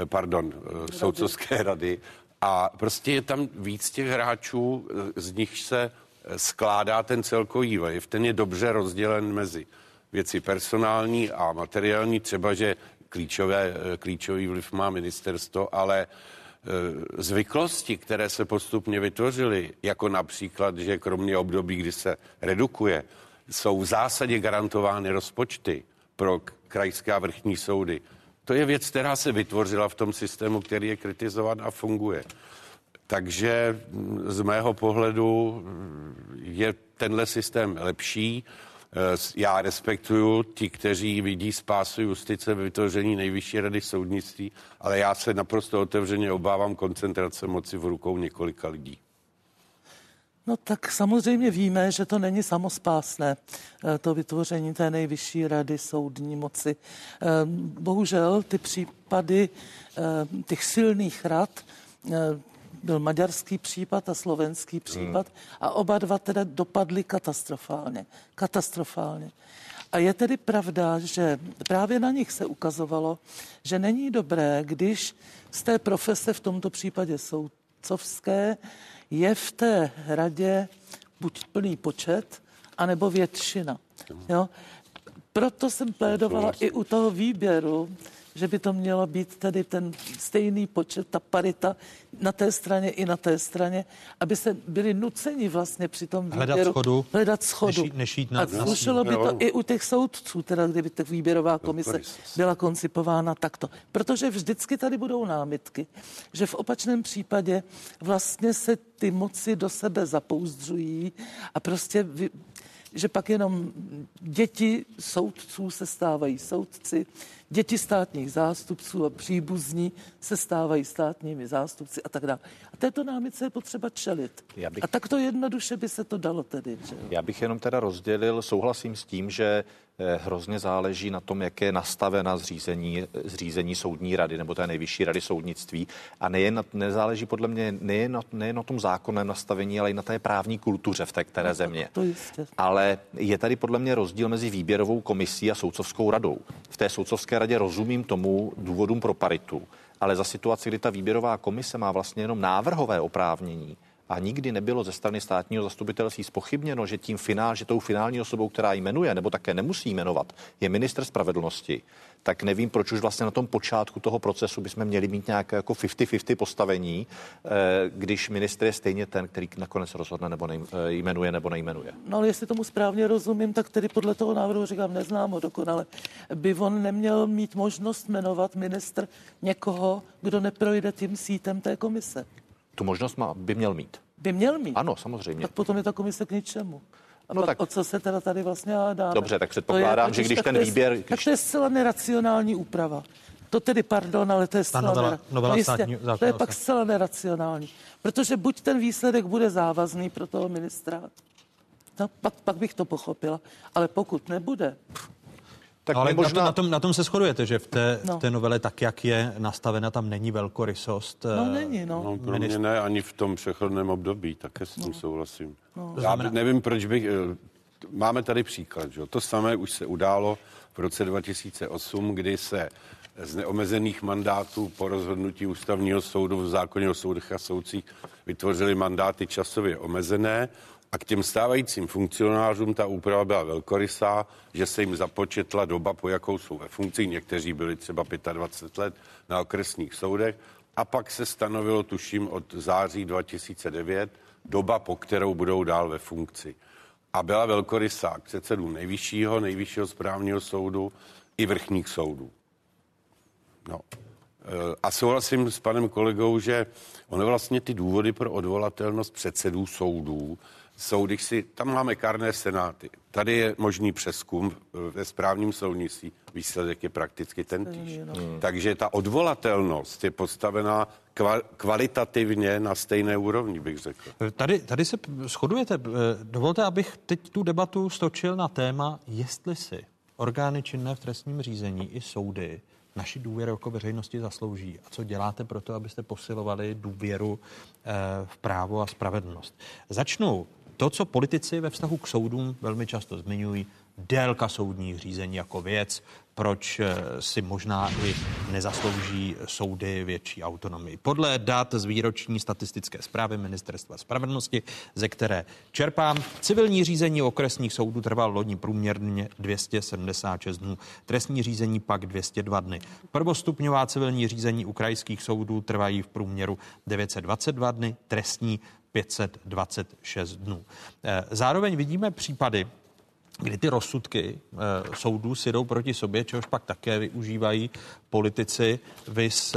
Speaker 2: soudcovské rady. A prostě je tam víc těch hráčů, z nich se skládá ten celkový vliv. Ten je dobře rozdělen mezi věci personální a materiální, třeba, že klíčový vliv má ministerstvo, ale zvyklosti, které se postupně vytvořily, jako například, že kromě období, kdy se redukuje, jsou v zásadě garantovány rozpočty pro krajské a vrchní soudy. To je věc, která se vytvořila v tom systému, který je kritizován a funguje. Takže z mého pohledu je tenhle systém lepší. Já respektuju ti, kteří vidí spásu justice ve vytvoření Nejvyšší rady soudnictví, ale já se naprosto otevřeně obávám koncentrace moci v rukou několika lidí.
Speaker 15: No tak samozřejmě víme, že to není samospásné, to vytvoření té Nejvyšší rady soudní moci. Bohužel ty případy těch silných rad, byl maďarský případ a slovenský případ a oba dva teda dopadly katastrofálně. A je tedy pravda, že právě na nich se ukazovalo, že není dobré, když z té profese, v tomto případě soudcovské, je v té radě buď plný počet, anebo většina. Jo? Proto jsem plédovala i u toho výběru, že by to mělo být tedy ten stejný počet, ta parita na té straně i na té straně, aby se byli nuceni vlastně při tom výběru hledat schodu. A slušelo by to i u těch soudců, teda kdyby ta výběrová komise byla koncipována takto. Protože vždycky tady budou námitky, že v opačném případě vlastně se ty moci do sebe zapouzdřují a prostě že pak jenom děti soudců se stávají soudci, děti státních zástupců a příbuzní se stávají státními zástupci a tak dále. A této námitce je potřeba čelit. A takto jednoduše by se to dalo tedy. Že?
Speaker 23: Já bych jenom teda rozdělil, souhlasím s tím, že hrozně záleží na tom, jak je nastavena zřízení soudní rady nebo té Nejvyšší rady soudnictví. A nezáleží podle mě nejen na tom zákonném nastavení, ale i na té právní kultuře v té které země.
Speaker 15: To jistě.
Speaker 23: Ale je tady podle mě rozdíl mezi výběrovou komisí a soudcovskou radou. V té soudcovské radě rozumím tomu důvodům pro paritu, ale za situaci, kdy ta výběrová komise má vlastně jenom návrhové oprávnění, a nikdy nebylo ze strany státního zastupitelství zpochybněno, že že tou finální osobou, která jmenuje, nebo také nemusí jmenovat, je ministr spravedlnosti, tak nevím, proč už vlastně na tom počátku toho procesu bychom měli mít nějaké jako 50-50 postavení, když ministr je stejně ten, který nakonec rozhodne nebo jmenuje nebo nejmenuje.
Speaker 15: No ale jestli tomu správně rozumím, tak tedy podle toho návrhu, říkám, neznám ho dokonale, by on neměl mít možnost jmenovat ministr někoho, kdo neprojde tím sítem té komise.
Speaker 23: Tu možnost by měl mít.
Speaker 15: By měl mít?
Speaker 23: Ano, samozřejmě.
Speaker 15: Tak potom je ta komise k ničemu. A
Speaker 23: no
Speaker 15: tak, o co se teda tady vlastně dáme?
Speaker 23: Dobře, tak předpokládám, že když ten výběr...
Speaker 15: Tak to je zcela neracionální úprava. To tedy, ale to je zcela to je pak zcela neracionální. Protože buď ten výsledek bude závazný pro toho ministra, no, pak bych to pochopila. Ale pokud nebude...
Speaker 1: Tak ale na tom se shodujete, že v té novele tak, jak je nastavena, tam není velkorysost.
Speaker 15: No není, no.
Speaker 2: No pro mě ne, ani v tom přechodném období, také s tím souhlasím. No. Já nevím, proč bych... Máme tady příklad, že? To samé už se událo v roce 2008, kdy se z neomezených mandátů po rozhodnutí Ústavního soudu v zákoně o soudech a soudcích vytvořily mandáty časově omezené. A k těm stávajícím funkcionářům ta úprava byla velkorysá, že se jim započetla doba, po jakou jsou ve funkci. Někteří byli třeba 25 let na okresních soudech. A pak se stanovilo, tuším, od září 2009 doba, po kterou budou dál ve funkci. A byla velkorysá k předsedům nejvyššího správního soudu i vrchních soudů. No. A souhlasím s panem kolegou, že ono vlastně ty důvody pro odvolatelnost předsedů soudů soudy tam máme kárné senáty. Tady je možný přezkum ve správním soudnictví. Výsledek je prakticky tentýž. Takže ta odvolatelnost je postavená kvalitativně na stejné úrovni, bych řekl.
Speaker 1: Tady se shodujete. Dovolte, abych teď tu debatu stočil na téma, jestli si orgány činné v trestním řízení i soudy naši důvěru jako veřejnosti zaslouží. A co děláte pro to, abyste posilovali důvěru v právo a spravedlnost? Začnu to, co politici ve vztahu k soudům velmi často zmiňují, délka soudních řízení jako věc, proč si možná i nezaslouží soudy větší autonomii. Podle dat z výroční statistické zprávy Ministerstva spravedlnosti, ze které čerpám, civilní řízení okresních soudů trvalo loni průměrně 276 dnů, trestní řízení pak 202 dny. Prvostupňová civilní řízení u krajských soudů trvají v průměru 922 dny, trestní 526 dnů. Zároveň vidíme případy, kdy ty rozsudky soudů si jdou proti sobě, čehož pak také využívají politici, vys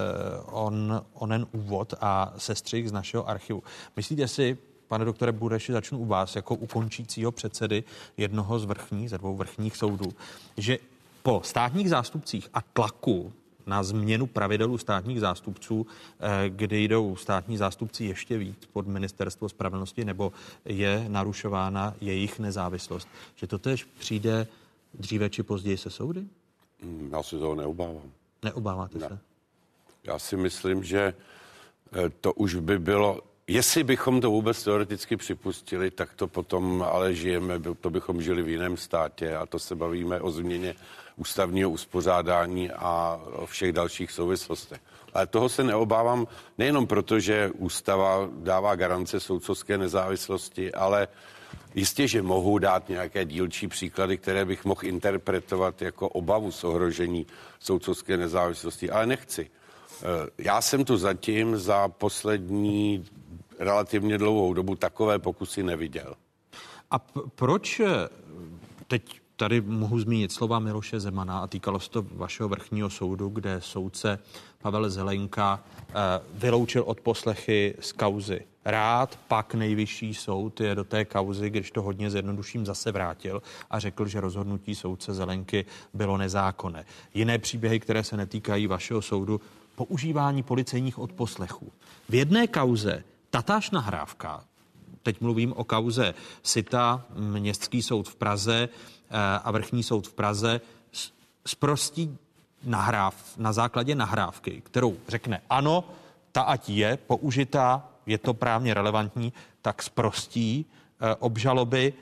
Speaker 1: onen úvod a sestřih z našeho archivu. Myslíte si, pane doktore Bureši, začnu u vás, jako u končícího předsedy jednoho ze dvou vrchních soudů, že po státních zástupcích a tlaku na změnu pravidel státních zástupců, kdy jdou státní zástupci ještě víc pod Ministerstvo spravedlnosti nebo je narušována jejich nezávislost, že to též přijde dříve či později se soudy?
Speaker 2: Já se toho neobávám.
Speaker 1: Neobáváte se?
Speaker 2: Já si myslím, že to už by bylo, jestli bychom to vůbec teoreticky připustili, tak to potom ale žijeme, to bychom žili v jiném státě a to se bavíme o změně ústavního uspořádání a o všech dalších souvislostech. Ale toho se neobávám nejenom proto, že ústava dává garance soudcovské nezávislosti, ale jistě, že mohu dát nějaké dílčí příklady, které bych mohl interpretovat jako obavu z ohrožení soudcovské nezávislosti, ale nechci. Já jsem tu zatím za poslední relativně dlouhou dobu takové pokusy neviděl.
Speaker 1: A proč teď tady mohu zmínit slova Miloše Zemana a týkalo se to vašeho vrchního soudu, kde soudce Pavel Zelenka vyloučil odposlechy z kauzy Rád, pak nejvyšší soud je do té kauzy, když to hodně zjednoduším, zase vrátil a řekl, že rozhodnutí soudce Zelenky bylo nezákonné. Jiné příběhy, které se netýkají vašeho soudu, používání policejních odposlechů. V jedné kauze tatáž nahrávka, teď mluvím o kauze Sita, Městský soud v Praze a Vrchní soud v Praze, zprostí na základě nahrávky, kterou řekne ano, ta ať je použitá, je to právně relevantní, tak zprostí obžaloby.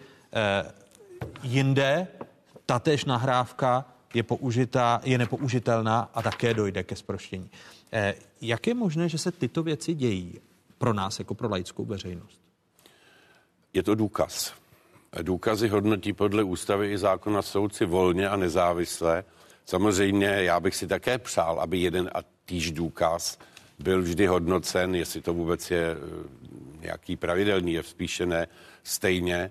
Speaker 1: Jinde tatéž nahrávka je použitá, je nepoužitelná a také dojde ke zproštění. Jak je možné, že se tyto věci dějí pro nás jako pro laickou veřejnost?
Speaker 2: Je to důkaz. Důkazy hodnotí podle ústavy i zákona soudci volně a nezávisle. Samozřejmě já bych si také přál, aby jeden a týž důkaz byl vždy hodnocen, jestli to vůbec je nějaký pravidelný, je spíše ne stejně.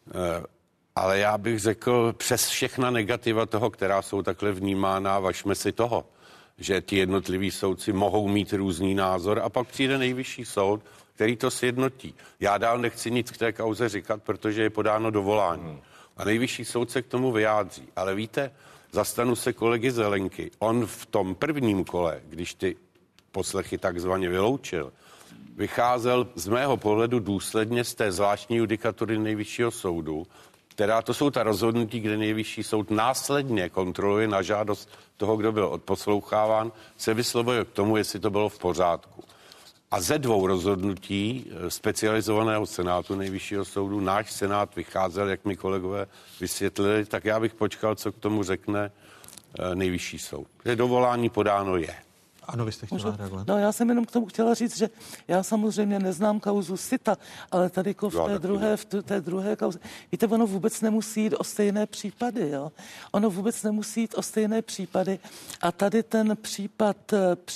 Speaker 2: Ale já bych řekl, přes všechna negativa toho, která jsou takhle vnímána, važme si toho, že ti jednotliví soudci mohou mít různý názor a pak přijde nejvyšší soud, který to sjednotí. Já dál nechci nic k té kauze říkat, protože je podáno dovolání. A nejvyšší soud se k tomu vyjádří. Ale víte, zastanu se kolegy Zelenky. On v tom prvním kole, když ty poslechy takzvaně vyloučil, vycházel z mého pohledu důsledně z té zvláštní judikatury nejvyššího soudu, která to jsou ta rozhodnutí, kde nejvyšší soud následně kontroluje na žádost toho, kdo byl odposloucháván, se vyslovuje k tomu, jestli to bylo v pořádku. A ze dvou rozhodnutí specializovaného senátu nejvyššího soudu náš senát vycházel, jak mi kolegové vysvětlili, tak já bych počkal, co k tomu řekne nejvyšší soud. Že dovolání podáno je.
Speaker 1: Ano, vy jste chtěla reagovat.
Speaker 15: No, já jsem jenom k tomu chtěla říct, že já samozřejmě neznám kauzu Sita, ale tady v té druhé kauze. Víte, ono vůbec nemusí jít o stejné případy, jo. Ono vůbec nemusí jít o stejné případy. A tady ten případ,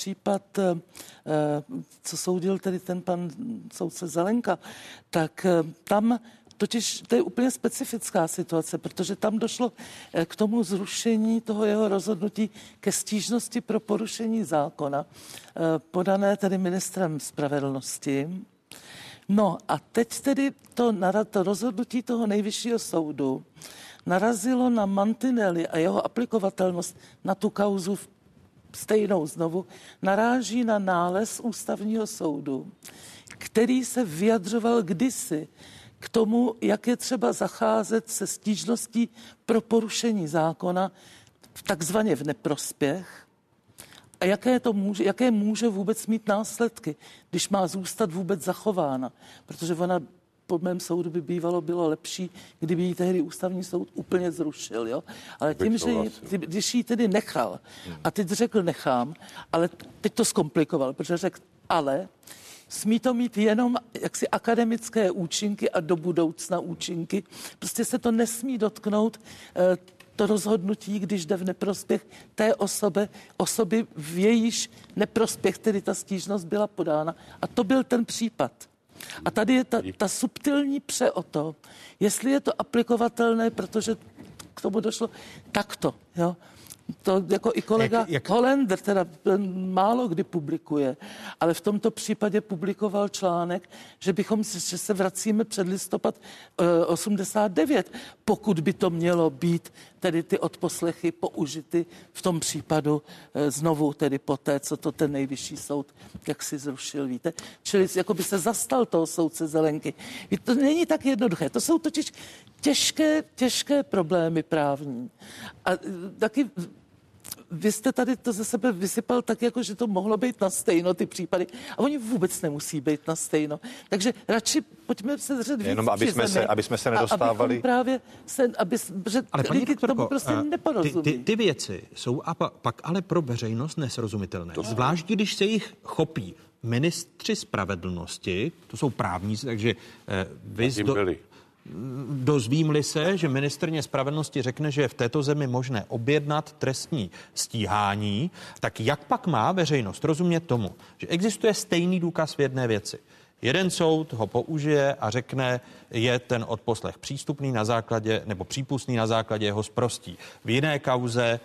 Speaker 15: co soudil tedy ten pan soudce Zelenka, tak tam totiž to je úplně specifická situace, protože tam došlo k tomu zrušení toho jeho rozhodnutí ke stížnosti pro porušení zákona, podané tedy ministrem spravedlnosti. No a teď tedy to rozhodnutí toho nejvyššího soudu narazilo na mantinely a jeho aplikovatelnost na tu kauzu stejnou znovu, naráží na nález ústavního soudu, který se vyjadřoval kdysi k tomu, jak je třeba zacházet se stížností pro porušení zákona takzvaně v neprospěch a jaké může vůbec mít následky, když má zůstat vůbec zachována. Protože ona po mém soudu by bylo lepší, kdyby ji tehdy ústavní soud úplně zrušil. Jo? Ale tím, že když ji tedy nechal a teď řekl nechám, ale teď to zkomplikoval, protože řekl ale smí to mít jenom jaksi akademické účinky a do budoucna účinky. Prostě se to nesmí dotknout to rozhodnutí, když jde v neprospěch té osoby v jejíž neprospěch, tedy ta stížnost byla podána. A to byl ten případ. A tady je ta subtilní pře o to, jestli je to aplikovatelné, protože k tomu došlo takto, jo. To jako i kolega Hollander teda málo kdy publikuje, ale v tomto případě publikoval článek, že se vracíme před listopad 89, pokud by to mělo být tedy ty odposlechy použity v tom případu znovu, tedy poté, co to ten nejvyšší soud jak si zrušil, víte. Čili jako by se zastal toho soudce Zelenky. To není tak jednoduché, to jsou totiž těžké problémy právní. A taky vy jste tady to ze sebe vysypal tak, jako že to mohlo být na stejno, ty případy. A oni vůbec nemusí být na stejno. Takže radši pojďme se držet víc
Speaker 23: jenom aby jsme se nedostávali.
Speaker 1: Ale paní doktorko,
Speaker 15: prostě neporozumí.
Speaker 1: Ty věci jsou pak ale pro veřejnost nesrozumitelné. Zvlášť, když se jich chopí ministři spravedlnosti, to jsou právníci, takže dozvím-li se, že ministryně spravedlnosti řekne, že je v této zemi možné objednat trestní stíhání, tak jak pak má veřejnost rozumět tomu, že existuje stejný důkaz v jedné věci? Jeden soud ho použije a řekne, je ten odposlech přístupný na základě nebo přípustný na základě jeho sprostí. V jiné kauze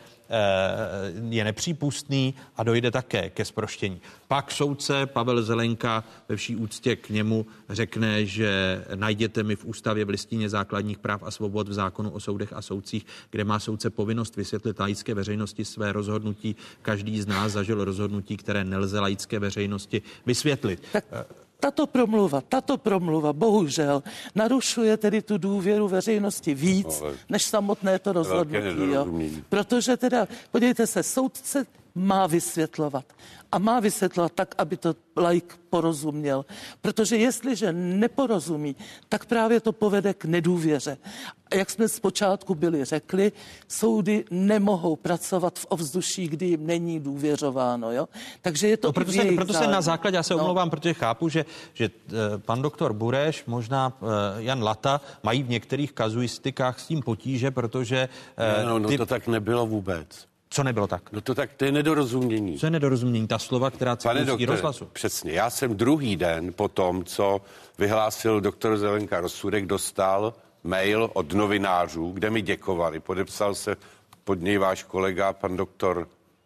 Speaker 1: je nepřípustný a dojde také ke zproštění. Pak soudce Pavel Zelenka ve vší úctě k němu řekne, že najděte mi v ústavě v listině základních práv a svobod v zákonu o soudech a soudcích, kde má soudce povinnost vysvětlit laické veřejnosti své rozhodnutí. Každý z nás zažil rozhodnutí, které nelze laické veřejnosti vysvětlit.
Speaker 15: Tato promluva, bohužel, narušuje tedy tu důvěru veřejnosti víc, než samotné to rozhodnutí. Jo. Protože teda, podívejte se, soudce má vysvětlovat. A má vysvětlovat tak, aby to laik porozuměl. Protože jestliže neporozumí, tak právě to povede k nedůvěře. A jak jsme zpočátku řekli, soudy nemohou pracovat v ovzduší, kdy jim není důvěřováno. Jo? Takže je to
Speaker 1: proto se na základě, já se omlouvám, protože chápu, že pan doktor Bureš, možná Jan Lata mají v některých kazuistikách s tím potíže, protože...
Speaker 2: to tak nebylo vůbec.
Speaker 1: Co nebylo tak?
Speaker 2: To je nedorozumění.
Speaker 1: Co je nedorozumění? Ta slova, která citují rozhlasu.
Speaker 2: Přesně. Já jsem druhý den po tom, co vyhlásil doktor Zelenka rozsudek, dostal mail od novinářů, kde mi děkovali. Podepsal se pod něj váš kolega, pan doktor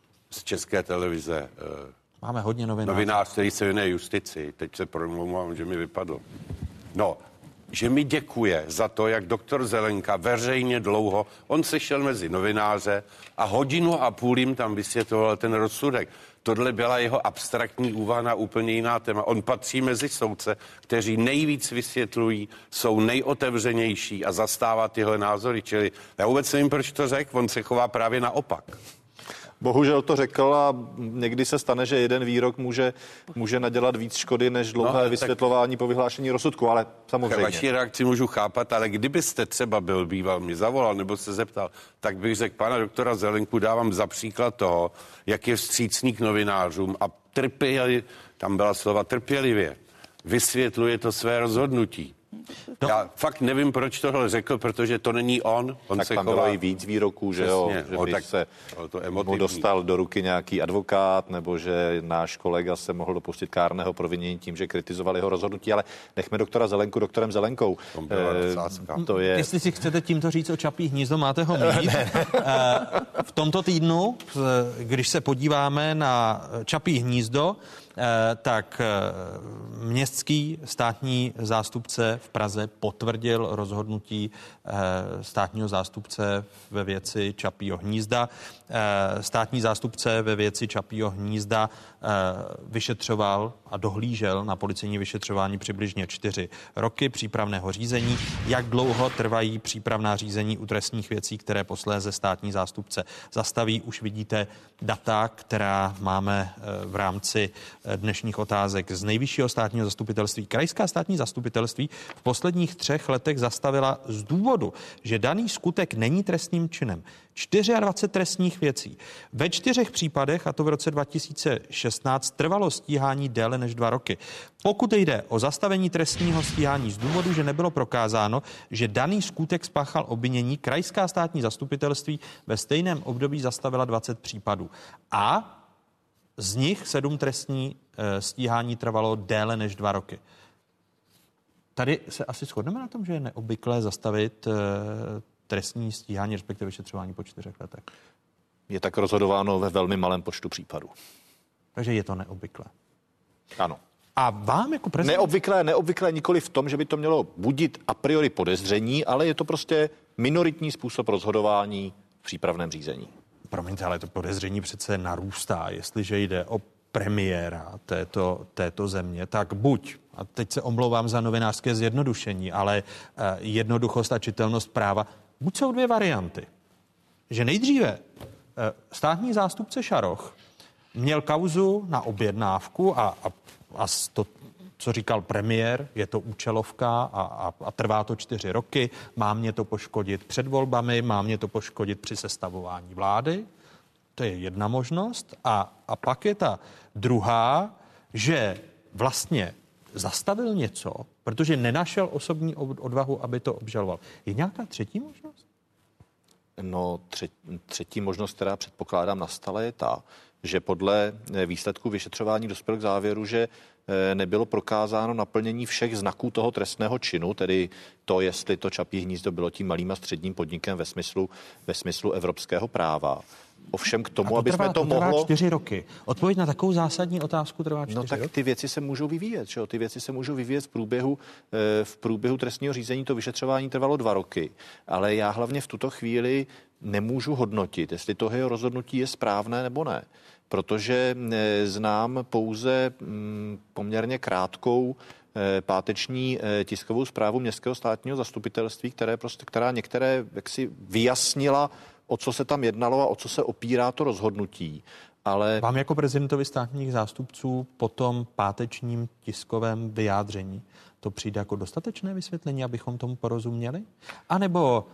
Speaker 2: z České televize.
Speaker 1: Máme hodně novinářů.
Speaker 2: Novinář, který se věnuje justici. Teď se promlouvám, že mi vypadlo. No, že mi děkuje za to, jak doktor Zelenka veřejně dlouho, on sešel mezi novináře a 1,5 hodiny jim tam vysvětloval ten rozsudek. Tohle byla jeho abstraktní úvaha na úplně jiná téma. On patří mezi soudce, kteří nejvíc vysvětlují, jsou nejotevřenější a zastává tyhle názory. Čili já vůbec nevím, proč to řekl, on se chová právě naopak.
Speaker 23: Bohužel to řekl a někdy se stane, že jeden výrok může nadělat víc škody než dlouhé vysvětlování po vyhlášení rozsudku, ale samozřejmě.
Speaker 2: Vaši reakci můžu chápat, ale kdybyste třeba byl býval, mě zavolal nebo se zeptal, tak bych řekl, pana doktora Zelenku dávám za příklad toho, jak je vstřícný k novinářům a tam byla slova trpělivě, vysvětluje to své rozhodnutí. Já fakt nevím, proč tohle řekl, protože to není on.
Speaker 23: Tak
Speaker 2: se
Speaker 23: tam bylo i víc výroků, že jo, že by se mu dostal do ruky nějaký advokát, nebo že náš kolega se mohl dopustit kárného provinění tím, že kritizovali jeho rozhodnutí, ale nechme doktora Zelenku doktorem Zelenkou.
Speaker 1: To je... Jestli si chcete tímto říct o Čapí hnízdo, máte ho mít. V tomto týdnu, když se podíváme na Čapí hnízdo, tak městský státní zástupce v Praze potvrdil rozhodnutí státního zástupce ve věci Čapího hnízda. Státní zástupce ve věci Čapího hnízda vyšetřoval a dohlížel na policejní vyšetřování přibližně 4 roky přípravného řízení. Jak dlouho trvají přípravná řízení u trestních věcí, které posléze státní zástupce zastaví? Už vidíte data, která máme v rámci dnešních otázek z nejvyššího státního zastupitelství. Krajská státní zastupitelství v posledních 3 letech zastavila z důvodu, že daný skutek není trestným činem, 24 trestních věcí. Ve 4 případech, a to v roce 2016, trvalo stíhání déle než 2 roky. Pokud jde o zastavení trestního stíhání z důvodu, že nebylo prokázáno, že daný skutek spáchal obvinění, krajská státní zastupitelství ve stejném období zastavila 20 případů. A z nich 7 trestní stíhání trvalo déle než 2 roky. Tady se asi shodneme na tom, že je neobvyklé zastavit trestní stíhání, respektive vyšetřování po 4 letech.
Speaker 23: Je tak rozhodováno ve velmi malém počtu případů.
Speaker 1: Takže je to neobvyklé.
Speaker 23: Ano.
Speaker 1: A vám jako prezident...
Speaker 23: Neobvyklé nikoli v tom, že by to mělo budit a priori podezření, ale je to prostě minoritní způsob rozhodování v přípravném řízení.
Speaker 1: Promiňte, ale to podezření přece narůstá. Jestliže jde o premiéra této země, tak buď, a teď se omlouvám za novinářské zjednodušení, ale jednoduchost a čitelnost práva, buď jsou 2 varianty. Že nejdříve státní zástupce Šaroch měl kauzu na objednávku a to, co říkal premiér, je to účelovka a trvá to 4 roky, má mě to poškodit před volbami, má mě to poškodit při sestavování vlády. To je jedna možnost. A pak je ta druhá, že vlastně zastavil něco, protože nenašel osobní odvahu, aby to obžaloval. Je nějaká třetí možnost?
Speaker 23: No, třetí možnost, která předpokládám nastala, je ta, že podle výsledku vyšetřování dospěl k závěru, že nebylo prokázáno naplnění všech znaků toho trestného činu, tedy to, jestli to Čapí hnízdo bylo tím malým a středním podnikem ve smyslu evropského práva. Ovšem k tomu, aby jsme to mohlo...
Speaker 1: trvá 4 roky. Odpověď na takovou zásadní otázku trvá 4 roky.
Speaker 23: No tak ty věci se můžou vyvíjet, že jo? Ty věci se můžou vyvíjet v průběhu trestního řízení. To vyšetřování trvalo 2 roky. Ale já hlavně v tuto chvíli nemůžu hodnotit, jestli to jeho rozhodnutí je správné nebo ne. Protože znám pouze poměrně krátkou páteční tiskovou zprávu Městského státního zastupitelství, která některé jaksi vyjasnila, o co se tam jednalo a o co se opírá to rozhodnutí. Ale...
Speaker 1: Vám jako prezidentovi státních zástupců po tom pátečním tiskovém vyjádření to přijde jako dostatečné vysvětlení, abychom tomu porozuměli? A nebo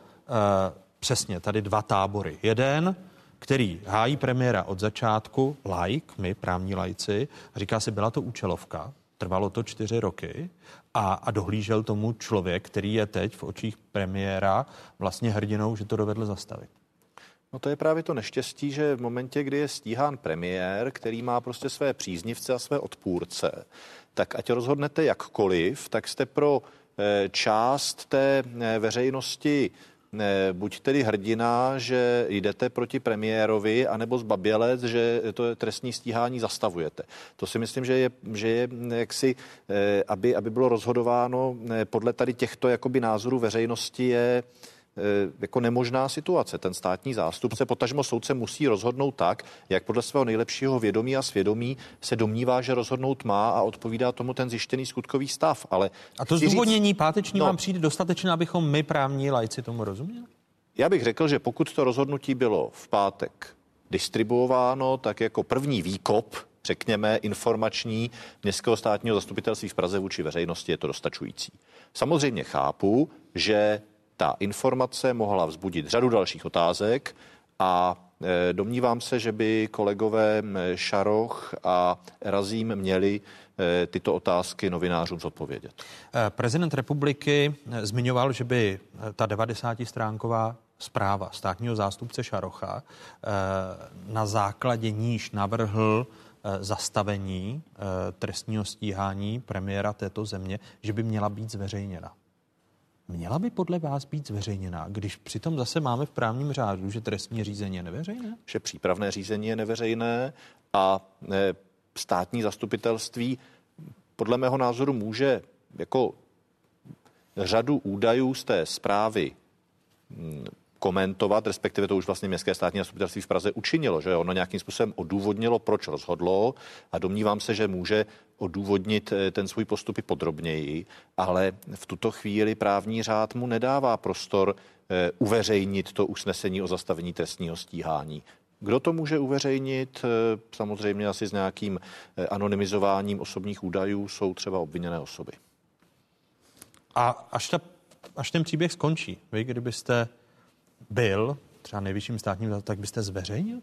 Speaker 1: přesně tady 2 tábory. Jeden, který hájí premiéra od začátku, laik, my právní laici, a říká si, byla to účelovka, trvalo to 4 roky a dohlížel tomu člověk, který je teď v očích premiéra vlastně hrdinou, že to dovedl zastavit.
Speaker 23: No to je právě to neštěstí, že v momentě, kdy je stíhán premiér, který má prostě své příznivce a své odpůrce, tak ať rozhodnete jakkoliv, tak jste pro část té veřejnosti buď tedy hrdina, že jdete proti premiérovi, anebo zbabělec, že to trestní stíhání zastavujete. To si myslím, že je jaksi, aby bylo rozhodováno podle tady těchto jakoby názorů veřejnosti, je jako nemožná situace. Ten státní zástupce, potažmo soudce, musí rozhodnout tak, jak podle svého nejlepšího vědomí a svědomí se domnívá, že rozhodnout má a odpovídá tomu ten zjištěný skutkový stav. Ale
Speaker 1: a to zdůvodnění páteční vám přijde dostatečné, abychom my právní laici tomu rozuměli?
Speaker 23: Já bych řekl, že pokud to rozhodnutí bylo v pátek distribuováno, tak jako první výkop, řekněme, informační Městského státního zastupitelství v Praze vůči veřejnosti je to dostačující. Samozřejmě chápu, že ta informace mohla vzbudit řadu dalších otázek a domnívám se, že by kolegové Šaroch a Razím měli tyto otázky novinářům zodpovědět.
Speaker 1: Prezident republiky zmiňoval, že by ta 90stránková zpráva státního zástupce Šarocha, na základě níž navrhl zastavení trestního stíhání premiéra této země, že by měla být zveřejněna. Měla by podle vás být zveřejněna, když přitom zase máme v právním řádu, že trestní řízení je neveřejné?
Speaker 23: Že přípravné řízení je neveřejné a státní zastupitelství podle mého názoru může jako řadu údajů z té zprávy komentovat, respektive to už vlastně Městské státní zastupitelství v Praze učinilo, že ono nějakým způsobem odůvodnilo, proč rozhodlo, a domnívám se, že může odůvodnit ten svůj postup i podrobněji, ale v tuto chvíli právní řád mu nedává prostor uveřejnit to usnesení o zastavení trestního stíhání. Kdo to může uveřejnit? Samozřejmě asi s nějakým anonymizováním osobních údajů jsou třeba obviněné osoby.
Speaker 1: A až ten příběh skončí, vy kdybyste byl třeba nejvyšším státním zástupcem, tak byste zveřejnil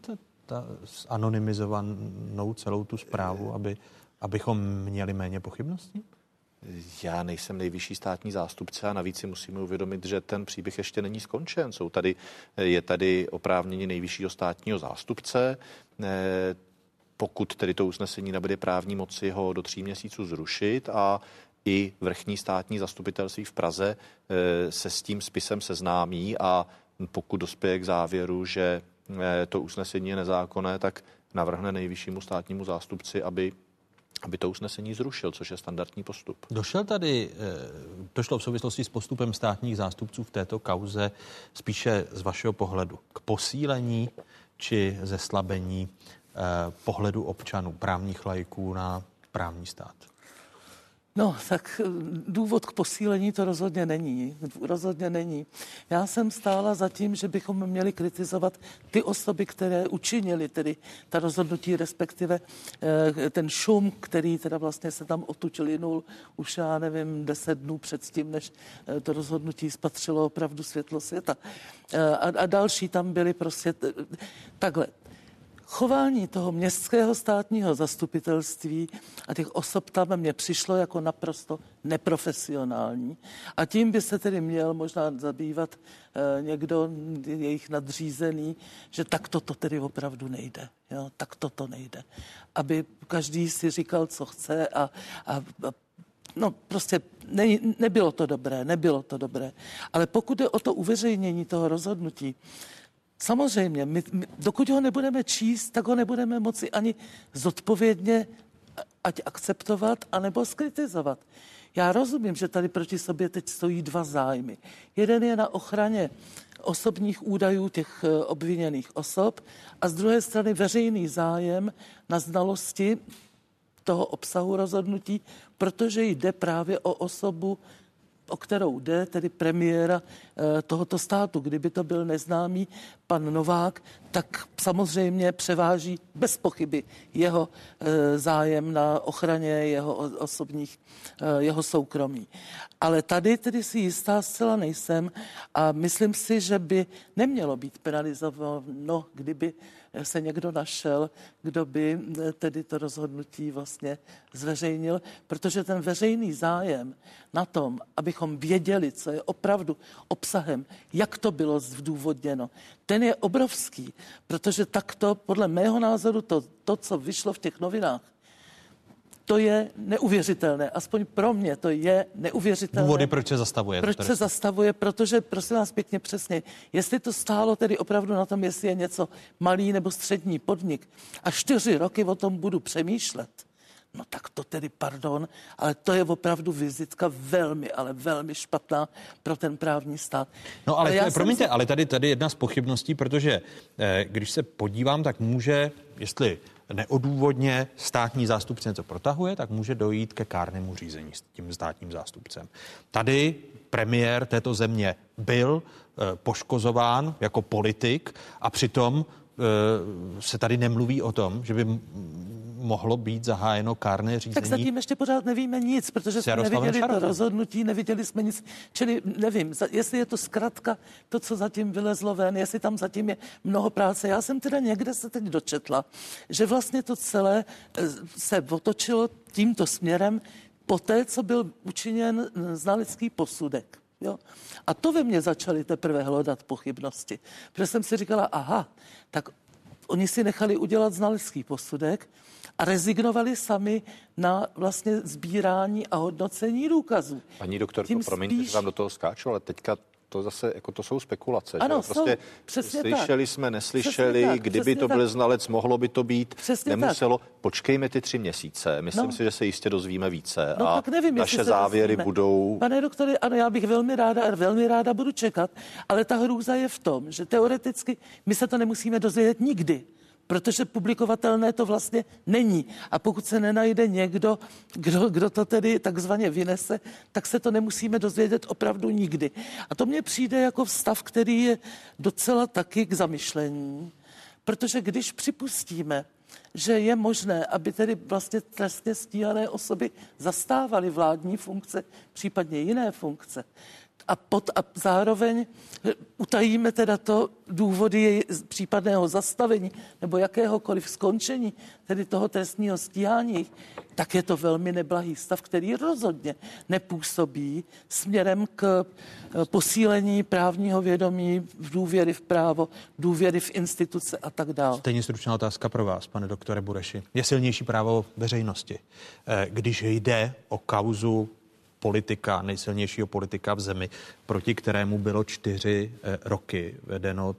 Speaker 1: anonymizovanou celou tu zprávu, abychom měli méně pochybností?
Speaker 23: Já nejsem nejvyšší státní zástupce a navíc si musíme uvědomit, že ten příběh ještě není skončen. Je tady oprávnění nejvyššího státního zástupce. Pokud tedy to usnesení nabude právní moci, ho do 3 měsíců zrušit, a i vrchní státní zastupitelství v Praze se s tím spisem seznámí, a pokud dospěje k závěru, že to usnesení je nezákonné, tak navrhne nejvyššímu státnímu zástupci, aby to usnesení zrušil, což je standardní postup.
Speaker 1: Došlo v souvislosti s postupem státních zástupců v této kauze spíše z vašeho pohledu k posílení či zeslabení pohledu občanů, právních laiků na právní stát?
Speaker 15: No, tak důvod k posílení to rozhodně není. Rozhodně není. Já jsem stála za tím, že bychom měli kritizovat ty osoby, které učinili tedy ta rozhodnutí, respektive ten šum, který teda vlastně se tam odtud linul už, já nevím, 10 dnů předtím, než to rozhodnutí spatřilo opravdu světlo světa. A další tam byly prostě takhle. Chování toho městského státního zastupitelství a těch osob tam mně přišlo jako naprosto neprofesionální. A tím by se tedy měl možná zabývat někdo jejich nadřízený, že takto to tedy opravdu nejde. Jo? Takto to nejde. Aby každý si říkal, co chce a no prostě nebylo to dobré. Ale pokud je o to uveřejnění toho rozhodnutí, samozřejmě, my, dokud ho nebudeme číst, tak ho nebudeme moci ani zodpovědně ať akceptovat, anebo skritizovat. Já rozumím, že tady proti sobě teď stojí 2 zájmy. Jeden je na ochraně osobních údajů těch obviněných osob a z druhé strany veřejný zájem na znalosti toho obsahu rozhodnutí, protože jde právě o osobu, o kterou jde, tedy premiéra tohoto státu. Kdyby to byl neznámý pan Novák, tak samozřejmě převáží bez pochyby jeho zájem na ochraně jeho soukromí. Ale tady tedy si jistá zcela nejsem a myslím si, že by nemělo být penalizováno, kdyby se někdo našel, kdo by tedy to rozhodnutí vlastně zveřejnil, protože ten veřejný zájem na tom, abychom věděli, co je opravdu obsahem, jak to bylo zdůvodněno, ten je obrovský, protože takto, podle mého názoru, to, co vyšlo v těch novinách, to je neuvěřitelné. Aspoň pro mě to je neuvěřitelné.
Speaker 1: Důvody, proč se zastavuje?
Speaker 15: Proč se zastavuje? Protože, prosím vás pěkně přesně, jestli to stálo tedy opravdu na tom, jestli je něco malý nebo střední podnik a 4 roky o tom budu přemýšlet, no tak to tedy, pardon, ale to je opravdu vizitka velmi, ale velmi špatná pro ten právní stát.
Speaker 1: No ale promiňte, ale tady jedna z pochybností, protože když se podívám, tak může, jestli neodůvodně státní zástupce něco protahuje, tak může dojít ke kárnému řízení s tím státním zástupcem. Tady premiér této země byl poškozován jako politik a přitom se tady nemluví o tom, že by mohlo být zahájeno kárné řízení?
Speaker 15: Tak zatím ještě pořád nevíme nic, protože jsme neviděli to rozhodnutí, neviděli jsme nic. Čili nevím, jestli je to zkratka to, co zatím vylezlo ven, jestli tam zatím je mnoho práce. Já jsem teda někde se teď dočetla, že vlastně to celé se otočilo tímto směrem poté, co byl učiněn znalecký posudek. Jo? A to ve mně začaly teprve hledat pochybnosti. Protože jsem si říkala, aha, tak oni si nechali udělat znalecký posudek a rezignovali sami na vlastně sbírání a hodnocení důkazů.
Speaker 23: Paní doktorko, promiňte, že vám do toho skáču, ale teďka to zase, jako to jsou spekulace.
Speaker 15: Ano,
Speaker 23: že? Prostě slyšeli
Speaker 15: tak.
Speaker 23: jsme, neslyšeli, kdyby to byl znalec, mohlo by to být, nemuselo. Tak. Počkejme ty 3 měsíce, myslím si, že se jistě dozvíme více a nevím, naše závěry budou...
Speaker 15: Pane doktore, ano, já bych velmi ráda budu čekat, ale ta hrůza je v tom, že teoreticky my se to nemusíme dozvědět nikdy, protože publikovatelné to vlastně není. A pokud se nenajde někdo, kdo to tedy takzvaně vynese, tak se to nemusíme dozvědět opravdu nikdy. A to mně přijde jako stav, který je docela taky k zamyšlení. Protože když připustíme, že je možné, aby tedy vlastně trestně stíhané osoby zastávaly vládní funkce, případně jiné funkce, a zároveň utajíme teda to důvody případného zastavení nebo jakéhokoliv skončení tedy toho trestního stíhání, tak je to velmi neblahý stav, který rozhodně nepůsobí směrem k posílení právního vědomí, důvěry v právo, důvěry v instituce a tak dále.
Speaker 1: Stejně stručná otázka pro vás, pane doktore Bureši. Je silnější právo veřejnosti, když jde o kauzu politika, nejsilnějšího politika v zemi, proti kterému bylo 4 roky vedeno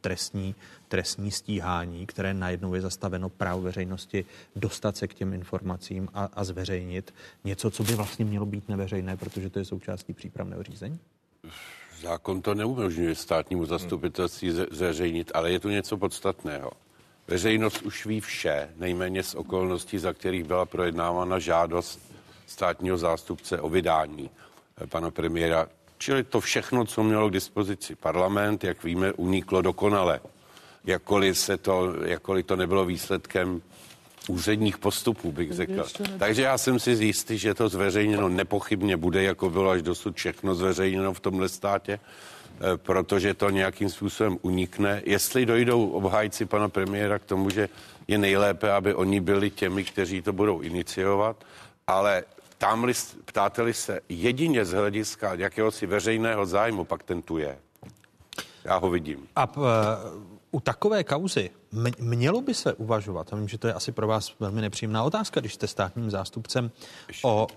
Speaker 1: trestní stíhání, které najednou je zastaveno právo veřejnosti dostat se k těm informacím a zveřejnit něco, co by vlastně mělo být neveřejné, protože to je součástí přípravného řízení?
Speaker 2: Zákon to neumožňuje státnímu zastupitelství zveřejnit, ale je tu něco podstatného. Veřejnost už ví vše, nejméně z okolností, za kterých byla projednávána žádost státního zástupce o vydání pana premiéra. Čili to všechno, co mělo k dispozici parlament, jak víme, uniklo dokonale. Jakkoliv to nebylo výsledkem úředních postupů, bych řekl. Takže já jsem si jistý, že to zveřejněno nepochybně bude, jako bylo až dosud všechno zveřejněno v tomhle státě, protože to nějakým způsobem unikne. Jestli dojdou obhájci pana premiéra k tomu, že je nejlépe, aby oni byli těmi, kteří to budou iniciovat, ale ptáte-li se jedině z hlediska jakéhosi veřejného zájmu, pak ten tu je. Já ho vidím.
Speaker 1: A u takové kauzy mělo by se uvažovat, a vím, že to je asi pro vás velmi nepříjemná otázka, když jste státním zástupcem, o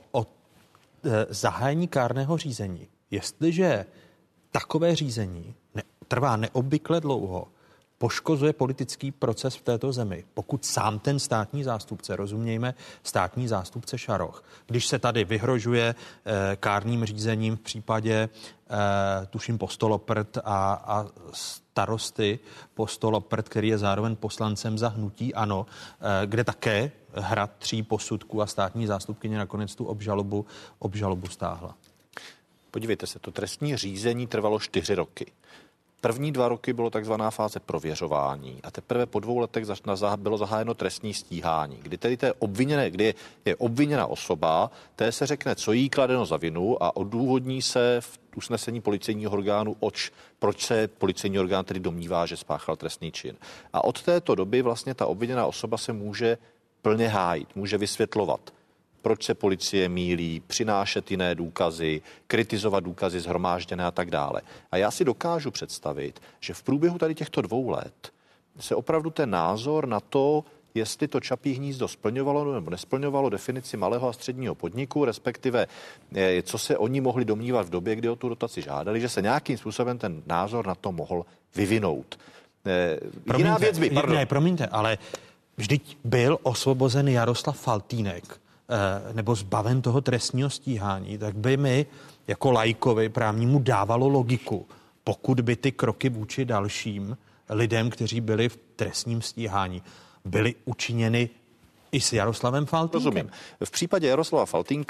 Speaker 1: zahájení kárného řízení. Jestliže takové řízení trvá neobvykle dlouho, poškozuje politický proces v této zemi, pokud sám ten státní zástupce, rozumějme státní zástupce Šaroch, když se tady vyhrožuje kárným řízením v případě tuším Postoloprt a starosty Postoloprt, který je zároveň poslancem za hnutí ANO, kde také Hrad 3 posudků a státní zástupkyně nakonec tu obžalobu stáhla.
Speaker 23: Podívejte se, to trestní řízení trvalo 4 roky. První 2 roky bylo takzvaná fáze prověřování a teprve po 2 letech bylo zahájeno trestní stíhání, kdy tedy kdy je obviněna osoba, té se řekne, co jí kladeno za vinu a odůvodní se v usnesení policejního orgánu, proč se policejní orgán tedy domnívá, že spáchal trestný čin. A od této doby vlastně ta obviněná osoba se může plně hájit, může vysvětlovat, proč se policie mýlí, přinášet jiné důkazy, kritizovat důkazy shromážděné a tak dále. A já si dokážu představit, že v průběhu tady těchto 2 let se opravdu ten názor na to, jestli to Čapí hnízdo splňovalo nebo nesplňovalo definici malého a středního podniku, respektive co se oni mohli domnívat v době, kdy o tu dotaci žádali, že se nějakým způsobem ten názor na to mohl vyvinout. Jiná věc by, pardon.
Speaker 1: Ne, promiňte, ale vždyť byl osvobozen Jaroslav Faltýnek nebo zbaven toho trestního stíhání, tak by mi jako laikovi právnímu dávalo logiku, pokud by ty kroky vůči dalším lidem, kteří byli v trestním stíhání, byly učiněny i s Jaroslavem Faltýnkem.
Speaker 23: Rozumím. V případě Jaroslava Faltýnka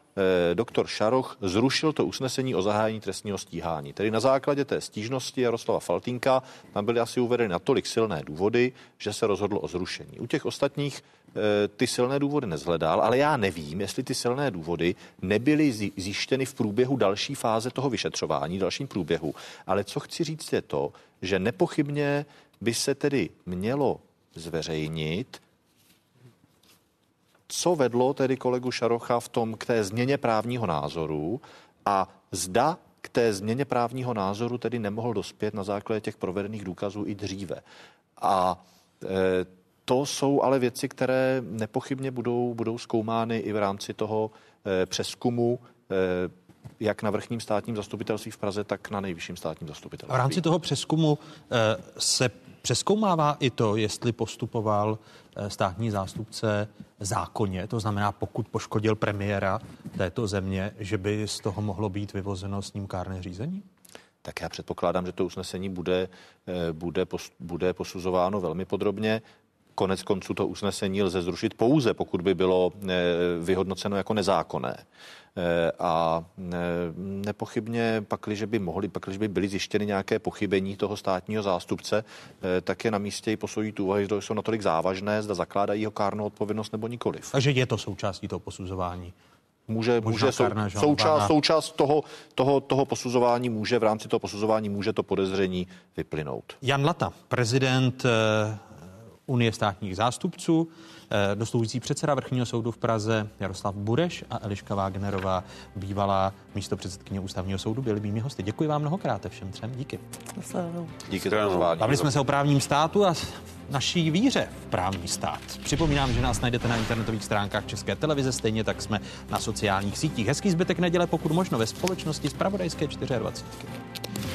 Speaker 23: doktor Šaroch zrušil to usnesení o zahájení trestního stíhání. Tedy na základě té stížnosti Jaroslava Faltýnka tam byly asi uvedeny natolik silné důvody, že se rozhodlo o zrušení. U těch ostatních ty silné důvody nezhledal, ale já nevím, jestli ty silné důvody nebyly zjištěny v průběhu další fáze toho vyšetřování, dalším průběhu. Ale co chci říct je to, že nepochybně by se tedy mělo zveřejnit, co vedlo tedy kolegu Šarocha k té změně právního názoru a zda k té změně právního názoru tedy nemohl dospět na základě těch provedených důkazů i dříve. A to jsou ale věci, které nepochybně budou zkoumány i v rámci toho přezkumu, jak na vrchním státním zastupitelství v Praze, tak na nejvyšším státním zastupitelství.
Speaker 1: V rámci toho přezkumu se přezkoumává i to, jestli postupoval státní zástupce zákonně, to znamená, pokud poškodil premiéra této země, že by z toho mohlo být vyvozeno s ním kárné řízení?
Speaker 23: Tak já předpokládám, že to usnesení bude posuzováno velmi podrobně. Konec konců to usnesení lze zrušit pouze, pokud by bylo vyhodnoceno jako nezákonné. A nepochybně pakliže by byly zjištěny nějaké pochybení toho státního zástupce, tak je na místě i posoudit úvahy, zda jsou natolik závažné, zda zakládají jeho kárnou odpovědnost nebo nikoliv.
Speaker 1: Takže je to součástí toho posuzování.
Speaker 23: Součást toho posuzování může, v rámci toho posuzování může to podezření vyplynout.
Speaker 1: Jan Lata, prezident Unie státních zástupců, dosluhující předseda Vrchního soudu v Praze Jaroslav Bureš a Eliška Wagnerová, bývalá místopředsedkyně Ústavního soudu, byli mými hosty. Děkuji vám mnohokrát všem třem. Díky.
Speaker 23: Díky za pozvání.
Speaker 1: Bavili jsme se o právním státu a naší víře v právní stát. Připomínám, že nás najdete na internetových stránkách České televize, stejně tak jsme na sociálních sítích. Hezký zbytek neděle, pokud možno ve společnosti Zpravodajské 24.